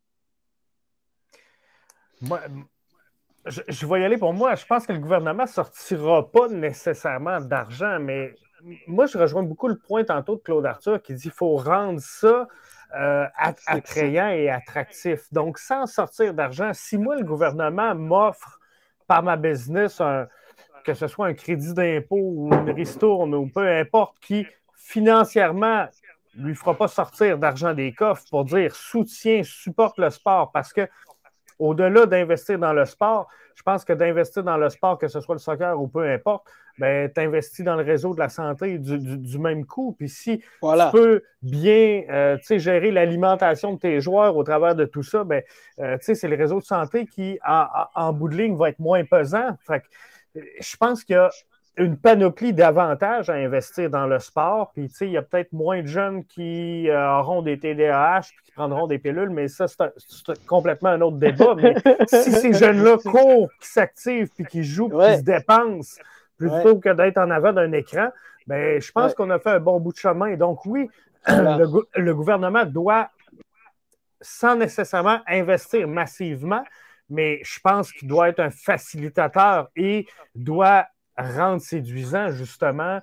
Moi, je vais y aller pour moi. Je pense que le gouvernement ne sortira pas nécessairement d'argent, mais moi, je rejoins beaucoup le point tantôt de Claude Arthur qui dit qu'il faut rendre ça attrayant et attractif. Donc, sans sortir d'argent, si moi, le gouvernement m'offre par ma business, que ce soit un crédit d'impôt ou une ristourne ou peu importe, qui financièrement ne lui fera pas sortir d'argent des coffres pour dire soutien, supporte le sport, parce que au-delà d'investir dans le sport, je pense que d'investir dans le sport, que ce soit le soccer ou peu importe, ben, tu investis dans le réseau de la santé du même coup. Puis si tu peux bien gérer l'alimentation de tes joueurs au travers de tout ça, ben, c'est le réseau de santé qui, en bout de ligne, va être moins pesant. Fait que, je pense qu'il y a une panoplie d'avantages à investir dans le sport. Puis, il y a peut-être moins de jeunes qui auront des TDAH et qui prendront des pilules, mais ça, c'est complètement un autre débat. Mais si ces jeunes-là courent, qui s'activent, puis qui jouent, puis qui se dépensent, plutôt que d'être en avant d'un écran, ben, je pense qu'on a fait un bon bout de chemin. Et donc, oui, le gouvernement doit, sans nécessairement investir massivement, mais je pense qu'il doit être un facilitateur et doit rendre séduisant, justement,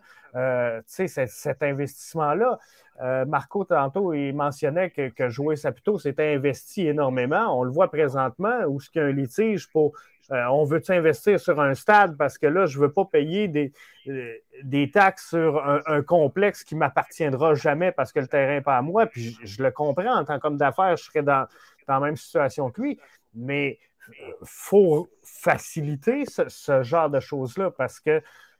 cet investissement-là. Marco, tantôt, il mentionnait que Joey Saputo s'était investi énormément. On le voit présentement, où il y a un litige pour on veut-tu investir sur un stade parce que là, je ne veux pas payer des taxes sur un complexe qui ne m'appartiendra jamais parce que le terrain n'est pas à moi. Puis je le comprends, en tant qu'homme d'affaires, je serais dans la même situation que lui. Mais il faut faciliter ce genre de choses-là parce que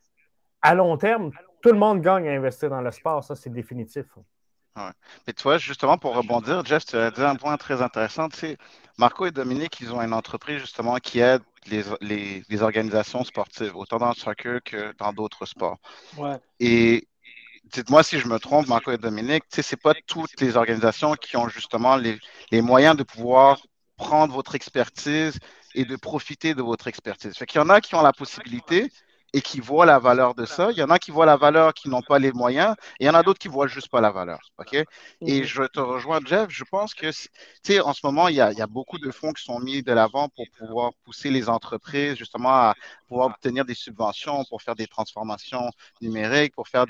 à long terme, tout le monde gagne à investir dans le sport. Ça, c'est définitif. Ouais. Mais tu vois, justement, pour rebondir, Jeff, tu as dit un point très intéressant. Tu sais, Marco et Dominique, ils ont une entreprise, justement, qui aide les organisations sportives, autant dans le soccer que dans d'autres sports. Ouais. Et dites-moi si je me trompe, Marco et Dominique, tu sais, c'est pas toutes les organisations qui ont justement les moyens de pouvoir prendre votre expertise et de profiter de votre expertise. Fait qu'il y en a qui ont la possibilité et qui voient la valeur de ça. Il y en a qui voient la valeur qui n'ont pas les moyens et il y en a d'autres qui voient juste pas la valeur. OK? Et je te rejoins, Jeff. Je pense que, tu sais, en ce moment, il y a beaucoup de fonds qui sont mis de l'avant pour pouvoir pousser les entreprises justement à pouvoir obtenir des subventions pour faire des transformations numériques, pour faire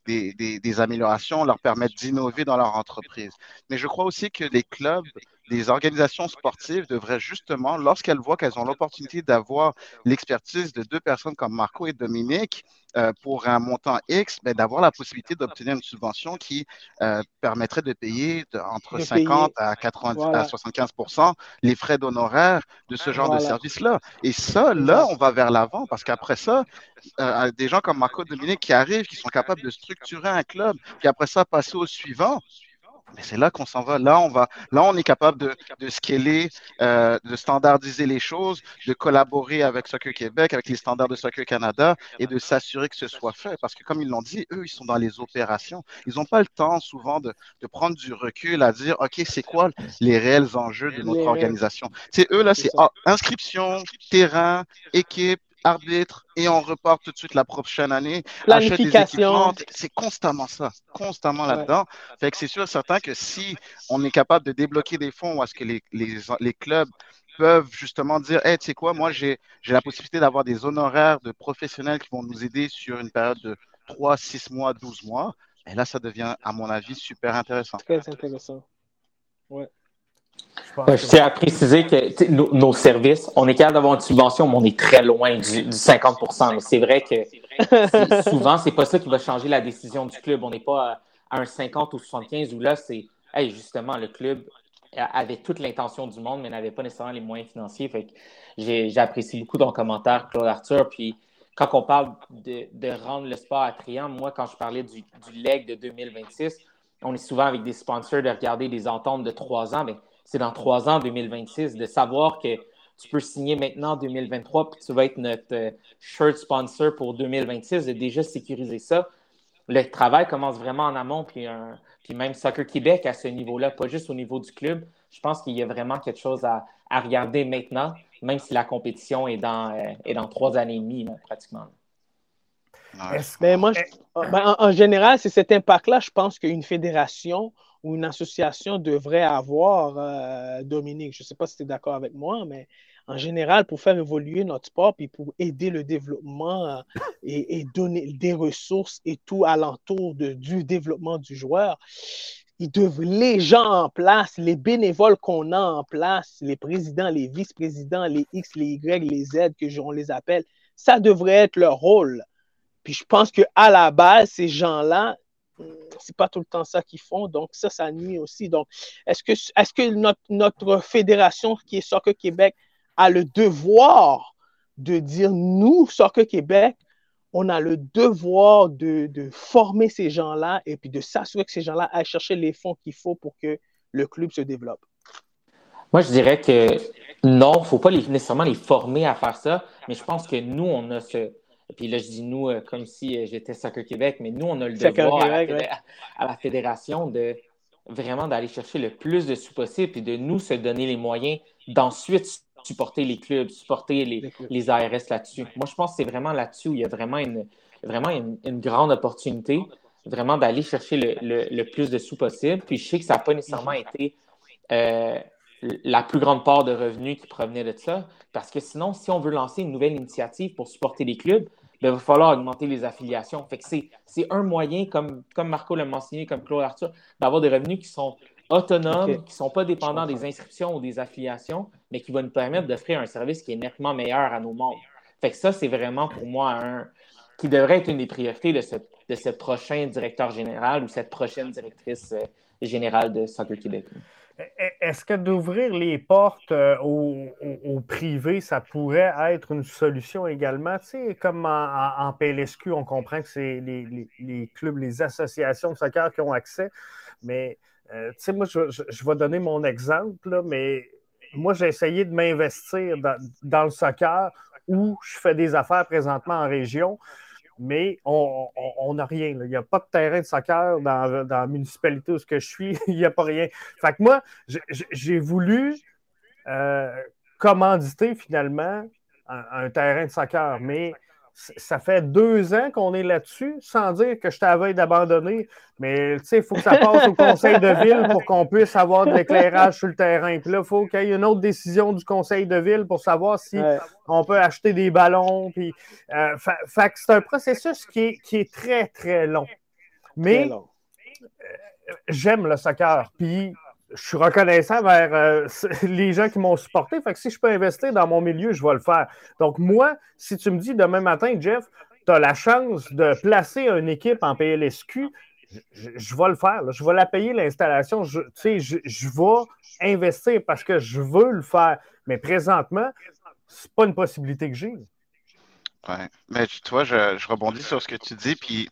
des améliorations, leur permettre d'innover dans leur entreprise. Mais je crois aussi que les clubs, les organisations sportives devraient justement, lorsqu'elles voient qu'elles ont l'opportunité d'avoir l'expertise de deux personnes comme Marco et Dominique pour un montant X, ben, d'avoir la possibilité d'obtenir une subvention qui permettrait de payer entre 50 à 90 à 75% les frais d'honoraires de ce genre de service-là. Et ça, là, on va vers l'avant parce qu'après ça, des gens comme Marco et Dominique qui arrivent, qui sont capables de structurer un club, puis après ça, passer au suivant. Mais c'est là qu'on s'en va. Là, on est capable de scaler, de standardiser les choses, de collaborer avec Soccer Québec, avec les standards de Soccer Canada et de s'assurer que ce soit fait. Parce que comme ils l'ont dit, eux, ils sont dans les opérations. Ils n'ont pas le temps souvent de prendre du recul à dire, OK, c'est quoi les réels enjeux de notre organisation? Tu sais, eux, là, c'est inscription, terrain, équipe, arbitre, et on repart tout de suite la prochaine année. Achète des équipements. C'est constamment ça, constamment là-dedans. Fait que c'est sûr et certain que si on est capable de débloquer des fonds où est-ce que les clubs peuvent justement dire, hey, tu sais quoi, moi, j'ai la possibilité d'avoir des honoraires de professionnels qui vont nous aider sur une période de 3, 6 mois, 12 mois, et là, ça devient, à mon avis, super intéressant. Très intéressant. Ouais. Je tiens à préciser que nos services, on est capable d'avoir une subvention, mais on est très loin du 50%. C'est vrai que souvent, c'est pas ça qui va changer la décision du club. On n'est pas à un 50 ou 75 où là, c'est justement, le club avait toute l'intention du monde, mais n'avait pas nécessairement les moyens financiers. Fait que j'apprécie beaucoup ton commentaire, Claude Arthur. Puis quand on parle de rendre le sport attrayant, moi, quand je parlais du leg de 2026, on est souvent avec des sponsors de regarder des ententes de 3 ans, mais c'est dans 3 ans, 2026, de savoir que tu peux signer maintenant en 2023 puis tu vas être notre shirt sponsor pour 2026, de déjà sécuriser ça. Le travail commence vraiment en amont, puis même Soccer Québec à ce niveau-là, pas juste au niveau du club. Je pense qu'il y a vraiment quelque chose à regarder maintenant, même si la compétition est dans 3 années et demie, là, pratiquement. Mais moi, en général, c'est cet impact-là, je pense qu'une fédération ou une association devrait avoir, Dominique. Je ne sais pas si tu es d'accord avec moi, mais en général, pour faire évoluer notre sport et pour aider le développement et donner des ressources et tout alentour du développement du joueur, les gens en place, les bénévoles qu'on a en place, les présidents, les vice-présidents, les X, les Y, les Z, on les appelle, ça devrait être leur rôle. Puis je pense qu'à la base, ces gens-là, c'est pas tout le temps ça qu'ils font, donc ça nuit aussi. Donc, est-ce que notre fédération qui est Soccer Québec a le devoir de dire, nous, Soccer Québec, on a le devoir de former ces gens-là et puis de s'assurer que ces gens-là aillent chercher les fonds qu'il faut pour que le club se développe? Moi, je dirais que non, il ne faut pas nécessairement les former à faire ça, mais je pense que nous, on a puis là, je dis nous comme si j'étais Soccer Québec, mais nous, on a le devoir à la fédération de vraiment d'aller chercher le plus de sous possible et de nous se donner les moyens d'ensuite supporter les clubs, supporter les ARS là-dessus. Moi, je pense que c'est vraiment là-dessus où il y a vraiment une grande opportunité, vraiment d'aller chercher le plus de sous possible. Puis je sais que ça n'a pas nécessairement été la plus grande part de revenus qui provenait de ça, parce que sinon, si on veut lancer une nouvelle initiative pour supporter les clubs, il va falloir augmenter les affiliations. Fait que c'est un moyen, comme Marco l'a mentionné, comme Claude Arthur, d'avoir des revenus qui sont autonomes, qui ne sont pas dépendants des inscriptions ou des affiliations, mais qui vont nous permettre d'offrir un service qui est nettement meilleur à nos membres. Fait que ça, c'est vraiment pour moi qui devrait être une des priorités de ce prochain directeur général ou cette prochaine directrice générale de Soccer Québec. Est-ce que d'ouvrir les portes au privé, ça pourrait être une solution également? Tu sais, comme en PLSQ, on comprend que c'est les clubs, les associations de soccer qui ont accès, mais tu sais, moi, je vais donner mon exemple, là, mais moi, j'ai essayé de m'investir dans le soccer où je fais des affaires présentement en région. Mais on n'a rien. Là. Il n'y a pas de terrain de soccer dans la municipalité où je suis. Il n'y a pas rien. Fait que moi, j'ai voulu commanditer finalement un terrain de soccer. Mais ça fait 2 ans qu'on est là-dessus, sans dire que je t'avais d'abandonner. Mais tu sais, il faut que ça passe au conseil de ville pour qu'on puisse avoir de l'éclairage sur le terrain. Puis là, il faut qu'il y ait une autre décision du conseil de ville pour savoir si on peut acheter des ballons. Puis, fait que c'est un processus qui est très, très long. Mais j'aime le soccer. Puis, je suis reconnaissant vers les gens qui m'ont supporté. Fait que si je peux investir dans mon milieu, je vais le faire. Donc, moi, si tu me dis demain matin, Jeff, tu as la chance de placer une équipe en PLSQ, je vais le faire. Là. Je vais la payer, l'installation. Je vais investir parce que je veux le faire. Mais présentement, c'est pas une possibilité que j'ai. Oui. Mais tu vois, je rebondis sur ce que tu dis, puis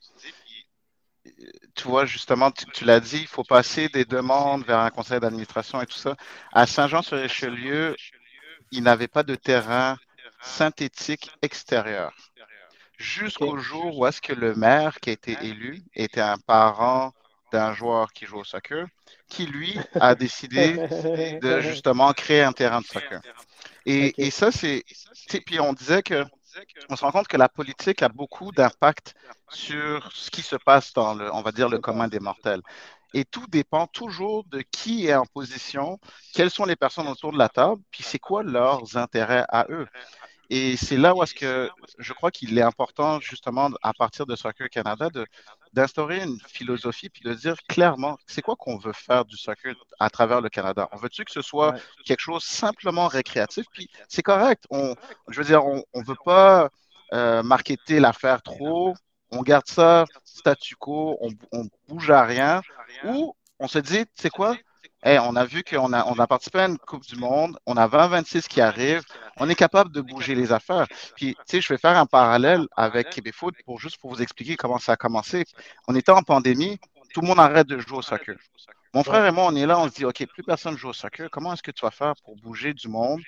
tu vois, justement, tu l'as dit, il faut passer des demandes vers un conseil d'administration et tout ça. À Saint-Jean-sur-Richelieu, il n'avait pas de terrain synthétique extérieur. Jusqu'au jour où est-ce que le maire qui a été élu était un parent d'un joueur qui joue au soccer, qui lui a décidé de justement créer un terrain de soccer. Et ça, c'est... Puis on disait que on se rend compte que la politique a beaucoup d'impact sur ce qui se passe dans on va dire, le commun des mortels. Et tout dépend toujours de qui est en position, quelles sont les personnes autour de la table, puis c'est quoi leurs intérêts à eux. Et c'est là où est-ce que je crois qu'il est important, justement, à partir de Soccer Canada, d'instaurer une philosophie puis de dire clairement, c'est quoi qu'on veut faire du soccer à travers le Canada? On veut-tu que ce soit quelque chose simplement récréatif? Puis c'est correct. Je veux dire, on ne veut pas marketer l'affaire trop. On garde ça statu quo, on bouge à rien. Ou on se dit, c'est quoi? Hey, on a vu on a participé à une Coupe du Monde, on a 2026 qui arrive, on est capable de bouger les affaires. Puis, tu sais, je vais faire un parallèle avec Québec Foot juste pour vous expliquer comment ça a commencé. On était en pandémie, tout le monde arrête de jouer au soccer. Mon frère et moi, on est là, on se dit, OK, plus personne joue au soccer, comment est-ce que tu vas faire pour bouger du monde,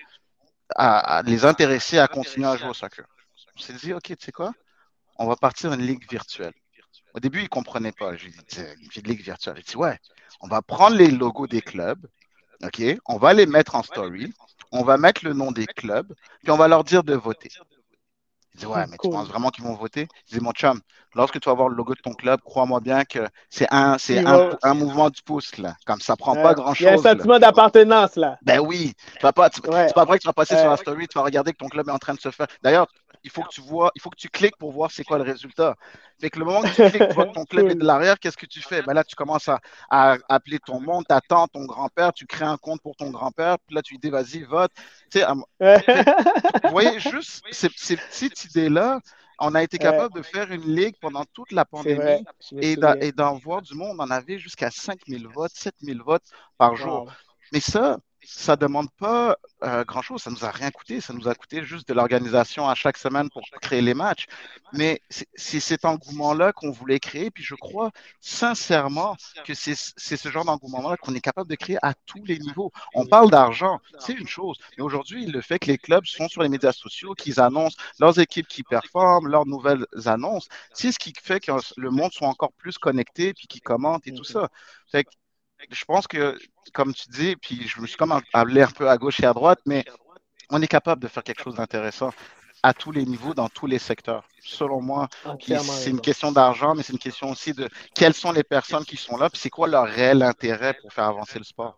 à les intéresser à continuer à jouer au soccer? On s'est dit, OK, tu sais quoi? On va partir une ligue virtuelle. Au début, ils ne comprenaient pas. J'ai dit, une ligue virtuelle. J'ai dit, ouais, on va prendre les logos des clubs, OK? On va les mettre en story, on va mettre le nom des clubs, puis on va leur dire de voter. Il dit, ouais, mais tu penses vraiment qu'ils vont voter? Je dis, mon chum, lorsque tu vas voir le logo de ton club, crois-moi bien que c'est un mouvement du pouce, là. Comme ça prend pas grand-chose. Il y a un sentiment d'appartenance, là. Ben oui. C'est pas vrai que tu vas passer sur la story, tu vas regarder que ton club est en train de se faire. D'ailleurs, il faut que tu cliques pour voir c'est quoi le résultat. Fait que le moment que tu cliques, tu vois que ton club est de l'arrière, qu'est-ce que tu fais? Ben là, tu commences à appeler ton monde, ta tante, ton grand-père, tu crées un compte pour ton grand-père, puis là, tu lui dis, vas-y, vote. Tu sais, vous voyez, juste ces petites idées-là, on a été capable de faire une ligue pendant toute la pandémie et d'en voir du monde. On en avait jusqu'à 5000 votes, 7000 votes par jour. Mais ça ne demande pas grand-chose. Ça ne nous a rien coûté. Ça nous a coûté juste de l'organisation à chaque semaine pour créer les matchs. Mais c'est cet engouement-là qu'on voulait créer. Puis je crois sincèrement que c'est ce genre d'engouement-là qu'on est capable de créer à tous les niveaux. On parle d'argent, c'est une chose. Mais aujourd'hui, le fait que les clubs sont sur les médias sociaux, qu'ils annoncent leurs équipes qui performent, leurs nouvelles annonces, c'est ce qui fait que le monde soit encore plus connecté puis qui commente et tout ça. Fait que je pense que, comme tu dis, puis je me suis comme allé un peu à gauche et à droite, mais on est capable de faire quelque chose d'intéressant à tous les niveaux, dans tous les secteurs. Selon moi, c'est une question d'argent, mais c'est une question aussi de quelles sont les personnes qui sont là, puis c'est quoi leur réel intérêt pour faire avancer le sport.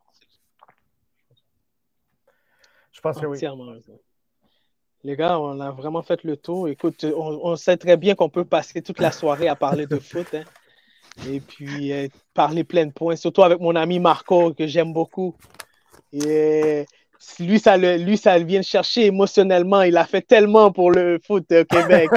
Je pense que oui. Les gars, on a vraiment fait le tour. Écoute, on sait très bien qu'on peut passer toute la soirée à parler de foot, hein. Et puis parler plein de points, surtout avec mon ami Marco, que j'aime beaucoup. Et lui, ça vient le chercher émotionnellement. Il a fait tellement pour le foot au Québec.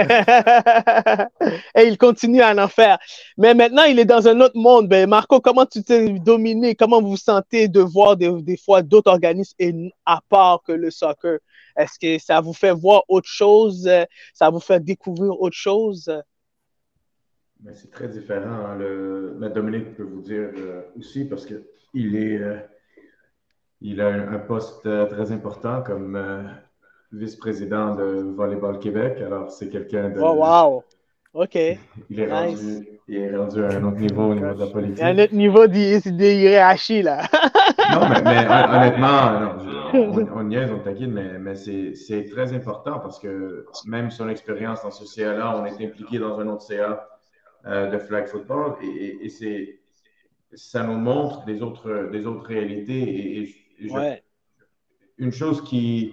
Et il continue à en faire. Mais maintenant, il est dans un autre monde. Ben, Marco, comment tu t'es dominé? Comment vous vous sentez de voir des fois d'autres organismes à part que le soccer? Est-ce que ça vous fait voir autre chose? Ça vous fait découvrir autre chose? Mais c'est très différent. Hein. Mais Dominique peut vous dire aussi parce qu'il il a un poste très important comme vice-président de Volleyball Québec. Alors, c'est quelqu'un de. Oh, wow! OK. Il est rendu à un autre niveau au niveau de la politique. À un autre niveau des hiérarchies, là. Non, mais honnêtement, non, on niaise, on taquine, mais c'est très important parce que même son expérience dans ce CA-là, on est impliqué dans un autre CA de flag football et ça nous montre des autres réalités. Une chose qui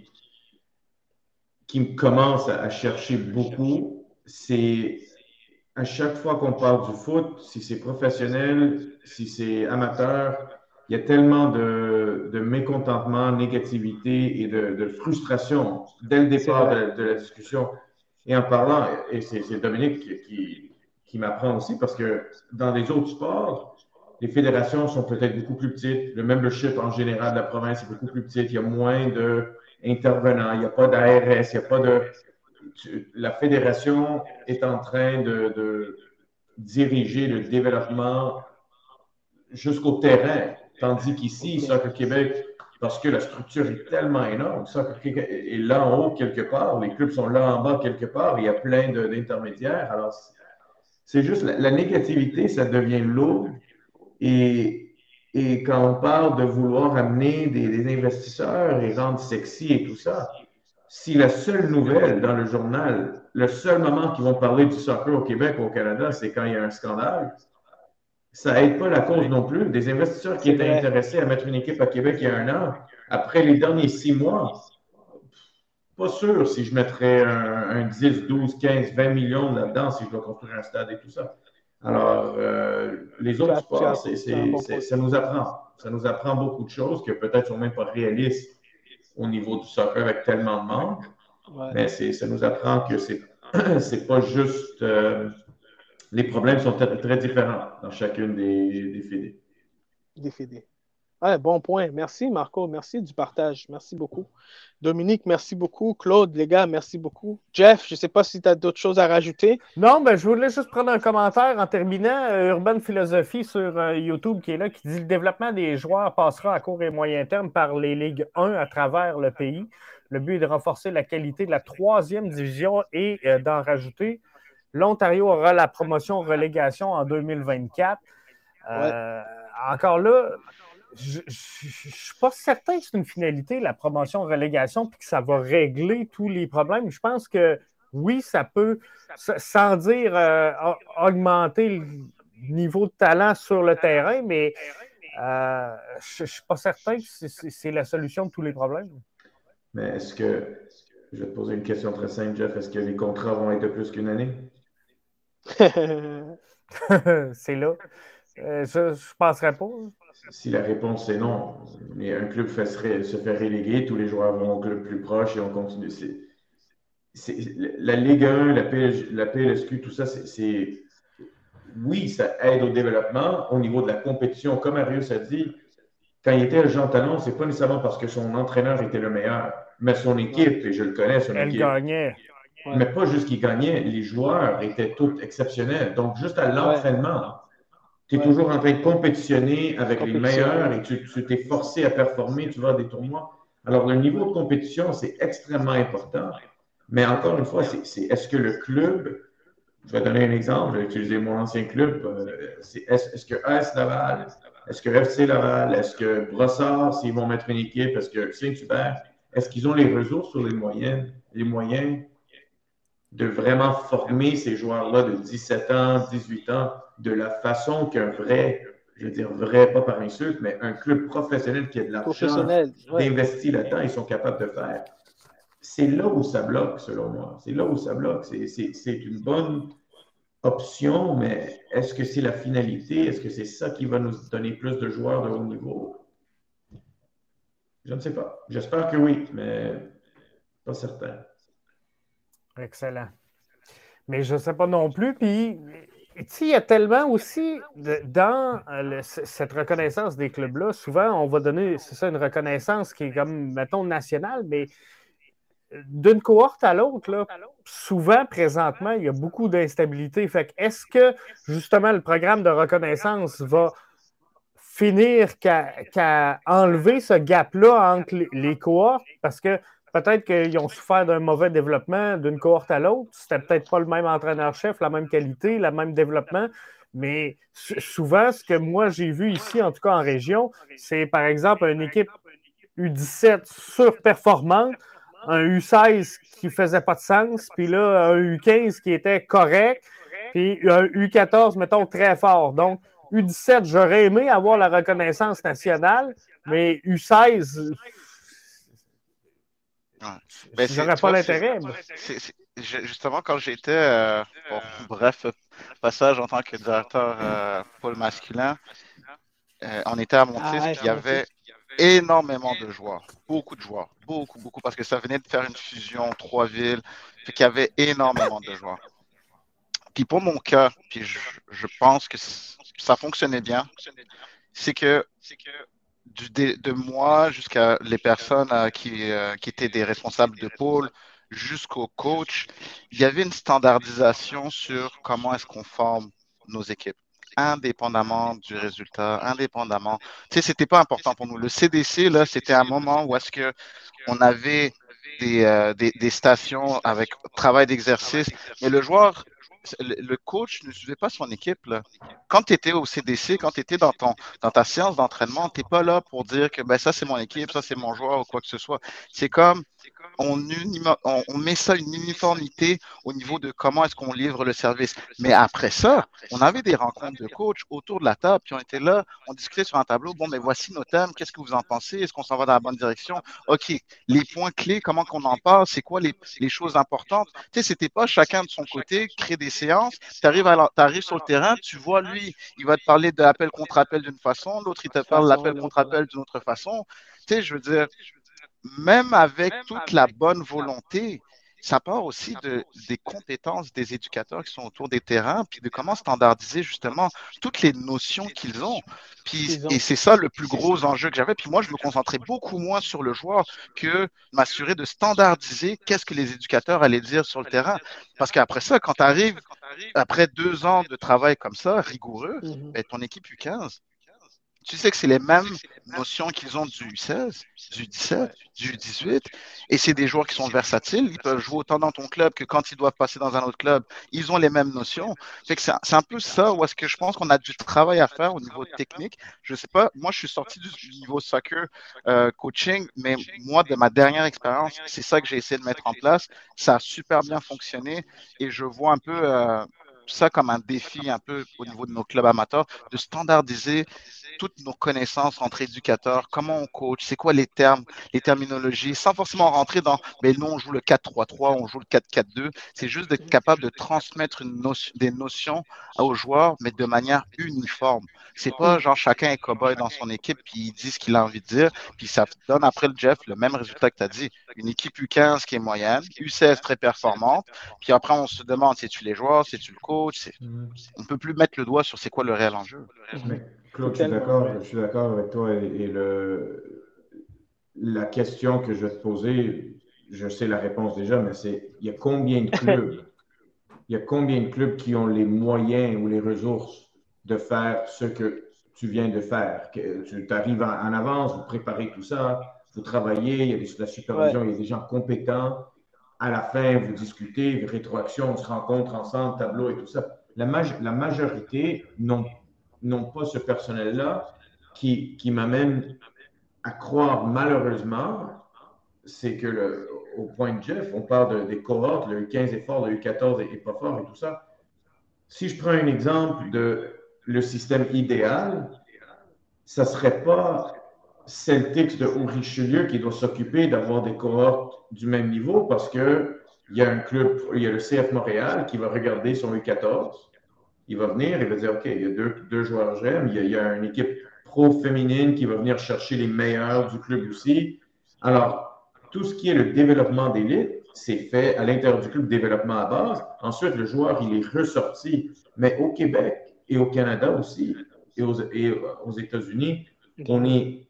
me commence à chercher beaucoup, c'est à chaque fois qu'on parle du foot, si c'est professionnel, si c'est amateur, il y a tellement de mécontentement, négativité et de frustration dès le départ de la discussion. Et en parlant, et c'est Dominique qui m'apprend aussi, parce que dans les autres sports, les fédérations sont peut-être beaucoup plus petites. Le membership en général de la province est beaucoup plus petit. Il y a moins d'intervenants, il n'y a pas d'ARS, il n'y a pas de... La fédération est en train de diriger le développement jusqu'au terrain, tandis qu'ici, Soccer Québec, parce que la structure est tellement énorme, Soccer Québec est là en haut quelque part, les clubs sont là en bas quelque part, il y a plein d'intermédiaires. Alors, c'est juste la négativité, ça devient lourd. Et quand on parle de vouloir amener des investisseurs et rendre sexy et tout ça, si la seule nouvelle dans le journal, le seul moment qu'ils vont parler du soccer au Québec ou au Canada, c'est quand il y a un scandale, ça n'aide pas la cause non plus. Des investisseurs qui étaient intéressés à mettre une équipe à Québec il y a un an, après les derniers 6 mois, pas sûr si je mettrais un 10, 12, 15, 20 millions là-dedans si je dois construire un stade et tout ça. Alors, les autres sports, ça nous apprend. Ça nous apprend beaucoup de choses que peut-être sont même pas réalistes au niveau du soccer avec tellement de membres. Mais ça nous apprend que c'est pas juste... les problèmes sont très différents dans chacune des fédés. Des fédés. Ouais, bon point. Merci, Marco. Merci du partage. Merci beaucoup. Dominique, merci beaucoup. Claude, les gars, merci beaucoup. Jeff, je ne sais pas si tu as d'autres choses à rajouter. Non, ben, je voulais juste prendre un commentaire en terminant. Urban Philosophie sur YouTube qui est là, qui dit le développement des joueurs passera à court et moyen terme par les Ligues 1 à travers le pays. Le but est de renforcer la qualité de la troisième division et d'en rajouter. L'Ontario aura la promotion-relégation en 2024. Encore là, je ne suis pas certain que c'est une finalité, la promotion-relégation, puis que ça va régler tous les problèmes. Je pense que oui, ça peut, sans dire augmenter le niveau de talent sur le terrain, mais je ne suis pas certain que c'est la solution de tous les problèmes. Mais est-ce que, je vais te poser une question très simple, Jeff, est-ce que les contrats vont être de plus qu'une année? C'est là. Je ne penserais pas. Si la réponse est non, et un club se fait reléguer, tous les joueurs vont au club plus proche et on continue. La Ligue 1, la PLSQ, tout ça, oui, ça aide au développement au niveau de la compétition. Comme Arius a dit, quand il était à Jean Talon, c'est pas nécessairement parce que son entraîneur était le meilleur, mais son équipe, et je le connais, son Elle équipe. gagnait. Mais pas juste qu'il gagnait, les joueurs étaient tous exceptionnels. Donc, juste à l'entraînement, tu es toujours en train de compétitionner avec les meilleurs et tu t'es forcé à performer, tu vas à des tournois. Alors, le niveau de compétition, c'est extrêmement important. Mais encore une fois, est-ce que le club, je vais donner un exemple, je vais utiliser mon ancien club, est-ce que AS Laval, est-ce que FC Laval, est-ce que Brossard, s'ils vont mettre une équipe, est-ce que Saint-Hubert, est-ce qu'ils ont les ressources sur les moyens de vraiment former ces joueurs-là de 17 ans, 18 ans, de la façon qu'un vrai, je veux dire vrai, pas par insulte, mais un club professionnel qui a de l'argent d'investir là-dedans, ils sont capables de faire. C'est là où ça bloque, selon moi. C'est là où ça bloque. C'est une bonne option, mais est-ce que c'est la finalité? Est-ce que c'est ça qui va nous donner plus de joueurs de haut niveau? Je ne sais pas. J'espère que oui, mais pas certain. Excellent. Mais je ne sais pas non plus. Puis, il y a tellement aussi dans cette reconnaissance des clubs-là, souvent, on va donner, c'est ça, une reconnaissance qui est comme, mettons, nationale, mais d'une cohorte à l'autre, là, souvent, présentement, il y a beaucoup d'instabilité. Fait que est-ce que, justement, le programme de reconnaissance va finir qu'à enlever ce gap-là entre les cohortes? Parce que peut-être qu'ils ont souffert d'un mauvais développement d'une cohorte à l'autre. C'était peut-être pas le même entraîneur-chef, la même qualité, le même développement. Mais souvent, ce que moi j'ai vu ici, en tout cas en région, c'est par exemple une équipe U17 surperformante, un U16 qui faisait pas de sens, puis là, un U15 qui était correct, puis un U14, mettons, très fort. Donc, U17, j'aurais aimé avoir la reconnaissance nationale, mais U16, j'aurais pas l'intérêt. Justement, quand j'étais, bref, passage en tant que directeur pôle masculin, on était à Montis, puis il y avait énormément de joueurs, beaucoup de joueurs, beaucoup, parce que ça venait de faire une fusion, 3 villes, puis qu'il y avait énormément de joueurs. Puis pour mon cas, puis je pense que ça fonctionnait bien, c'est que de moi jusqu'à les personnes qui étaient des responsables de pôle, jusqu'au coach, il y avait une standardisation sur comment est-ce qu'on forme nos équipes, indépendamment du résultat, indépendamment. Tu sais, c'était pas important pour nous. Le CDC, là, c'était un moment où est-ce que on avait des stations avec travail d'exercice, mais le coach ne suivait pas son équipe, là. Quand tu étais au CDC, quand tu étais dans ta séance d'entraînement, tu n'es pas là pour dire que ben, ça, c'est mon équipe, ça, c'est mon joueur ou quoi que ce soit. C'est comme on met ça une uniformité au niveau de comment est-ce qu'on livre le service. Mais après ça, on avait des rencontres de coach autour de la table, puis on était là, on discutait sur un tableau, bon, mais voici nos thèmes, qu'est-ce que vous en pensez? Est-ce qu'on s'en va dans la bonne direction? OK, les points clés, comment qu'on en parle? C'est quoi les choses importantes? Tu sais, c'était pas chacun de son côté, créer des séances, tu arrives sur le terrain, tu vois lui, il va te parler de l'appel contre appel d'une façon, l'autre, il te parle de l'appel contre appel d'une autre façon. Tu sais, je veux dire, même avec toute la bonne volonté, ça part aussi des compétences des éducateurs qui sont autour des terrains, puis de comment standardiser justement toutes les notions qu'ils ont. Et c'est ça le plus gros enjeu que j'avais. Puis moi, je me concentrais beaucoup moins sur le joueur que m'assurer de standardiser qu'est-ce que les éducateurs allaient dire sur le terrain. Parce qu'après ça, quand tu arrives, après 2 ans de travail comme ça, rigoureux, ben, ton équipe U15, tu sais que c'est les mêmes notions qu'ils ont du U16, du 17, du 18, et c'est des joueurs qui sont versatiles. Ils peuvent jouer autant dans ton club que quand ils doivent passer dans un autre club. Ils ont les mêmes notions. Fait que c'est un peu ça où est-ce que je pense qu'on a du travail à faire au niveau technique. Je sais pas, moi je suis sorti du niveau soccer coaching, mais moi de ma dernière expérience, c'est ça que j'ai essayé de mettre en place. Ça a super bien fonctionné et je vois un peu ça comme un défi un peu au niveau de nos clubs amateurs, de standardiser toutes nos connaissances entre éducateurs, comment on coach, c'est quoi les termes, les terminologies, sans forcément rentrer dans, mais nous on joue le 4-3-3, on joue le 4-4-2. C'est juste d'être capable de transmettre des notions aux joueurs, mais de manière uniforme. C'est pas genre chacun est cow-boy dans son équipe, puis il dit ce qu'il a envie de dire, puis ça donne après le Jeff le même résultat que tu as dit. Une équipe U15 qui est moyenne, U16 très performante, puis après on se demande si tu les joueurs, si tu le coach, on ne peut plus mettre le doigt sur c'est quoi le réel enjeu. Mais Claude, je suis d'accord avec toi et la question que je vais te poser, je sais la réponse déjà, mais c'est il y a combien de clubs, il y a combien de clubs qui ont les moyens ou les ressources de faire ce que tu viens de faire? Que tu arrives en avance, vous préparez tout ça, vous travaillez, il y a la supervision, il y a des gens compétents. À la fin, vous discutez, rétroaction, on se rencontre ensemble, tableau et tout ça. La majorité n'ont pas ce personnel-là qui m'amène à croire, malheureusement, c'est que au point de Jeff, on parle des cohortes, le U15 est fort, le U14 est pas fort et tout ça. Si je prends un exemple de le système idéal, ça ne serait pas Celtics de Haut-Richelieu qui doit s'occuper d'avoir des cohortes du même niveau parce qu'il y a un club, il y a le CF Montréal qui va regarder son U14. Il va venir, il va dire, OK, il y a deux joueurs j'aime, il y a une équipe pro-féminine qui va venir chercher les meilleurs du club aussi. Alors, tout ce qui est le développement d'élite, c'est fait à l'intérieur du club développement à base. Ensuite, le joueur, il est ressorti. Mais au Québec et au Canada aussi, et aux États-Unis, on est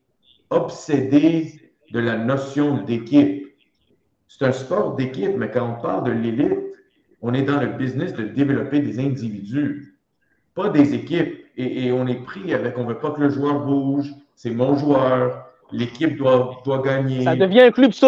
obsédé de la notion d'équipe. C'est un sport d'équipe, mais quand on parle de l'élite, on est dans le business de développer des individus, pas des équipes. Et on est pris avec, on ne veut pas que le joueur bouge, c'est mon joueur, l'équipe doit gagner. Ça devient un club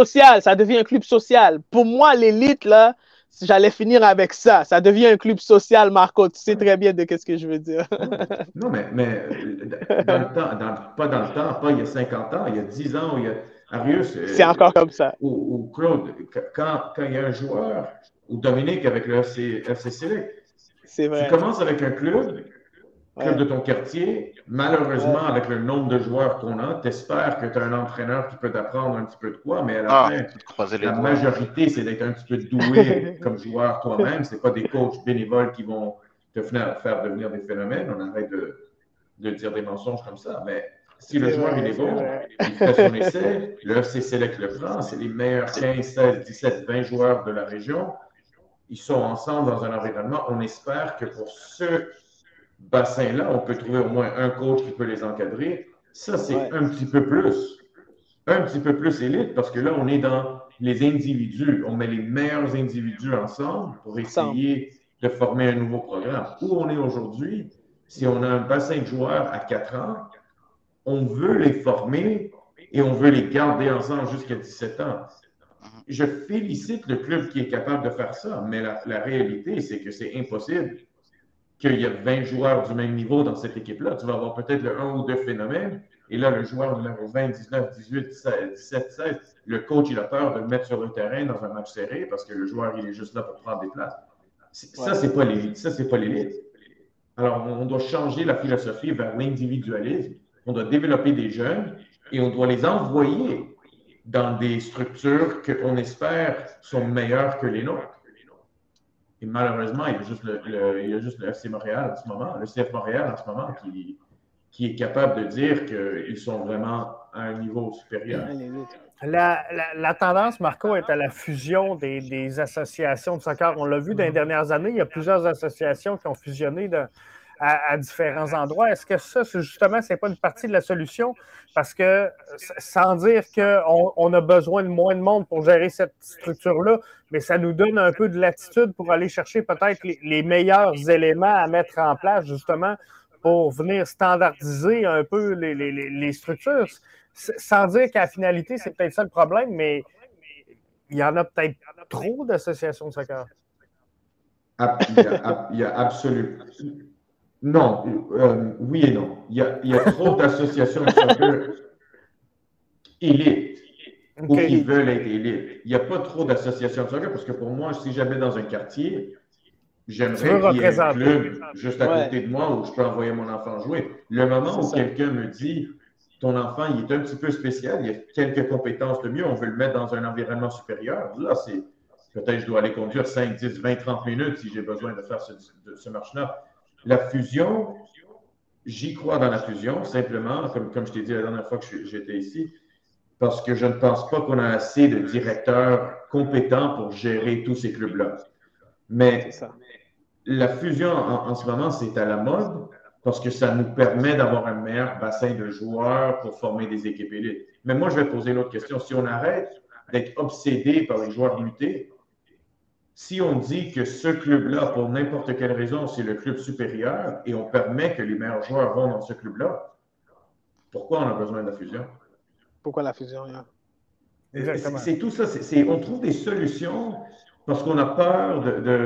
social, Pour moi, l'élite, là, j'allais finir avec ça. Ça devient un club social, Marco. Tu sais très bien de ce que je veux dire. Non, mais dans le temps, pas dans le temps, pas il y a 50 ans, il y a 10 ans, il y a Arius. C'est encore comme ça. Ou Claude, quand il y a un joueur, ou Dominique avec le FC Select, c'est vrai. Tu commences avec un club de ton quartier. Malheureusement, avec le nombre de joueurs qu'on a, tu espères que tu as un entraîneur qui peut t'apprendre un petit peu de quoi, mais à la fin, la majorité, c'est d'être un petit peu doué comme joueur toi-même. Ce n'est pas des coachs bénévoles qui vont te faire devenir des phénomènes. On arrête de dire des mensonges comme ça. Mais si le joueur il est bon, il fait son essai, le FC Select le prend, c'est les meilleurs 15, 16, 17, 20 joueurs de la région. Ils sont ensemble dans un environnement. On espère que pour ce bassin-là, on peut trouver au moins un coach qui peut les encadrer. Ça, c'est un petit peu plus élite parce que là, on est dans les individus. On met les meilleurs individus ensemble pour essayer de former un nouveau programme. Où on est aujourd'hui, si on a un bassin de joueurs à 4 ans, on veut les former et on veut les garder ensemble jusqu'à 17 ans. Je félicite le club qui est capable de faire ça, mais la réalité, c'est que c'est impossible qu'il y ait 20 joueurs du même niveau dans cette équipe-là. Tu vas avoir peut-être le 1 ou 2 phénomènes, et là, le joueur numéro 20, 19, 18, 17, 16, le coach, il a peur de le mettre sur le terrain dans un match serré parce que le joueur, il est juste là pour prendre des places. Ça, c'est pas l'élite. Ça, c'est pas l'élite. Alors, on doit changer la philosophie vers l'individualisme. On doit développer des jeunes et on doit les envoyer dans des structures qu'on espère sont meilleures que les nôtres. Et malheureusement, il y a juste le FC Montréal en ce moment, le CF Montréal en ce moment, qui est capable de dire qu'ils sont vraiment à un niveau supérieur. La tendance, Marco, est à la fusion des associations de soccer. On l'a vu dans les dernières années, il y a plusieurs associations qui ont fusionné à différents endroits. Est-ce que ça, justement, c'est pas une partie de la solution? Parce que, sans dire qu'on a besoin de moins de monde pour gérer cette structure-là, mais ça nous donne un peu de latitude pour aller chercher peut-être les meilleurs éléments à mettre en place, justement, pour venir standardiser un peu les structures. Sans dire qu'à la finalité, c'est peut-être ça le problème, mais il y en a peut-être trop d'associations de soccer. Il y a absolument... Non, oui et non. Il y a trop d'associations de soccer élites ou qui veulent être élites. Il n'y a pas trop d'associations de soccer parce que pour moi, si j'habite dans un quartier, j'aimerais qu'il y ait un club juste à côté de moi où je peux envoyer mon enfant jouer. Le moment où quelqu'un me dit ton enfant, il est un petit peu spécial, il a quelques compétences de mieux, on veut le mettre dans un environnement supérieur, là, c'est peut-être je dois aller conduire 5, 10, 20, 30 minutes si j'ai besoin de faire ce marche-là. La fusion, j'y crois dans la fusion, simplement, comme je t'ai dit la dernière fois que j'étais ici, parce que je ne pense pas qu'on a assez de directeurs compétents pour gérer tous ces clubs-là. Mais la fusion, en ce moment, c'est à la mode parce que ça nous permet d'avoir un meilleur bassin de joueurs pour former des équipes élites. Mais moi, je vais poser une autre question. Si on arrête d'être obsédé par les joueurs mutés, si on dit que ce club-là, pour n'importe quelle raison, c'est le club supérieur et on permet que les meilleurs joueurs vont dans ce club-là, pourquoi on a besoin de la fusion? Pourquoi la fusion? C'est tout ça. On trouve des solutions parce qu'on a peur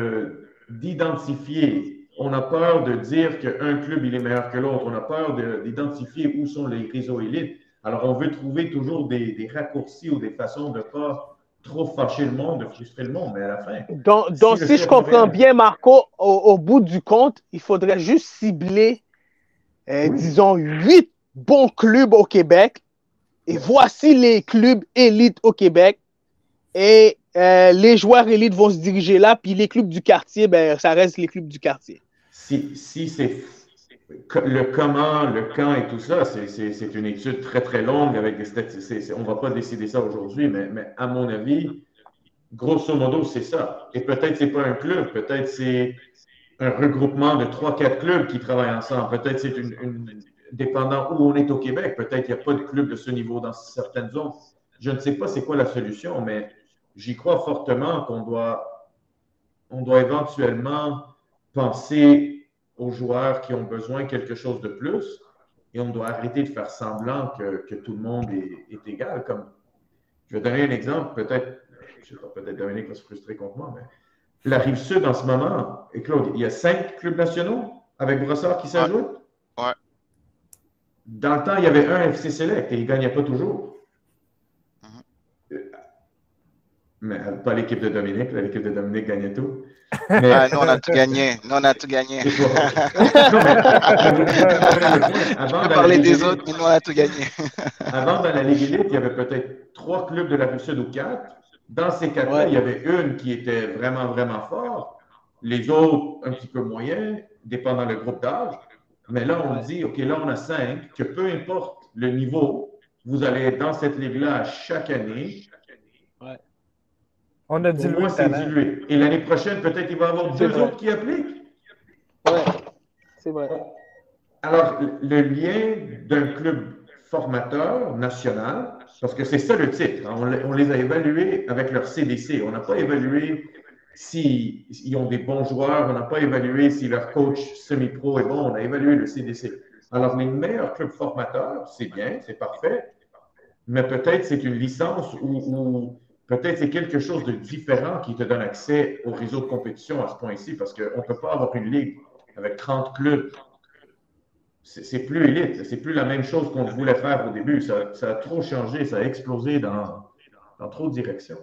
d'identifier. On a peur de dire qu'un club il est meilleur que l'autre. On a peur d'identifier où sont les réseaux élites. Alors, on veut trouver toujours des raccourcis ou des façons de ne pas trop fâcher le monde, de frustrer le monde, mais à la fin. Donc si je comprends bien, Marco, au bout du compte, il faudrait juste cibler, disons, 8 bons clubs au Québec. Et voici les clubs élites au Québec. Et les joueurs élites vont se diriger là, puis les clubs du quartier, ben, ça reste les clubs du quartier. Si c'est le comment, le quand et tout ça, c'est une étude très, très longue avec des statistiques. On ne va pas décider ça aujourd'hui, mais à mon avis, grosso modo, c'est ça. Et peut-être c'est pas un club, peut-être c'est un regroupement de 3-4 clubs qui travaillent ensemble. Peut-être c'est dépendant où on est au Québec, peut-être qu'il n'y a pas de club de ce niveau dans certaines zones. Je ne sais pas c'est quoi la solution, mais j'y crois fortement qu'on doit éventuellement penser aux joueurs qui ont besoin de quelque chose de plus et on doit arrêter de faire semblant que tout le monde est égal. Comme, je vais donner un exemple, peut-être Dominique va se frustrer contre moi, mais la Rive-Sud en ce moment, et Claude, il y a 5 clubs nationaux avec Brossard qui s'ajoutent. Ouais. Dans le temps, il y avait un FC Select et il ne gagnait pas toujours. Mais pas l'équipe de Dominique. L'équipe de Dominique gagnait tout. Mais... nous, on a tout gagné. Nous, on a tout gagné. Avant parler des autres, mais nous, on a tout gagné. Avant, dans la Ligue élite, il y avait peut-être 3 clubs de la Rive-Sud ou 4. Dans ces 4-là, il y avait une qui était vraiment, vraiment forte. Les autres, un petit peu moyens, dépendant le groupe d'âge. Mais là, on dit, OK, là, on a 5, que peu importe le niveau, vous allez être dans cette ligue-là chaque année. On a dilué. C'est dilué. Et l'année prochaine, peut-être il va y avoir 2 autres qui appliquent. Oui, c'est vrai. Alors, le lien d'un club formateur national, parce que c'est ça le titre, hein, on les a évalués avec leur CDC. On n'a pas évalué s'ils ont des bons joueurs, on n'a pas évalué si leur coach semi-pro est bon, on a évalué le CDC. Alors, les meilleurs clubs formateurs, c'est bien, c'est parfait, mais peut-être c'est une licence ou peut-être c'est quelque chose de différent qui te donne accès au réseau de compétition à ce point-ci, parce qu'on ne peut pas avoir une ligue avec 30 clubs. C'est plus élite, c'est plus la même chose qu'on voulait faire au début. Ça a trop changé, ça a explosé dans trop de directions.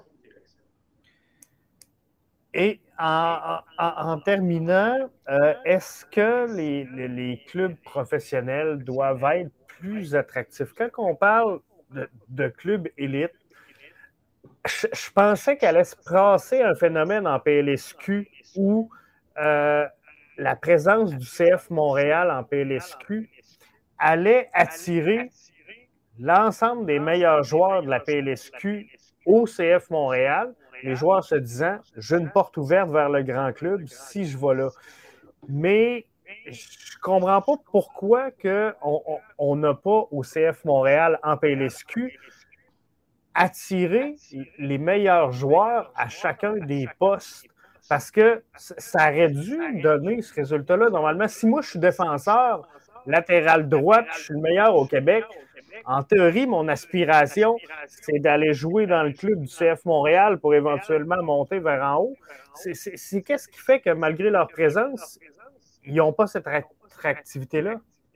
Et en terminant, est-ce que les clubs professionnels doivent être plus attractifs? Quand on parle de clubs élites, je pensais qu'elle allait se passer un phénomène en PLSQ où la présence du CF Montréal en PLSQ allait attirer l'ensemble des meilleurs joueurs de la PLSQ au CF Montréal, les joueurs se disant « j'ai une porte ouverte vers le grand club si je vais là ». Mais je ne comprends pas pourquoi on n'a pas au CF Montréal en PLSQ attirer les meilleurs joueurs à chacun des postes. Parce que ça aurait dû donner ce résultat-là. Normalement, si moi je suis défenseur, latéral droite, je suis le meilleur au Québec, en théorie, mon aspiration, c'est d'aller jouer dans le club du CF Montréal pour éventuellement monter vers en haut. C'est qu'est-ce qui fait que malgré leur présence, ils n'ont pas cette attractivité-là?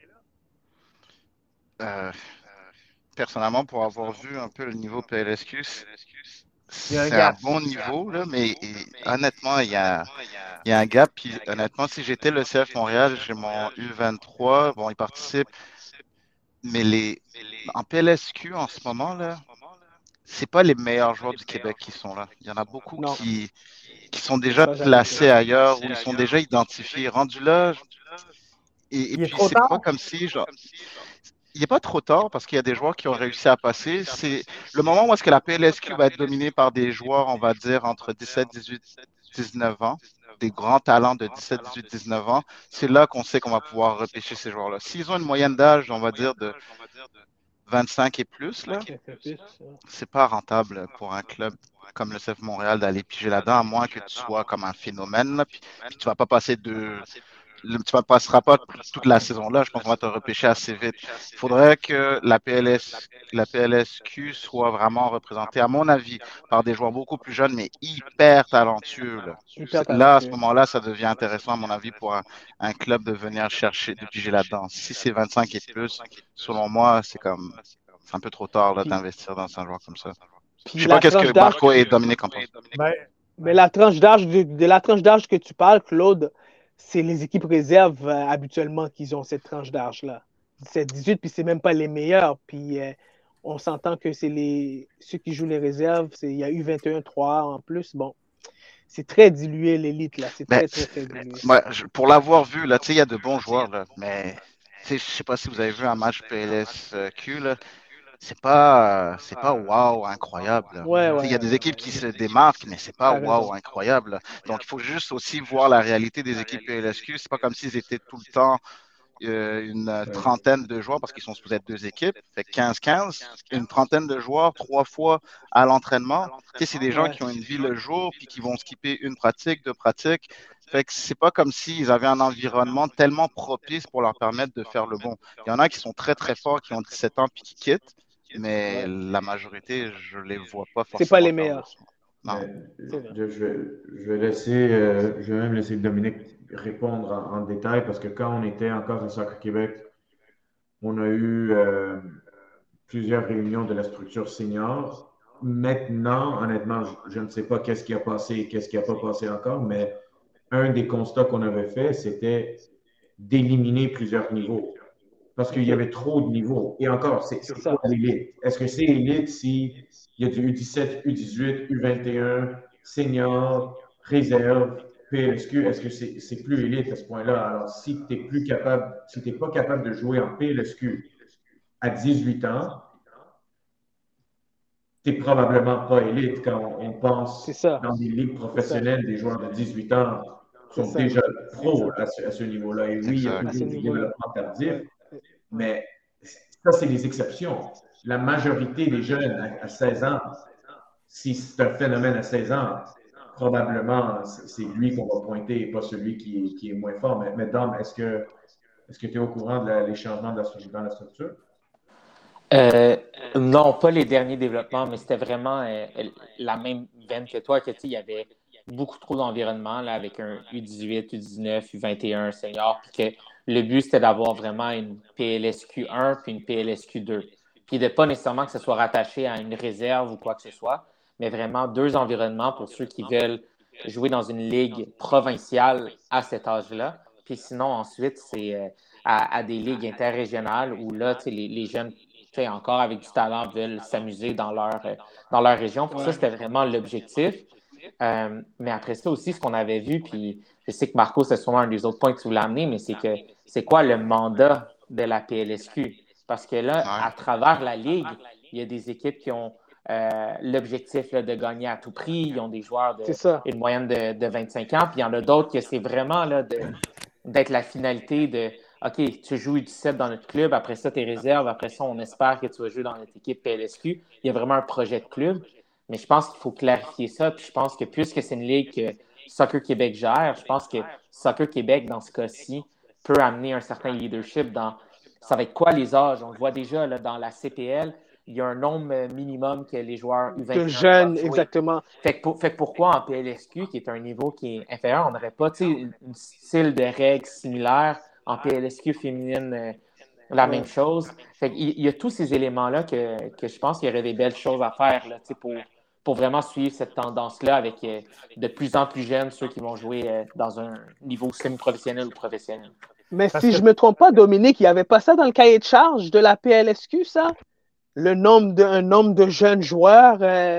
Personnellement, pour avoir vu un peu le niveau PLSQ, c'est un bon niveau, là, mais honnêtement, il y a un gap. Puis honnêtement, si j'étais le CF Montréal, j'ai mon U23, bon, il participe, mais en PLSQ en ce moment, là, c'est pas les meilleurs joueurs du Québec qui sont là. Il y en a beaucoup qui sont déjà placés ailleurs, ou ils sont déjà identifiés, rendus là. Et puis, c'est pas comme si, genre, il n'est pas trop tard parce qu'il y a des joueurs qui ont réussi à passer. C'est le moment où est-ce que la PLSQ va être dominée par des joueurs, on va dire, entre 17, 18, 19 ans, des grands talents de 17, 18, 19 ans. C'est là qu'on sait qu'on va pouvoir repêcher ces joueurs-là. S'ils ont une moyenne d'âge, on va dire, de 25 et plus, là, c'est pas rentable pour un club comme le CF Montréal d'aller piger là-dedans, à moins que tu sois comme un phénomène, là, puis tu vas pas passer tu ne passeras pas toute la saison là. Je pense qu'on va te repêcher assez vite. Il faudrait que la PLSQ soit vraiment représentée, à mon avis, par des joueurs beaucoup plus jeunes, mais hyper talentueux. Là, à ce moment-là, ça devient intéressant, à mon avis, pour un club de venir chercher, de piger là-dedans. Si c'est 25 et plus, selon moi, c'est un peu trop tard d'investir dans un joueur comme ça. Je ne sais pas qu'est-ce que Marco et Dominique en pensent. Mais la tranche d'âge que tu parles, Claude, c'est les équipes réserves habituellement qui ont cette tranche d'âge-là. 17-18, puis c'est même pas les meilleurs. Puis on s'entend que c'est ceux qui jouent les réserves, il y a eu 21-3 en plus. Bon, c'est très dilué l'élite, là. C'est très dilué. Pour l'avoir vu, là, il y a de bons joueurs, là, mais je sais pas si vous avez vu un match PLSQ, là. C'est pas wow, incroyable. Il y a des équipes qui se démarquent, mais c'est pas wow, incroyable. Donc, il faut juste aussi voir la réalité des équipes PLSQ. C'est pas comme s'ils étaient tout le temps une trentaine de joueurs, parce qu'ils sont supposés être deux équipes. Fait 15-15, une trentaine de joueurs, 3 fois à l'entraînement. C'est des gens qui ont une vie le jour, puis qui vont skipper une pratique, 2 pratiques. Fait que c'est pas comme s'ils avaient un environnement tellement propice pour leur permettre de faire le bon. Il y en a qui sont très, très forts, qui ont 17 ans, puis qui quittent. Mais la majorité, je ne les vois pas forcément. C'est pas les meilleurs. Non. Je vais même laisser Dominique répondre en détail parce que quand on était encore à Soccer Québec, on a eu plusieurs réunions de la structure senior. Maintenant, honnêtement, je ne sais pas qu'est-ce qui a passé, qu'est-ce qui n'a pas passé encore, mais un des constats qu'on avait fait, c'était d'éliminer plusieurs niveaux. Parce qu'il y avait trop de niveaux. Et encore, c'est quoi l'élite? Est-ce que c'est élite s'il y a du U17, U18, U21, senior, réserve, PLSQ? Est-ce que c'est plus élite à ce point-là? Alors, si tu n'es pas capable de jouer en PLSQ à 18 ans, tu n'es probablement pas élite quand on pense dans des ligues professionnelles, des joueurs de 18 ans sont déjà pros à ce niveau-là. Et oui, il y a toujours du développement tardif. Mais ça, c'est des exceptions. La majorité des jeunes à 16 ans, si c'est un phénomène à 16 ans, probablement, c'est lui qu'on va pointer et pas celui qui est moins fort. Mais Dom, est-ce que tu es au courant des changements dans la structure? Non, pas les derniers développements, mais c'était vraiment la même veine que toi, que il y avait beaucoup trop d'environnement là, avec un U18, U19, U21 senior, puis que le but, c'était d'avoir vraiment une PLSQ 1 puis une PLSQ 2. Puis de pas nécessairement que ce soit rattaché à une réserve ou quoi que ce soit, mais vraiment 2 environnements pour ceux qui veulent jouer dans une ligue provinciale à cet âge-là. Puis sinon, ensuite, c'est à des ligues interrégionales où là, les jeunes, encore avec du talent, veulent s'amuser dans leur région. Pour ça, c'était vraiment l'objectif. Mais après ça aussi, ce qu'on avait vu, puis je sais que Marco, c'est sûrement un des autres points que tu voulais amener, mais c'est quoi le mandat de la PLSQ? Parce que là, à travers la Ligue, il y a des équipes qui ont l'objectif là, de gagner à tout prix. Ils ont des joueurs une moyenne de 25 ans. Puis il y en a d'autres que c'est vraiment là, d'être la finalité de OK, tu joues U17 dans notre club, après ça, tes réserves, après ça, on espère que tu vas jouer dans notre équipe PLSQ. Il y a vraiment un projet de club. Mais je pense qu'il faut clarifier ça. Puis je pense que puisque c'est une ligue que Soccer Québec gère, je pense que Soccer Québec, dans ce cas-ci, peut amener un certain leadership dans ça va être quoi les âges. On le voit déjà là, dans la CPL, il y a un nombre minimum que les joueurs U21 de jeunes, exactement. Fait que pourquoi en PLSQ, qui est un niveau qui est inférieur, on n'aurait pas un style de règles similaire en PLSQ féminine, la même chose. Fait qu'il y a tous ces éléments-là que je pense qu'il y aurait des belles choses à faire là, pour vraiment suivre cette tendance-là avec de plus en plus jeunes, ceux qui vont jouer dans un niveau semi-professionnel ou professionnel. Mais si je ne me trompe pas, Dominique, il n'y avait pas ça dans le cahier de charge de la PLSQ, ça? Un nombre de jeunes joueurs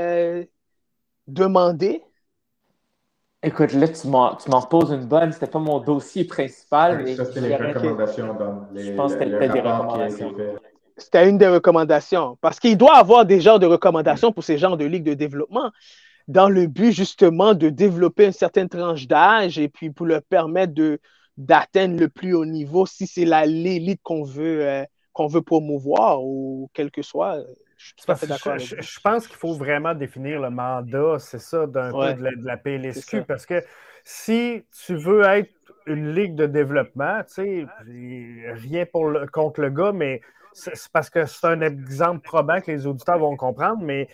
demandés? Écoute, là, tu m'en poses une bonne. C'était pas mon dossier principal. Mais ça, c'était les recommandations dans je pense que c'était des recommandations. C'était une des recommandations. Parce qu'il doit y avoir des genres de recommandations pour ces genres de ligues de développement dans le but, justement, de développer une certaine tranche d'âge et puis pour leur permettre d'atteindre le plus haut niveau si c'est l'élite qu'on veut promouvoir ou quel que soit. Je suis tout à fait d'accord. Je pense qu'il faut vraiment définir le mandat, c'est ça, peu de la PLSQ, parce que si tu veux être une ligue de développement, tu sais, rien contre le gars, mais c'est parce que c'est un exemple probant que les auditeurs vont comprendre, mais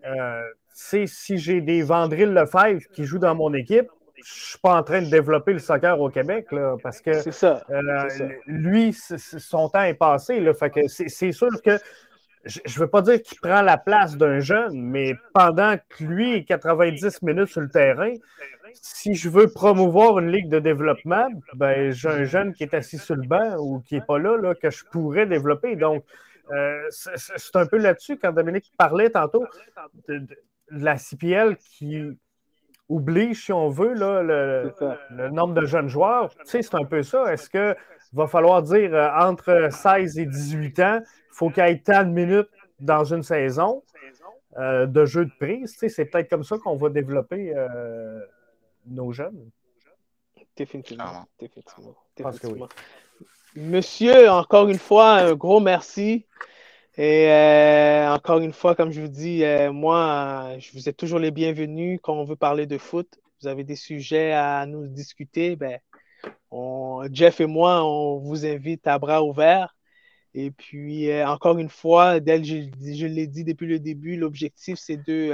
si j'ai des Vandril Lefebvre qui jouent dans mon équipe, je ne suis pas en train de développer le soccer au Québec, là, parce que lui, son temps est passé. Là, fait que c'est sûr que je ne veux pas dire qu'il prend la place d'un jeune, mais pendant que lui est 90 minutes sur le terrain, si je veux promouvoir une ligue de développement, ben, j'ai un jeune qui est assis sur le banc ou qui n'est pas là, que je pourrais développer. Donc, c'est un peu là-dessus, quand Dominique parlait tantôt de la CPL qui oblige, si on veut, là, le nombre de jeunes joueurs. Tu sais, c'est un peu ça. Est-ce qu'il va falloir dire entre 16 et 18 ans, il faut qu'il y ait tant de minutes dans une saison de jeu de prise? Tu sais, c'est peut-être comme ça qu'on va développer nos jeunes. Définitivement. Que oui. Monsieur, encore une fois, un gros merci. Et encore une fois, comme je vous dis, moi, je vous êtes toujours les bienvenus quand on veut parler de foot. Vous avez des sujets à nous discuter, ben, Jeff et moi, on vous invite à bras ouverts. Et puis, encore une fois, je l'ai dit depuis le début, l'objectif, c'est de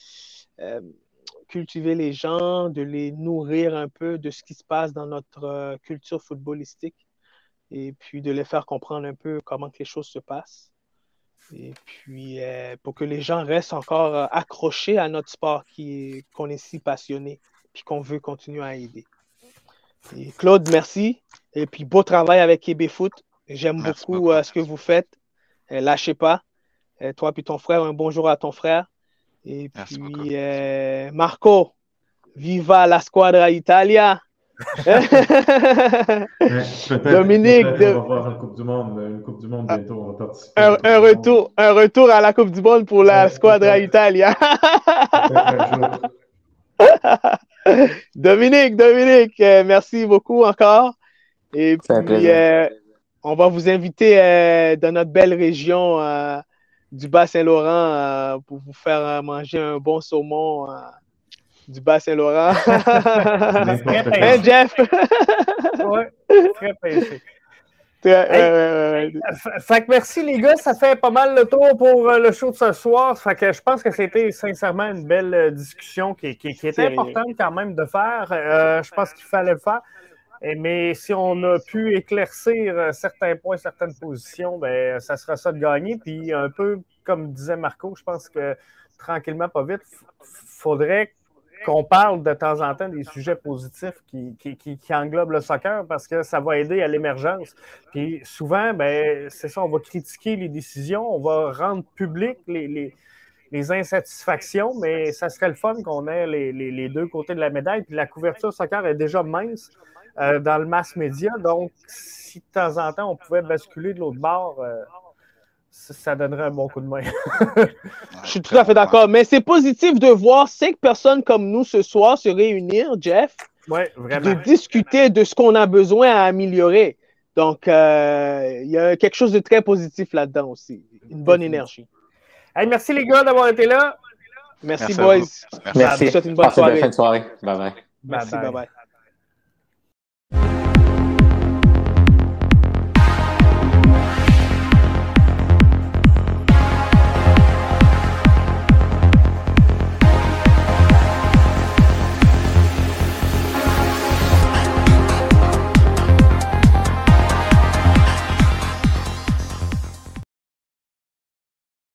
cultiver les gens, de les nourrir un peu de ce qui se passe dans notre culture footballistique et puis de les faire comprendre un peu comment que les choses se passent. Et puis, pour que les gens restent encore accrochés à notre sport qu'on est si passionné puis qu'on veut continuer à aider. Et Claude, merci. Et puis, beau travail avec Québec Foot. J'aime beaucoup ce que vous faites. Lâchez pas. Toi puis ton frère, un bonjour à ton frère. Et puis, Marco, viva la squadra Italia! Dominique, on va voir une Coupe du Monde bientôt. On va participer un retour à la Coupe du Monde pour la squadra Italia. Dominique, merci beaucoup encore. Et puis, on va vous inviter dans notre belle région du Bas-Saint-Laurent pour vous faire manger un bon saumon du Bas-Saint-Laurent. Hein, Jeff? Oui, très pêché. Fait que merci les gars, ça fait pas mal le tour pour le show de ce soir. Fait que je pense que c'était sincèrement une belle discussion qui est importante quand même de faire. Je pense qu'il fallait le faire. Mais si on a pu éclaircir certains points, certaines positions, ben ça sera ça de gagner. Puis un peu comme disait Marco, je pense que tranquillement, pas vite, faudrait qu'on parle de temps en temps des sujets positifs qui englobent le soccer parce que ça va aider à l'émergence. Puis souvent, ben, c'est ça, on va critiquer les décisions, on va rendre public les insatisfactions, mais ça serait le fun qu'on ait les deux côtés de la médaille. Puis la couverture soccer est déjà mince dans le mass média, donc si de temps en temps on pouvait basculer de l'autre bord, ça donnerait un bon coup de main. Je suis tout à fait d'accord. Mais c'est positif de voir 5 personnes comme nous ce soir se réunir, Jeff. Oui, vraiment. De discuter de ce qu'on a besoin à améliorer. Donc, il y a quelque chose de très positif là-dedans aussi. Une bonne énergie. Hey, merci les gars d'avoir été là. Merci boys. Merci. Je vous souhaite une bonne soirée. Bonne fin de soirée. Bye bye. Merci, bye bye.